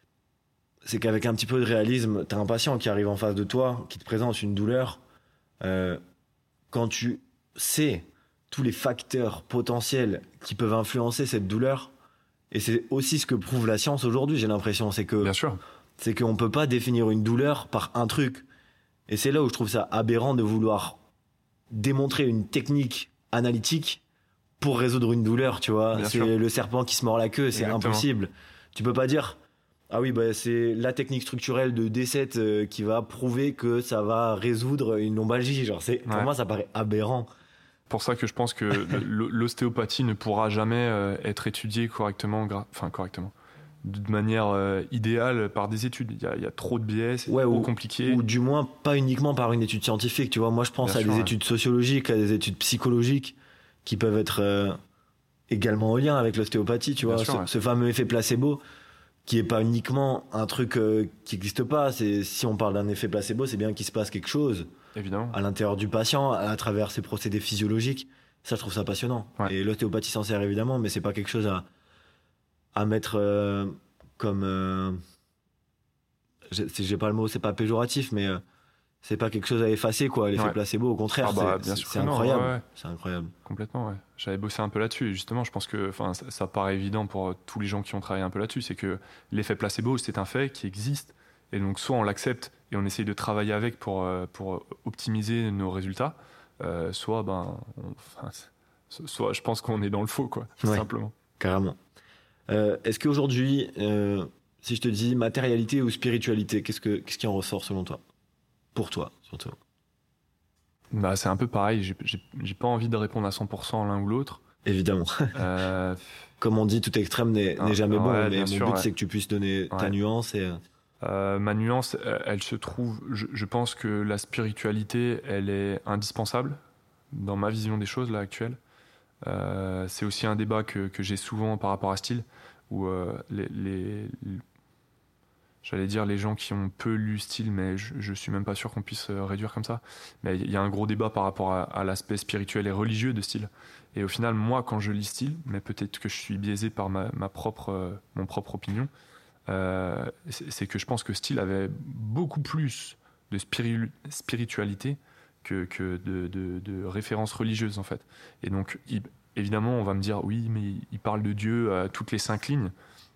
c'est qu'avec un petit peu de réalisme, t'as un patient qui arrive en face de toi, qui te présente une douleur. Euh, quand tu sais tous les facteurs potentiels qui peuvent influencer cette douleur, Et c'est aussi ce que prouve la science aujourd'hui, j'ai l'impression. C'est que, Bien sûr. c'est qu'on peut pas définir une douleur par un truc. Et c'est là où je trouve ça aberrant de vouloir démontrer une technique analytique pour résoudre une douleur, tu vois. Bien c'est sûr. le serpent qui se mord la queue, c'est Exactement. impossible. Tu peux pas dire, ah oui, bah, c'est la technique structurelle de D sept euh, qui va prouver que ça va résoudre une lombalgie. Genre, c'est, pour Ouais. moi, ça paraît aberrant. Pour ça que je pense que l- l'ostéopathie ne pourra jamais euh, être étudiée correctement, gra- enfin correctement, de manière euh, idéale par des études. Il y a, il y a trop de biais, c'est Ouais, trop ou- compliqué. Ou du moins, pas uniquement par une étude scientifique, tu vois. Moi, je pense Bien à sûr, des ouais. études sociologiques, à des études psychologiques qui peuvent être euh, également en lien avec l'ostéopathie, tu Bien vois. sûr, ce, ouais. ce fameux effet placebo, qui est pas uniquement un truc euh, qui n'existe pas. C'est, si on parle d'un effet placebo, c'est bien qu'il se passe quelque chose Évidemment. à l'intérieur du patient, à, à travers ses procédés physiologiques. Ça, je trouve ça passionnant. Ouais. Et l'ostéopathie s'en sert évidemment, mais c'est pas quelque chose à, à mettre euh, comme. Euh, j'ai, c'est- j'ai pas le mot, c'est pas péjoratif, mais euh, c'est pas quelque chose à effacer, quoi. L'effet Ouais. placebo, au contraire, Ah bah, c'est, bien c'est- sûr c'est que non, incroyable. ouais, ouais. C'est incroyable. Complètement, ouais. J'avais bossé un peu là-dessus. Et justement, je pense que enfin, ça, ça paraît évident pour euh, tous les gens qui ont travaillé un peu là-dessus. C'est que l'effet placebo, c'est un fait qui existe. Et donc, soit on l'accepte et on essaye de travailler avec pour, euh, pour optimiser nos résultats, euh, soit, ben, on- enfin, c'est- soit je pense qu'on est dans le faux, quoi, tout Ouais. simplement. Carrément. Euh, est-ce qu'aujourd'hui, euh, si je te dis matérialité ou spiritualité, qu'est-ce, que, qu'est-ce qui en ressort selon toi? Pour toi, surtout. Bah, c'est un peu pareil. J'ai- J'ai j'ai pas envie de répondre à cent pour cent l'un ou l'autre. Évidemment. Euh, Comme on dit, tout extrême n'est, Ah, n'est jamais bon, ouais, mais bien mon sûr, but, ouais. c'est que tu puisses donner ta Ouais. nuance. Et... Euh, ma nuance, elle, elle se trouve. Je, je pense que la spiritualité, elle est indispensable dans ma vision des choses là actuelle. Euh, c'est aussi un débat que, que j'ai souvent par rapport à style, où euh, les, les- les- j'allais dire les gens qui ont peu lu style, mais je, je suis même pas sûr qu'on puisse euh, réduire comme ça. Mais il y a un gros débat par rapport à, à l'aspect spirituel et religieux de style. Et au final, moi, quand je lis style, mais peut-être que je suis biaisé par ma, ma propre, euh, mon propre opinion. Euh, c'est c'est que je pense que Steele avait beaucoup plus de spiri- spiritualité que, que de, de- de références religieuses en fait. Et donc il- évidemment on va me dire oui mais il parle de Dieu à toutes les cinq lignes.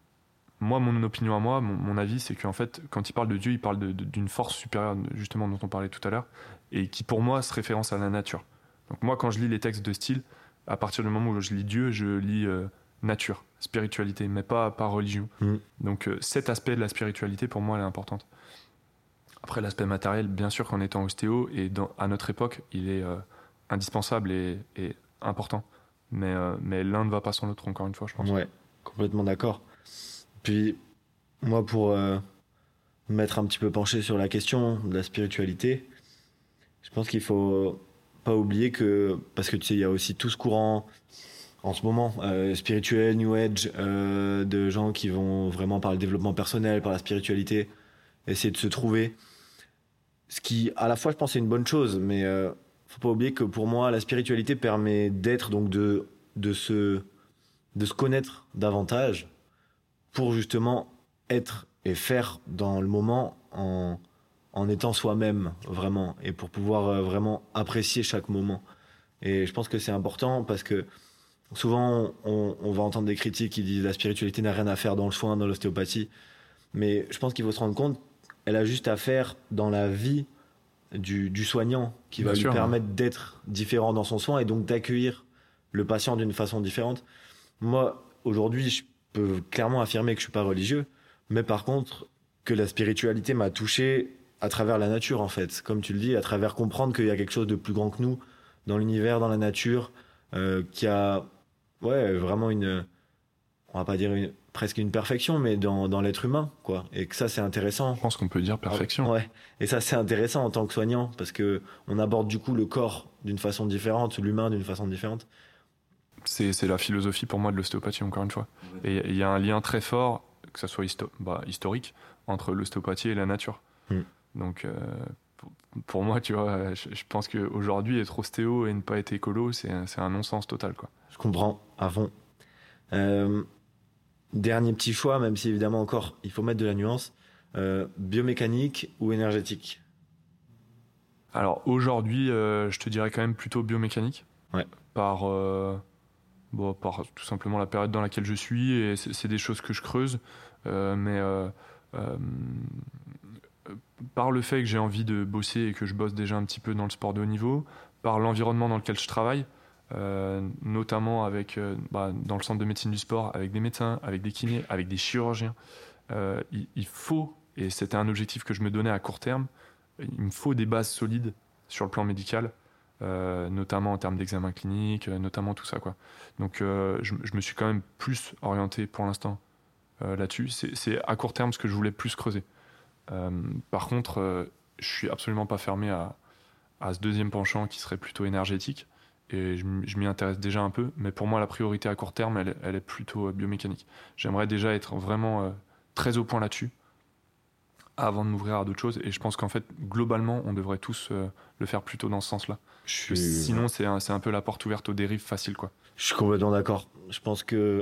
Moi mon opinion à moi, mon, mon avis c'est qu'en fait quand il parle de Dieu il parle de- de- d'une force supérieure justement dont on parlait tout à l'heure et qui pour moi se référence à la nature. Donc moi quand je lis les textes de Steele, à partir du moment où je lis Dieu je lis euh, nature, spiritualité, mais pas, pas religion. Mm. Donc euh, cet aspect de la spiritualité, pour moi, elle est importante. Après, l'aspect matériel, bien sûr qu'en étant ostéo, et dans, à notre époque, il est euh, indispensable et, et important. Mais, euh, mais l'un ne va pas sans l'autre, encore une fois, je pense. Ouais, complètement d'accord. Puis, moi, pour euh, m'être un petit peu penché sur la question de la spiritualité, je pense qu'il faut pas oublier que, parce que tu sais, il y a aussi tout ce courant en ce moment, euh, spirituel, New Age, euh, de gens qui vont vraiment par le développement personnel, par la spiritualité, essayer de se trouver. Ce qui, à la fois, je pense, c'est une bonne chose, mais euh, faut pas oublier que pour moi, la spiritualité permet d'être, donc de, de, se, de se connaître davantage pour justement être et faire dans le moment en, en étant soi-même, vraiment, et pour pouvoir euh, vraiment apprécier chaque moment. Et je pense que c'est important parce que souvent, on, on va entendre des critiques qui disent la spiritualité n'a rien à faire dans le soin, dans l'ostéopathie. Mais je pense qu'il faut se rendre compte, elle a juste à faire dans la vie du, du soignant, qui va Bien lui sûr, permettre d'être différent dans son soin et donc d'accueillir le patient d'une façon différente. Moi, aujourd'hui, je peux clairement affirmer que je suis pas religieux, mais par contre, que la spiritualité m'a touché à travers la nature, en fait. Comme tu le dis, à travers comprendre qu'il y a quelque chose de plus grand que nous, dans l'univers, dans la nature, euh, qui a ouais, vraiment une, on va pas dire une, presque une perfection, mais dans, dans l'être humain, quoi. Et que ça, c'est intéressant. Je pense qu'on peut dire perfection. Ouais. Et ça, c'est intéressant en tant que soignant, parce que on aborde du coup le corps d'une façon différente, l'humain d'une façon différente. C'est c'est la philosophie pour moi de l'ostéopathie, encore une fois. Et il y a un lien très fort, que ça soit histo- bah, historique, entre l'ostéopathie et la nature. Mm. Donc, euh, pour, pour moi, tu vois, je, je pense qu'aujourd'hui, être ostéo et ne pas être écolo, c'est un- c'est un non-sens total, quoi. Je comprends à fond. Euh, dernier petit choix, même si évidemment encore, il faut mettre de la nuance. Euh, biomécanique ou énergétique? Alors aujourd'hui, euh, je te dirais quand même plutôt biomécanique. Ouais. Par, euh, Bon, par tout simplement la période dans laquelle je suis, et c'est, c'est des choses que je creuse, euh, mais euh, euh, par le fait que j'ai envie de bosser et que je bosse déjà un petit peu dans le sport de haut niveau, par l'environnement dans lequel je travaille, euh, notamment avec, euh, bah, dans le centre de médecine du sport, avec des médecins, avec des kinés, avec des chirurgiens, euh, il, il faut, et c'était un objectif que je me donnais à court terme, il me faut des bases solides sur le plan médical, euh, notamment en termes d'examen clinique, euh, notamment tout ça, quoi. Donc euh, je, je me suis quand même plus orienté pour l'instant euh, là-dessus. C'est, c'est à court terme ce que je voulais plus creuser. Euh, par contre, euh, je suis absolument pas fermé à, à ce deuxième penchant qui serait plutôt énergétique. Et je, m- je m'y intéresse déjà un peu. Mais pour moi, la priorité à court terme, elle, est- elle est plutôt euh, biomécanique. J'aimerais déjà être vraiment euh, très au point là-dessus avant de m'ouvrir à d'autres choses. Et je pense qu'en fait, globalement, on devrait tous euh, le faire plutôt dans ce sens-là. Je Que suis, sinon, c'est un, c'est un peu la porte ouverte aux dérives faciles, quoi. je suis complètement d'accord. Je pense que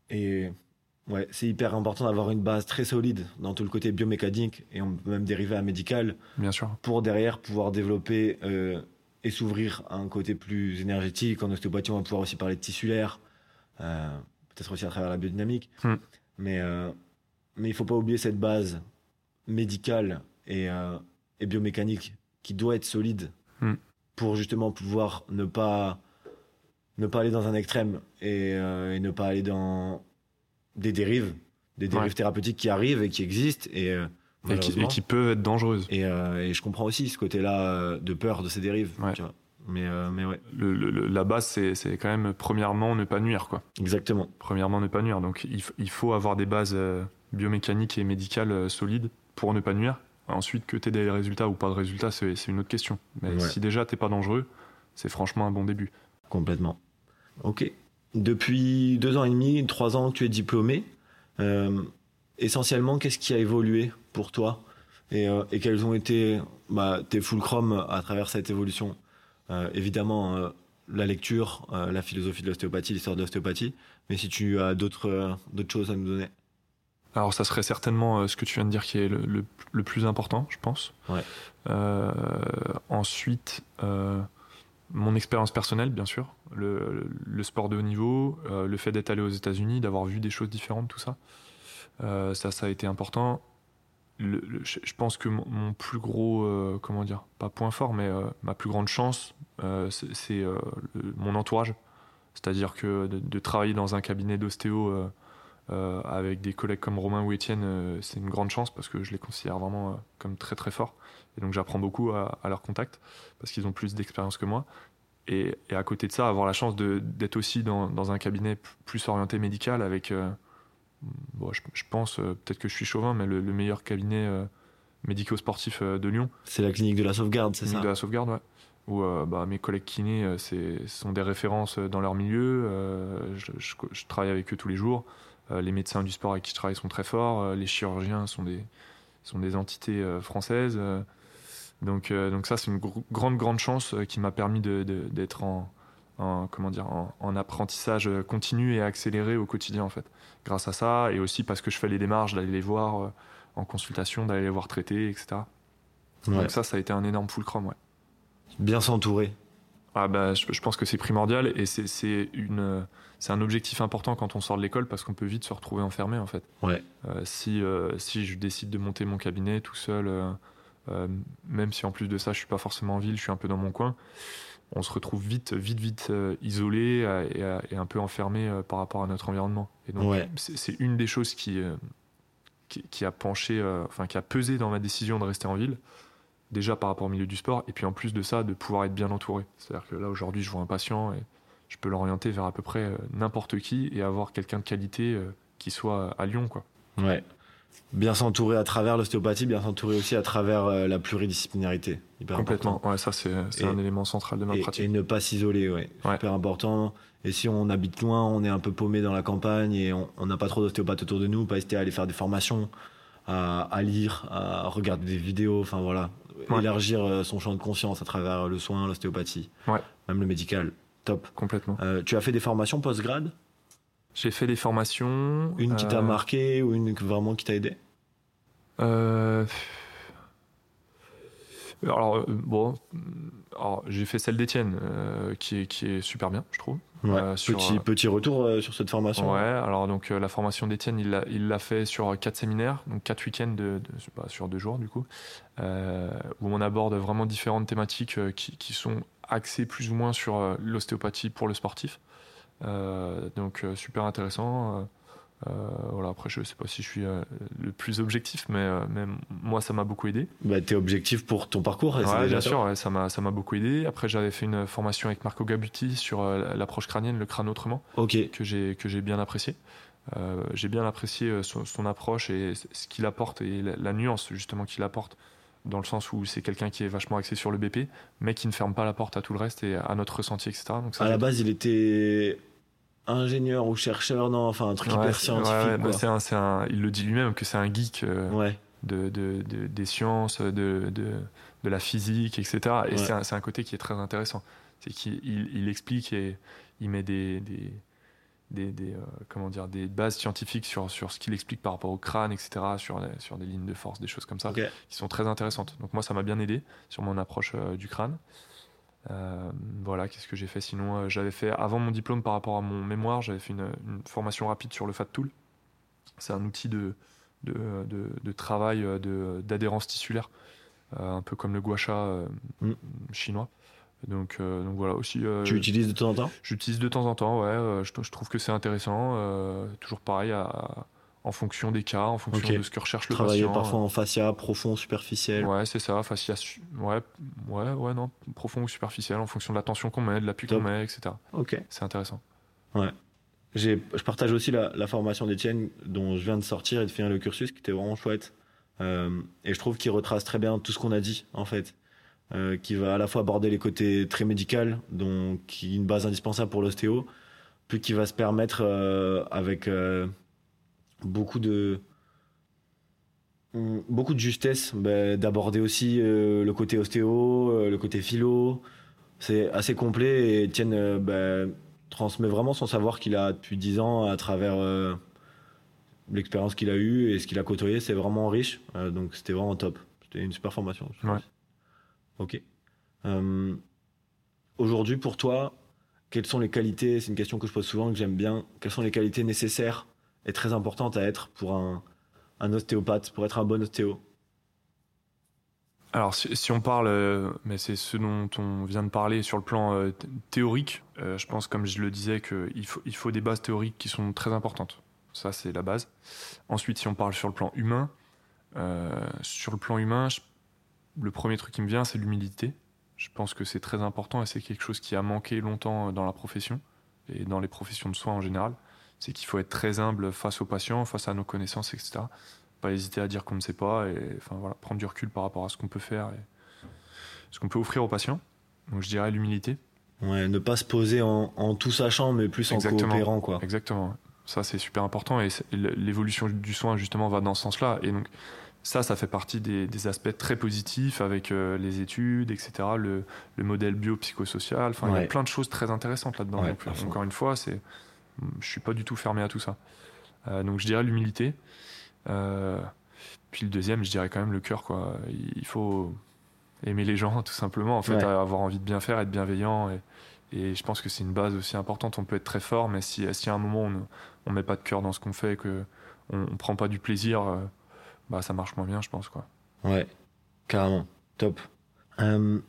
et ouais, c'est hyper important d'avoir une base très solide dans tout le côté biomécanique et on peut même dériver à médical Bien sûr. pour derrière pouvoir développer euh, et s'ouvrir à un côté plus énergétique. En ostéopathie, on va pouvoir aussi parler de tissulaire, euh, peut-être aussi à travers la biodynamique. Hmm. Mais euh, mais il faut pas oublier cette base médicale et, euh, et biomécanique qui doit être solide Hmm. pour justement pouvoir ne pas ne pas aller dans un extrême et, euh, et ne pas aller dans des dérives, des dérives Ouais. thérapeutiques qui arrivent et qui existent et euh, Et qui, malheureusement. et qui peuvent être dangereuses. Et, euh, et je comprends aussi ce côté-là euh, de peur de ces dérives. Ouais. Tu vois. Mais, euh, mais ouais, Le, le- le- la base, c'est, c'est quand même, premièrement, ne pas nuire, quoi. exactement. Premièrement, ne pas nuire. Donc, il, f- il faut avoir des bases euh, biomécaniques et médicales euh, solides pour ne pas nuire. Ensuite, que tu aies des résultats ou pas de résultats, c'est, c'est une autre question. Mais Ouais. si déjà t'es pas dangereux, c'est franchement un bon début. Complètement. Ok. Depuis deux ans et demi, trois ans que tu es diplômé, euh, essentiellement, qu'est-ce qui a évolué pour toi et, euh, et quels ont été bah, tes fulcrums à travers cette évolution? Euh, Évidemment, euh, la lecture, euh, la philosophie de l'ostéopathie, l'histoire de l'ostéopathie, mais si tu as d'autres euh, d'autres choses à nous donner. Alors, ça serait certainement euh, ce que tu viens de dire qui est le, le- le plus important, je pense. Ouais. Euh, ensuite, euh, mon expérience personnelle, bien sûr. Le, le- le sport de haut niveau, euh, le fait d'être allé aux États-Unis, d'avoir vu des choses différentes, tout ça. Euh, ça, ça a été important. Le- le- je je pense que mon, mon plus gros, euh, comment dire, pas point fort, mais euh, ma plus grande chance, euh, c'est c'est, euh, le- mon entourage. C'est-à-dire que de, de travailler dans un cabinet d'ostéo euh, euh, avec des collègues comme Romain ou Étienne, euh, c'est une grande chance parce que je les considère vraiment euh, comme très très forts. Et donc j'apprends beaucoup à, à leur contact parce qu'ils ont plus d'expérience que moi. Et, et à côté de ça, avoir la chance de- d'être aussi dans, dans un cabinet p- plus orienté médical avec, euh, bon, je, je pense, euh, peut-être que je suis chauvin, mais le, le meilleur cabinet euh, médico-sportif euh, de Lyon, C'est la clinique de la sauvegarde, c'est clinique ça? de la sauvegarde, ouais. Où euh, bah, mes collègues kinés, euh, c'est, ce sont des références euh, dans leur milieu. euh, je, je- je travaille avec eux tous les jours. Euh, les médecins du sport avec qui je travaille sont très forts. euh, les chirurgiens sont des, sont des entités euh, françaises. euh, donc, euh, donc ça, c'est une gr- grande, grande chance euh, qui m'a permis de, de- d'être en, en, comment dire, en, en apprentissage euh, continu et accéléré au quotidien, en fait. Grâce à ça, et aussi parce que je fais les démarches d'aller les voir euh, en consultation, d'aller les voir traiter, et cetera. Ouais. Donc ça, ça a été un énorme fulcrum, ouais. Bien s'entourer. Ah bah, je, je pense que c'est primordial et c'est, c'est, une, c'est un objectif important quand on sort de l'école parce qu'on peut vite se retrouver enfermé, en fait. Ouais. Euh, si, euh, si je décide de monter mon cabinet tout seul, euh, euh, même si en plus de ça je suis pas forcément en ville, je suis un peu dans mon coin, on se retrouve vite, vite, vite euh, isolé euh, et, euh, et un peu enfermé euh, par rapport à notre environnement. Et donc Ouais. c'est, c'est une des choses qui, euh, qui, qui a penché, euh, enfin qui a pesé dans ma décision de rester en ville. Déjà par rapport au milieu du sport, et puis en plus de ça, de pouvoir être bien entouré. C'est-à-dire que là, aujourd'hui, je vois un patient et je peux l'orienter vers à peu près euh, n'importe qui et avoir quelqu'un de qualité euh, qui soit à Lyon, quoi. Ouais. Bien s'entourer à travers l'ostéopathie, bien s'entourer aussi à travers euh, la pluridisciplinarité. Hyper Complètement. important. Ouais, ça, c'est, c'est Et- un élément central de ma Et, pratique. et ne pas s'isoler, ouais. Ouais. Super important. Et si on habite loin, on est un peu paumé dans la campagne et on on n'a pas trop d'ostéopathes autour de nous, pas hésiter à aller faire des formations, à, à lire, à regarder des vidéos, enfin voilà. Ouais. Élargir euh, son champ de conscience à travers le soin, l'ostéopathie, Ouais. même le médical. Top. Complètement. Euh, tu as fait des formations post-grade? J'ai fait des formations. Une qui t'a euh, marqué ou une que- vraiment qui t'a aidé? euh, Alors, euh, bon, alors, j'ai fait celle d'Étienne, euh, qui, est, qui est super bien, je trouve. Ouais. Euh, sur, petit, petit retour euh, sur cette formation. Ouais, alors donc euh, la formation d'Étienne, il l'a, il l'a fait sur quatre séminaires, donc quatre week-ends de, de, bah, sur deux jours du coup, euh, où on aborde vraiment différentes thématiques euh, qui, qui sont axées plus ou moins sur euh, l'ostéopathie pour le sportif. Euh, donc euh, super intéressant. Euh, Euh, voilà, après, je sais pas si je suis euh, le plus objectif, mais, euh, mais moi, ça m'a beaucoup aidé. Bah, t'es objectif pour ton parcours. Et ouais, c'est déjà bien top. sûr, ouais, ça m'a ça m'a beaucoup aidé. Après, j'avais fait une formation avec Marco Gabuti sur euh, l'approche crânienne, le crâne autrement, Ok. que j'ai que j'ai bien apprécié. Euh, j'ai bien apprécié euh, son, son approche et ce qu'il apporte et la, la nuance justement qu'il apporte, dans le sens où c'est quelqu'un qui est vachement axé sur le B P, mais qui ne ferme pas la porte à tout le reste et à notre ressenti, et cetera. Donc ça, À j'ai- la base, il était ingénieur ou chercheur, non, enfin un truc Ouais, hyper c'est- scientifique. ouais, ouais, bah, quoi. c'est un- c'est un- il le dit lui-même que c'est un geek. euh, Ouais. de, de, de- des sciences, de, de, de la physique, et cetera. Et Ouais. c'est un, c'est un côté qui est très intéressant. C'est qu'il il, il explique et il met des, des, des, des, euh, comment dire, des bases scientifiques sur, sur ce qu'il explique par rapport au crâne, et cetera, sur, les- sur des lignes de force, des choses comme ça, Ok. qui sont très intéressantes. Donc moi, ça m'a bien aidé sur mon approche euh, du crâne. Euh, voilà, qu'est-ce que j'ai fait sinon euh, J'avais fait, avant mon diplôme, par rapport à mon mémoire, j'avais fait une, une formation rapide sur le Fat Tool. C'est un outil de, de, de, de travail euh, de, d'adhérence tissulaire, euh, un peu comme le gua sha euh, Mm. chinois. Donc, euh, donc voilà, aussi. euh, Tu utilises de temps en temps? J'utilise de temps en temps, ouais. euh, je, je trouve que c'est intéressant. euh, toujours pareil, à- en fonction des cas, en fonction Ok. de ce que recherche le Travailler patient. parfois en fascia, profond, superficiel. Ouais, c'est ça. Fascia, su- ouais, ouais, ouais, non, profond ou superficiel, en fonction de la tension qu'on met, de l'appui qu'on Top. met, et cetera. Ok. C'est intéressant. J'ai, je partage aussi la, la formation d'Étienne dont je viens de sortir et de finir le cursus, qui était vraiment chouette. Euh, et je trouve qu'il retrace très bien tout ce qu'on a dit, en fait. Euh, qui va à la fois aborder les côtés très médicaux, donc qui est une base indispensable pour l'ostéo, puis qui va se permettre, euh, avec euh, beaucoup de beaucoup de justesse, bah, d'aborder aussi euh, le côté ostéo, euh, le côté philo. C'est assez complet et Étienne euh, bah, transmet vraiment son savoir qu'il a depuis dix ans à travers euh, l'expérience qu'il a eue et ce qu'il a côtoyé. C'est vraiment riche, euh, donc c'était vraiment top. C'était une super formation. je Ouais. pense. Ok. Euh, Aujourd'hui, pour toi, quelles sont les qualités, c'est une question que je pose souvent, que j'aime bien, quelles sont les qualités nécessaires et très importantes à être pour un, un ostéopathe, pour être un bon ostéo? Alors, si, si on parle, euh, mais c'est ce dont on vient de parler sur le plan euh, t- théorique, euh, je pense, comme je le disais, qu'il faut, il faut des bases théoriques qui sont très importantes. Ça, c'est la base. Ensuite, si on parle sur le plan humain, euh, sur le plan humain, je- le premier truc qui me vient, c'est l'humilité. Je pense que c'est très important et c'est quelque chose qui a manqué longtemps dans la profession et dans les professions de soins en général. C'est qu'il faut être très humble face aux patients, face à nos connaissances, et cetera. Pas hésiter à dire qu'on ne sait pas et enfin, voilà, prendre du recul par rapport à ce qu'on peut faire et ce qu'on peut offrir aux patients. Donc je dirais l'humilité. Ouais, ne pas se poser en, en tout sachant, mais plus en Exactement. coopérant, quoi. Exactement. Ça, c'est super important et c'est- l'évolution du soin, justement, va dans ce sens-là. Et donc, ça, ça fait partie des, des aspects très positifs avec euh, les études, et cetera, le, le modèle biopsychosocial. Enfin, il y Ouais. a plein de choses très intéressantes là-dedans. Ouais, Donc, à fond. encore une fois, c'est, je suis pas du tout fermé à tout ça. Euh, donc, je dirais l'humilité. Euh, puis le deuxième, je dirais quand même le cœur, quoi. Il faut aimer les gens, tout simplement. En fait, Ouais. avoir envie de bien faire, être bienveillant. Et, et je pense que c'est une base aussi importante. On peut être très fort, mais si, si à un moment on ne on met pas de cœur dans ce qu'on fait et qu'on ne prend pas du plaisir, euh, bah, ça marche moins bien, je pense, quoi. Ouais, carrément. Top. Euh,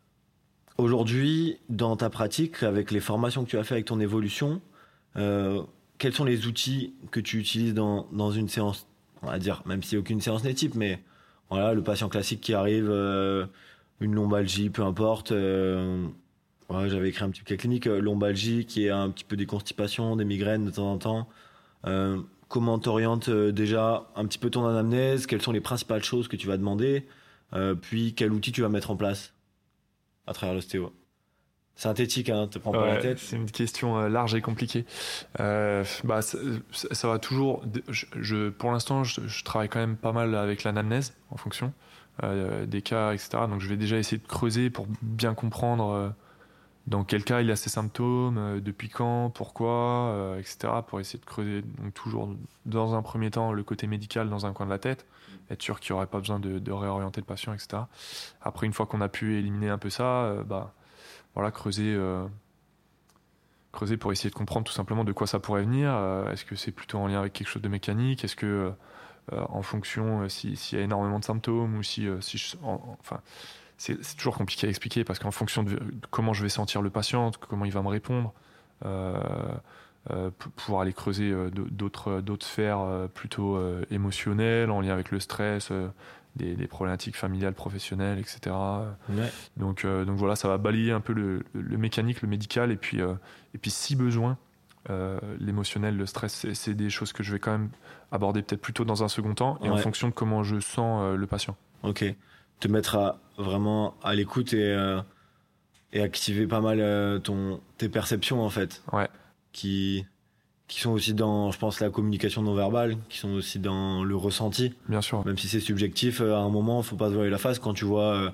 Aujourd'hui, dans ta pratique, avec les formations que tu as fait avec ton évolution, euh, quels sont les outils que tu utilises dans, dans une séance, on va dire, même si aucune séance n'est type, mais voilà, le patient classique qui arrive, euh, une lombalgie, peu importe. Euh, ouais, j'avais écrit un petit cas clinique, euh, lombalgie qui est un petit peu des constipations, des migraines de temps en temps. Euh, comment t'orientes euh, déjà un petit peu ton anamnèse? Quelles sont les principales choses que tu vas demander? Euh, puis quel outil tu vas mettre en place à travers l'ostéo? Synthétique, hein, te prends pas la Ouais, tête. c'est une question euh, large et compliquée. Euh, bah, ça, ça va toujours. Je, je, pour l'instant, je, je travaille quand même pas mal avec l'anamnèse en fonction euh, des cas, et cetera. Donc, je vais déjà essayer de creuser pour bien comprendre euh, dans quel cas il a ces symptômes, euh, depuis quand, pourquoi, euh, et cetera, pour essayer de creuser. Donc toujours, dans un premier temps, le côté médical dans un coin de la tête, être sûr qu'il n'y aurait pas besoin de, de réorienter le patient, et cetera. Après, une fois qu'on a pu éliminer un peu ça, euh, bah, voilà, creuser, euh, creuser pour essayer de comprendre tout simplement de quoi ça pourrait venir. Euh, est-ce que c'est plutôt en lien avec quelque chose de mécanique? Est-ce que, euh, en fonction, euh, si, s'il y a énormément de symptômes, ou si, euh, si je, en, enfin, c'est, c'est toujours compliqué à expliquer parce qu'en fonction de, de comment je vais sentir le patient, de comment il va me répondre, euh, euh, pour pouvoir aller creuser euh, d'autres, d'autres sphères euh, plutôt euh, émotionnelles, en lien avec le stress, euh, des, des problématiques familiales, professionnelles, et cetera. Ouais. Donc, euh, donc voilà, ça va balayer un peu le, le mécanique, le médical, et puis, euh, et puis si besoin, euh, l'émotionnel, le stress, c'est, c'est des choses que je vais quand même aborder peut-être plutôt dans un second temps, et Ouais. en fonction de comment je sens euh, le patient. Ok. Te mettre à, vraiment à l'écoute et, euh, et activer pas mal euh, ton, tes perceptions, en fait. Ouais. Qui, qui sont aussi dans, je pense, la communication non verbale, qui sont aussi dans le ressenti. Bien sûr. Même si c'est subjectif, euh, à un moment, faut pas se voiler la face. Quand tu vois, euh,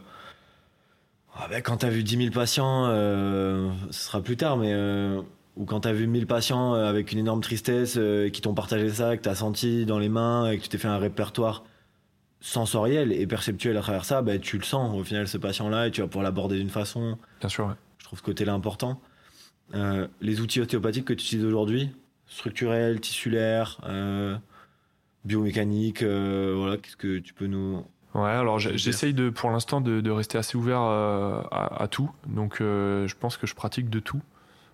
ah ben, quand t'as vu dix mille patients, euh, ce sera plus tard, mais euh, ou quand t'as vu mille patients euh, avec une énorme tristesse, euh, qui t'ont partagé ça, que t'as senti dans les mains, et que tu t'es fait un répertoire sensoriel et perceptuel à travers ça, ben, tu le sens au final ce patient-là et tu vas pouvoir l'aborder d'une façon. Bien sûr, ouais. Je trouve ce côté-là important. Euh, les outils ostéopathiques que tu utilises aujourd'hui, structurels, tissulaires, euh, biomécaniques, euh, voilà, qu'est-ce que tu peux nous... Ouais, alors j'ai- j'essaye de, pour l'instant de, de rester assez ouvert euh, à, à tout. Donc euh, je pense que je pratique de tout.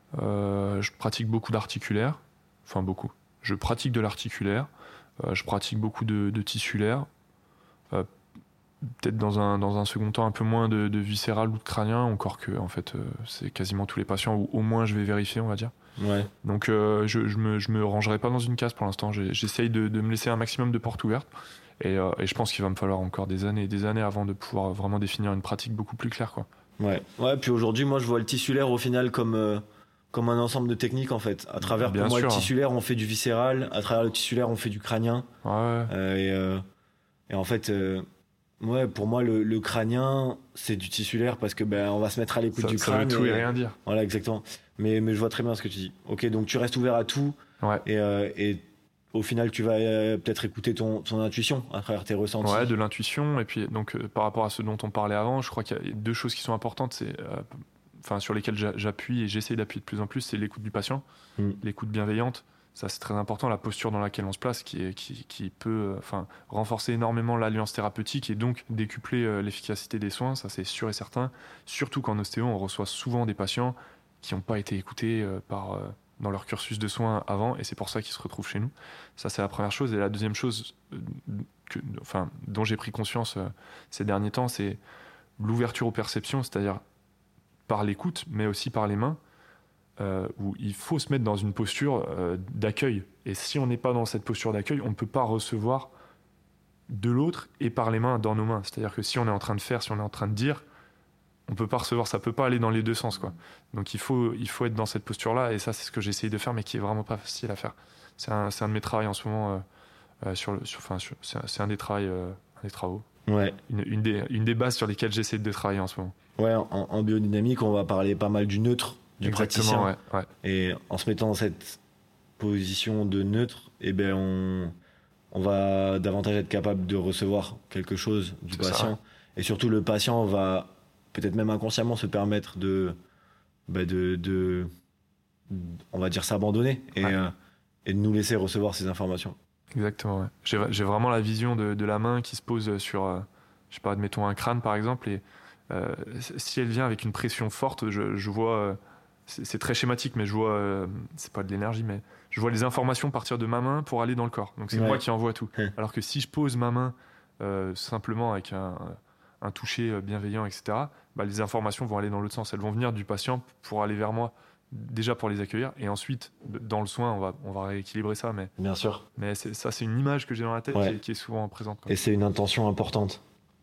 Euh, je pratique beaucoup d'articulaire. Enfin beaucoup. Je pratique de l'articulaire. Euh, je pratique beaucoup de, de tissulaire. Euh, peut-être dans un, dans un second temps un peu moins de, de viscéral ou de crânien, encore que en fait euh, c'est quasiment tous les patients où au moins je vais vérifier, on va dire. Ouais. Donc euh, je, je me je me rangerai pas dans une case pour l'instant. J'ai- J'essaye de, de me laisser un maximum de portes ouvertes et, euh, et je pense qu'il va me falloir encore des années et des années avant de pouvoir vraiment définir une pratique beaucoup plus claire, quoi. Ouais. Ouais, puis aujourd'hui, moi, je vois le tissulaire au final comme, euh, comme un ensemble de techniques, en fait. À travers, Bien pour moi, sûr. le tissulaire, on fait du viscéral. À travers le tissulaire, on fait du crânien. Ouais, ouais. Euh, et, euh, et en fait, euh, ouais, pour moi, le, le crânien, c'est du tissulaire parce que ben, on va se mettre à l'écoute Ça, du ça veut crâne. tout et et- rien dire. Voilà, exactement. Mais, mais je vois très bien ce que tu dis. Ok, donc tu restes ouvert à tout. Ouais. Et, euh, et au final, tu vas euh, peut-être écouter ton, ton intuition à travers tes ressentis. Ouais, de l'intuition. Et puis, donc, euh, par rapport à ce dont on parlait avant, je crois qu'il y a deux choses qui sont importantes, c'est, euh, enfin, sur lesquelles j'a- j'appuie et j'essaie d'appuyer de plus en plus, c'est l'écoute du patient, Mm. l'écoute bienveillante. Ça, c'est très important, la posture dans laquelle on se place, qui, est, qui, qui peut, euh, enfin, renforcer énormément l'alliance thérapeutique et donc décupler euh, l'efficacité des soins. Ça, c'est sûr et certain. Surtout qu'en ostéo, on reçoit souvent des patients qui n'ont pas été écoutés euh, par euh, dans leur cursus de soins avant, et c'est pour ça qu'ils se retrouvent chez nous. Ça, c'est la première chose. Et la deuxième chose euh, que, enfin, dont j'ai pris conscience euh, ces derniers temps, c'est l'ouverture aux perceptions, c'est-à-dire par l'écoute, mais aussi par les mains, euh, où il faut se mettre dans une posture euh, d'accueil. Et si on n'est pas dans cette posture d'accueil, on ne peut pas recevoir de l'autre et par les mains dans nos mains. C'est-à-dire que si on est en train de faire, si on est en train de dire, on peut pas recevoir, ça peut pas aller dans les deux sens, quoi. Donc il faut, il faut être dans cette posture-là, et ça c'est ce que j'essaye de faire, mais qui est vraiment pas facile à faire. C'est un, c'est un de mes travaux en ce moment, euh, euh, sur le, sur, enfin, sur- c'est un, c'est un des travaux, euh, un des travaux, Ouais. une, une des, une des bases sur lesquelles j'essaie de travailler en ce moment. Ouais, en, en biodynamique, on va parler pas mal du neutre, du praticien. ouais, ouais. Et en se mettant dans cette position de neutre, eh ben on, on va davantage être capable de recevoir quelque chose du C'est ça, patient. ouais. Et surtout, le patient va peut-être même inconsciemment se permettre de, bah de, de, on va dire, s'abandonner et, Ouais. euh, et de nous laisser recevoir ces informations. Exactement, ouais. J'ai, j'ai vraiment la vision de, de la main qui se pose sur, euh, je sais pas, admettons un crâne par exemple, et euh, si elle vient avec une pression forte, je, je vois, euh, c'est, c'est très schématique, mais je vois, euh, c'est pas de l'énergie, mais je vois les informations partir de ma main pour aller dans le corps. Donc c'est Ouais. moi qui envoie tout. Ouais. Alors que si je pose ma main euh, simplement avec un, un toucher bienveillant, et cetera, bah, les informations vont aller dans l'autre sens. Elles vont venir du patient pour aller vers moi, déjà pour les accueillir, et ensuite, dans le soin, on va, on va rééquilibrer ça, mais Bien sûr. mais c'est, ça, c'est une image que j'ai dans la tête Ouais. qui, est, qui est souvent présente, quoi. Et c'est une intention importante.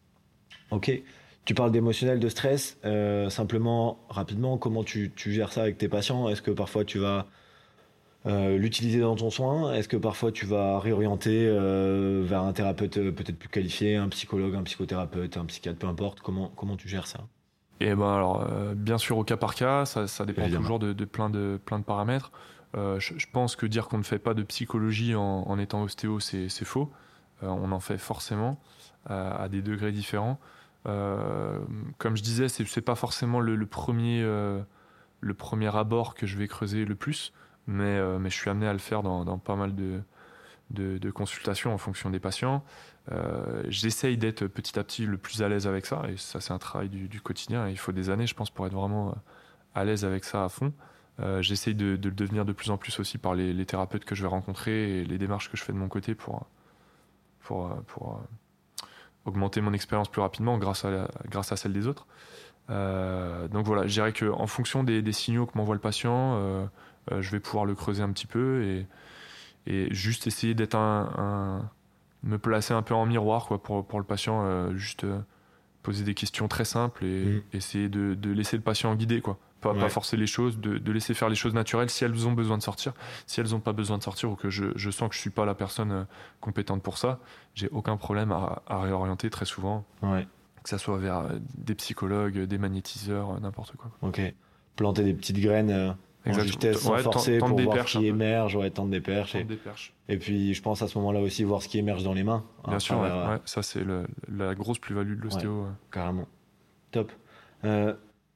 Ok. Tu parles d'émotionnel, de stress. Euh, simplement, rapidement, comment tu, tu gères ça avec tes patients? Est-ce que parfois tu vas euh, l'utiliser dans ton soin? Est-ce que parfois tu vas réorienter euh, vers un thérapeute euh, peut-être plus qualifié, un psychologue, un psychothérapeute, un psychiatre, peu importe? Comment, comment tu gères ça? Et ben alors, euh, bien sûr, au cas par cas, ça, ça dépend Évidemment. toujours de, de, plein de plein de paramètres. Euh, je, je pense que dire qu'on ne fait pas de psychologie en, en étant ostéo, c'est, c'est faux. Euh, on en fait forcément euh, à des degrés différents. Euh, comme je disais, c'est, c'est pas forcément le, le premier euh, le premier abord que je vais creuser le plus, mais euh, mais je suis amené à le faire dans, dans pas mal de De, de consultation en fonction des patients. Euh, j'essaye d'être petit à petit le plus à l'aise avec ça, et ça c'est un travail du, du quotidien, et il faut des années je pense pour être vraiment à l'aise avec ça à fond. Euh, j'essaye de, de le devenir de plus en plus aussi par les, les thérapeutes que je vais rencontrer et les démarches que je fais de mon côté pour, pour, pour augmenter mon expérience plus rapidement grâce à, la, grâce à celle des autres. Euh, donc voilà, je dirais qu'en fonction des, des signaux que m'envoie le patient, euh, euh, je vais pouvoir le creuser un petit peu et et juste essayer d'être un, un me placer un peu en miroir quoi pour pour le patient, euh, juste euh, poser des questions très simples et Mmh. essayer de, de laisser le patient guider quoi, pas, Ouais. pas forcer les choses, de, de laisser faire les choses naturelles si elles ont besoin de sortir. Si elles n'ont pas besoin de sortir ou que je, je sens que je suis pas la personne euh, compétente pour ça, j'ai aucun problème à, à réorienter très souvent, Ouais, que ça soit vers euh, des psychologues, des magnétiseurs, euh, n'importe quoi. ok. Planter des petites graines euh, en Exactement. justesse sans Ouais, forcer tendre pour des voir perches ce un qui peu. émerge, ouais, tendre des perches. Tendre Et, des perches. et puis je pense à ce moment-là aussi voir ce qui émerge dans les mains. hein, Bien à sûr, ouais, travers, euh, ouais, ça c'est le- la grosse plus-value de l'ostéo. ouais. Carrément. Top. Euh,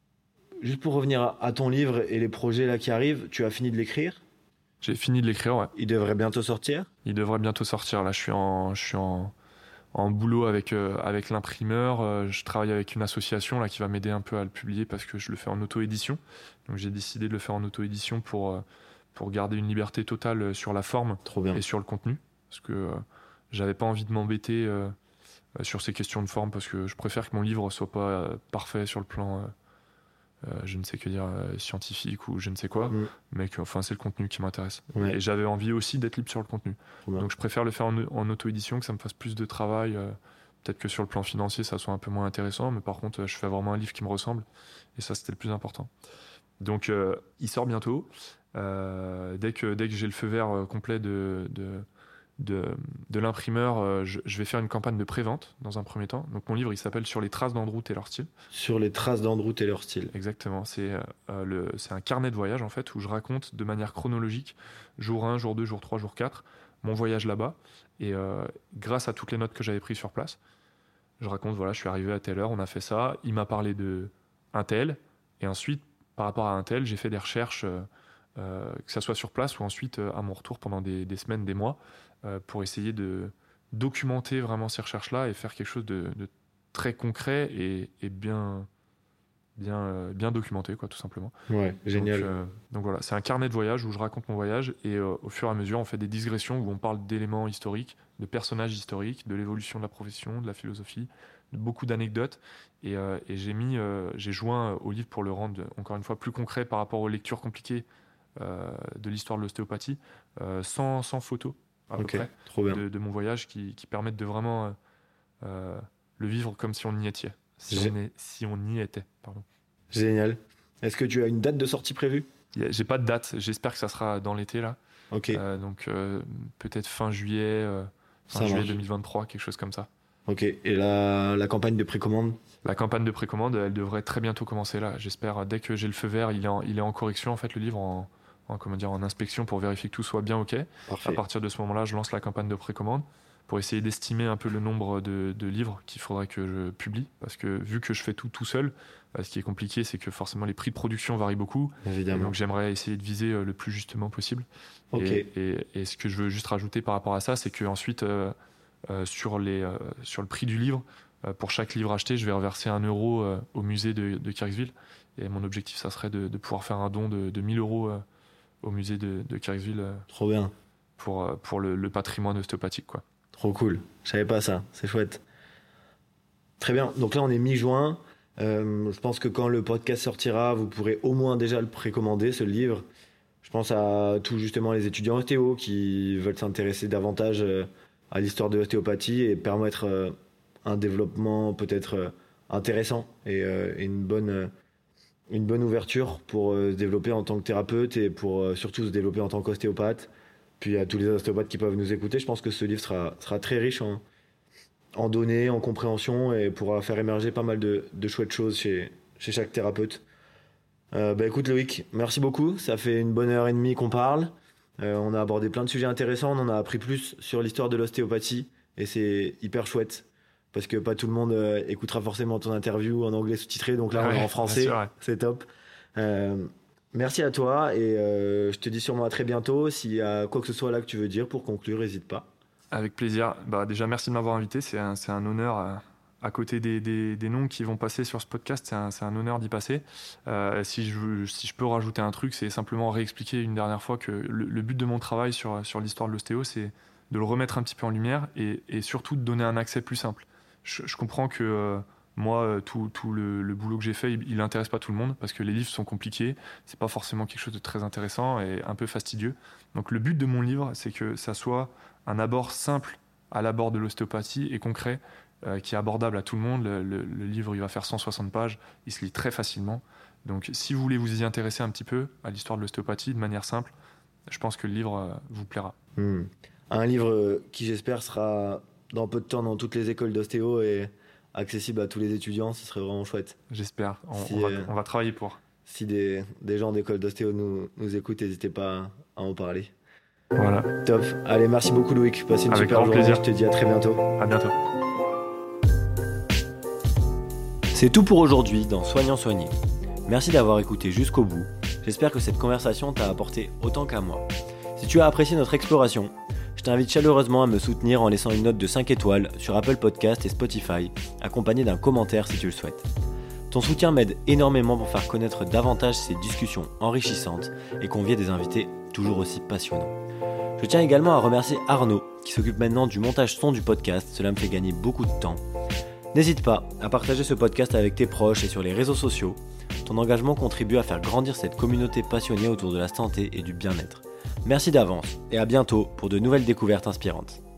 juste pour revenir à, à ton livre et les projets là qui arrivent, tu as fini de l'écrire? J'ai fini de l'écrire, ouais. Il devrait bientôt sortir? Il devrait bientôt sortir. Là, je suis en, je suis en, en boulot avec, euh, avec l'imprimeur. Euh, je travaille avec une association là, qui va m'aider un peu à le publier parce que je le fais en auto-édition. Donc j'ai décidé de le faire en auto-édition pour, euh, pour garder une liberté totale sur la forme Trop bien. et sur le contenu. Parce que euh, j'avais pas envie de m'embêter euh, euh, sur ces questions de forme parce que je préfère que mon livre soit pas euh, parfait sur le plan, euh, euh, je ne sais que dire, euh, scientifique ou je ne sais quoi, Mm. mais que enfin, c'est le contenu qui m'intéresse. Ouais. Et j'avais envie aussi d'être libre sur le contenu. Trop bien. Donc je préfère le faire en, en auto-édition, que ça me fasse plus de travail. euh, Peut-être que sur le plan financier, ça soit un peu moins intéressant, mais par contre, euh, je fais vraiment un livre qui me ressemble. Et ça, c'était le plus important. Donc euh, il sort bientôt. Euh, dès que, dès que j'ai le feu vert euh, complet de, de, de, de l'imprimeur, euh, je, je vais faire une campagne de pré-vente dans un premier temps. Donc mon livre, il s'appelle Sur les traces d'Andrew Taylor Still. Sur les traces d'Andrew Taylor Still. Exactement, c'est euh, le, c'est un carnet de voyage en fait où je raconte de manière chronologique, jour un, jour deux, jour trois, jour quatre, mon voyage là-bas. Et euh, grâce à toutes les notes que j'avais prises sur place, je raconte, voilà, je suis arrivé à telle heure, on a fait ça, il m'a parlé de un tel, et ensuite, par rapport à un tel, j'ai fait des recherches, euh, euh, que ça soit sur place ou ensuite euh, à mon retour pendant des, des semaines, des mois, euh, pour essayer de documenter vraiment ces recherches-là et faire quelque chose de, de très concret et, et bien... Bien, euh, bien documenté, quoi, tout simplement. Ouais, génial. Donc, euh, donc voilà, c'est un carnet de voyage où je raconte mon voyage et euh, au fur et à mesure, on fait des digressions où on parle d'éléments historiques, de personnages historiques, de l'évolution de la profession, de la philosophie, de beaucoup d'anecdotes. Et, euh, et j'ai mis, euh, j'ai joint au livre pour le rendre encore une fois plus concret par rapport aux lectures compliquées euh, de l'histoire de l'ostéopathie, euh, sans, sans photos à Ok, peu près trop bien. de, de mon voyage qui, qui permettent de vraiment euh, euh, le vivre comme si on y était. Si, J'ai- on, est, si on y était, pardon. Génial. Est-ce que tu as une date de sortie prévue? Y a- J'ai pas de date, j'espère que ça sera dans l'été là. Ok, Euh, donc euh, peut-être fin juillet, euh, fin ça juillet marche. deux mille vingt-trois, quelque chose comme ça. Ok. Et la, la campagne de précommande? La campagne de précommande, elle devrait très bientôt commencer là. J'espère, dès que j'ai le feu vert, il est en, il est en correction en fait, le livre en, en, comment dire, en inspection pour vérifier que tout soit bien ok. À Parfait. partir de ce moment-là, je lance la campagne de précommande pour essayer d'estimer un peu le nombre de, de livres qu'il faudrait que je publie. Parce que vu que je fais tout tout seul, euh, ce qui est compliqué, c'est que forcément les prix de production varient beaucoup. Et Évidemment. donc j'aimerais essayer de viser euh, le plus justement possible. Ok. Et, et, et ce que je veux juste rajouter par rapport à ça, c'est qu'ensuite, euh, euh, sur, les, euh, sur le prix du livre, euh, pour chaque livre acheté, je vais reverser un euro euh, au musée de, de Kirksville. Et mon objectif, ça serait de, de pouvoir faire un don de, de mille euros euh, au musée de, de Kirksville euh, Trop bien. pour, euh, pour le, le patrimoine ostéopathique, quoi. Trop cool. Je savais pas ça. C'est chouette. Très bien. Donc là, on est mi-juin. Euh, je pense que quand le podcast sortira, vous pourrez au moins déjà le précommander, ce livre. Je pense à tous justement les étudiants ostéo qui veulent s'intéresser davantage euh, à l'histoire de l'ostéopathie et permettre euh, un développement peut-être euh, intéressant et, euh, et une bonne euh, une bonne ouverture pour euh, se développer en tant que thérapeute et pour euh, surtout se développer en tant qu'ostéopathe. Puis à tous les ostéopathes qui peuvent nous écouter, je pense que ce livre sera, sera très riche en, en données, en compréhension et pourra faire émerger pas mal de, de chouettes choses chez, chez chaque thérapeute. Euh, bah écoute Loïc, merci beaucoup. Ça fait une bonne heure et demie qu'on parle. Euh, on a abordé plein de sujets intéressants. On en a appris plus sur l'histoire de l'ostéopathie et c'est hyper chouette parce que pas tout le monde euh, écoutera forcément ton interview en anglais sous-titré. Donc là, on ouais, est en français. sûr, ouais. C'est top. Euh, merci à toi et euh, je te dis sûrement à très bientôt. S'il y a quoi que ce soit là que tu veux dire pour conclure, n'hésite pas. Avec plaisir. Bah, déjà, merci de m'avoir invité. C'est un, c'est un honneur. Euh... À côté des, des, des noms qui vont passer sur ce podcast, c'est un, c'est un honneur d'y passer. Euh, si, je, si je peux rajouter un truc, c'est simplement réexpliquer une dernière fois que le, le but de mon travail sur, sur l'histoire de l'ostéo, c'est de le remettre un petit peu en lumière et, et surtout de donner un accès plus simple. Je, je comprends que euh, moi, tout, tout le, le boulot que j'ai fait, il n'intéresse pas tout le monde parce que les livres sont compliqués, c'est pas forcément quelque chose de très intéressant et un peu fastidieux. Donc le but de mon livre, c'est que ça soit un abord simple à l'abord de l'ostéopathie et concret, Euh, qui est abordable à tout le monde. Le, le, le livre, il va faire cent soixante pages, il se lit très facilement. Donc si vous voulez vous y intéresser un petit peu à l'histoire de l'ostéopathie de manière simple, je pense que le livre euh, vous plaira. Mmh. Un livre qui, j'espère, sera dans peu de temps dans toutes les écoles d'ostéo et accessible à tous les étudiants, ce serait vraiment chouette. J'espère, on, si, on, va, euh, on va travailler pour. Si des, des gens d'école d'ostéo nous, nous écoutent, n'hésitez pas à en parler. Voilà. Top. Allez, merci beaucoup Loïc, passez une Avec super grand journée, plaisir. je te dis à très bientôt. À bientôt. C'est tout pour aujourd'hui dans Soignant Soigné. Merci d'avoir écouté jusqu'au bout. J'espère que cette conversation t'a apporté autant qu'à moi. Si tu as apprécié notre exploration, je t'invite chaleureusement à me soutenir en laissant une note de cinq étoiles sur Apple Podcast et Spotify, accompagnée d'un commentaire si tu le souhaites. Ton soutien m'aide énormément pour faire connaître davantage ces discussions enrichissantes et convier des invités toujours aussi passionnants. Je tiens également à remercier Arnaud, qui s'occupe maintenant du montage son du podcast, cela me fait gagner beaucoup de temps. N'hésite pas à partager ce podcast avec tes proches et sur les réseaux sociaux. Ton engagement contribue à faire grandir cette communauté passionnée autour de la santé et du bien-être. Merci d'avance et à bientôt pour de nouvelles découvertes inspirantes.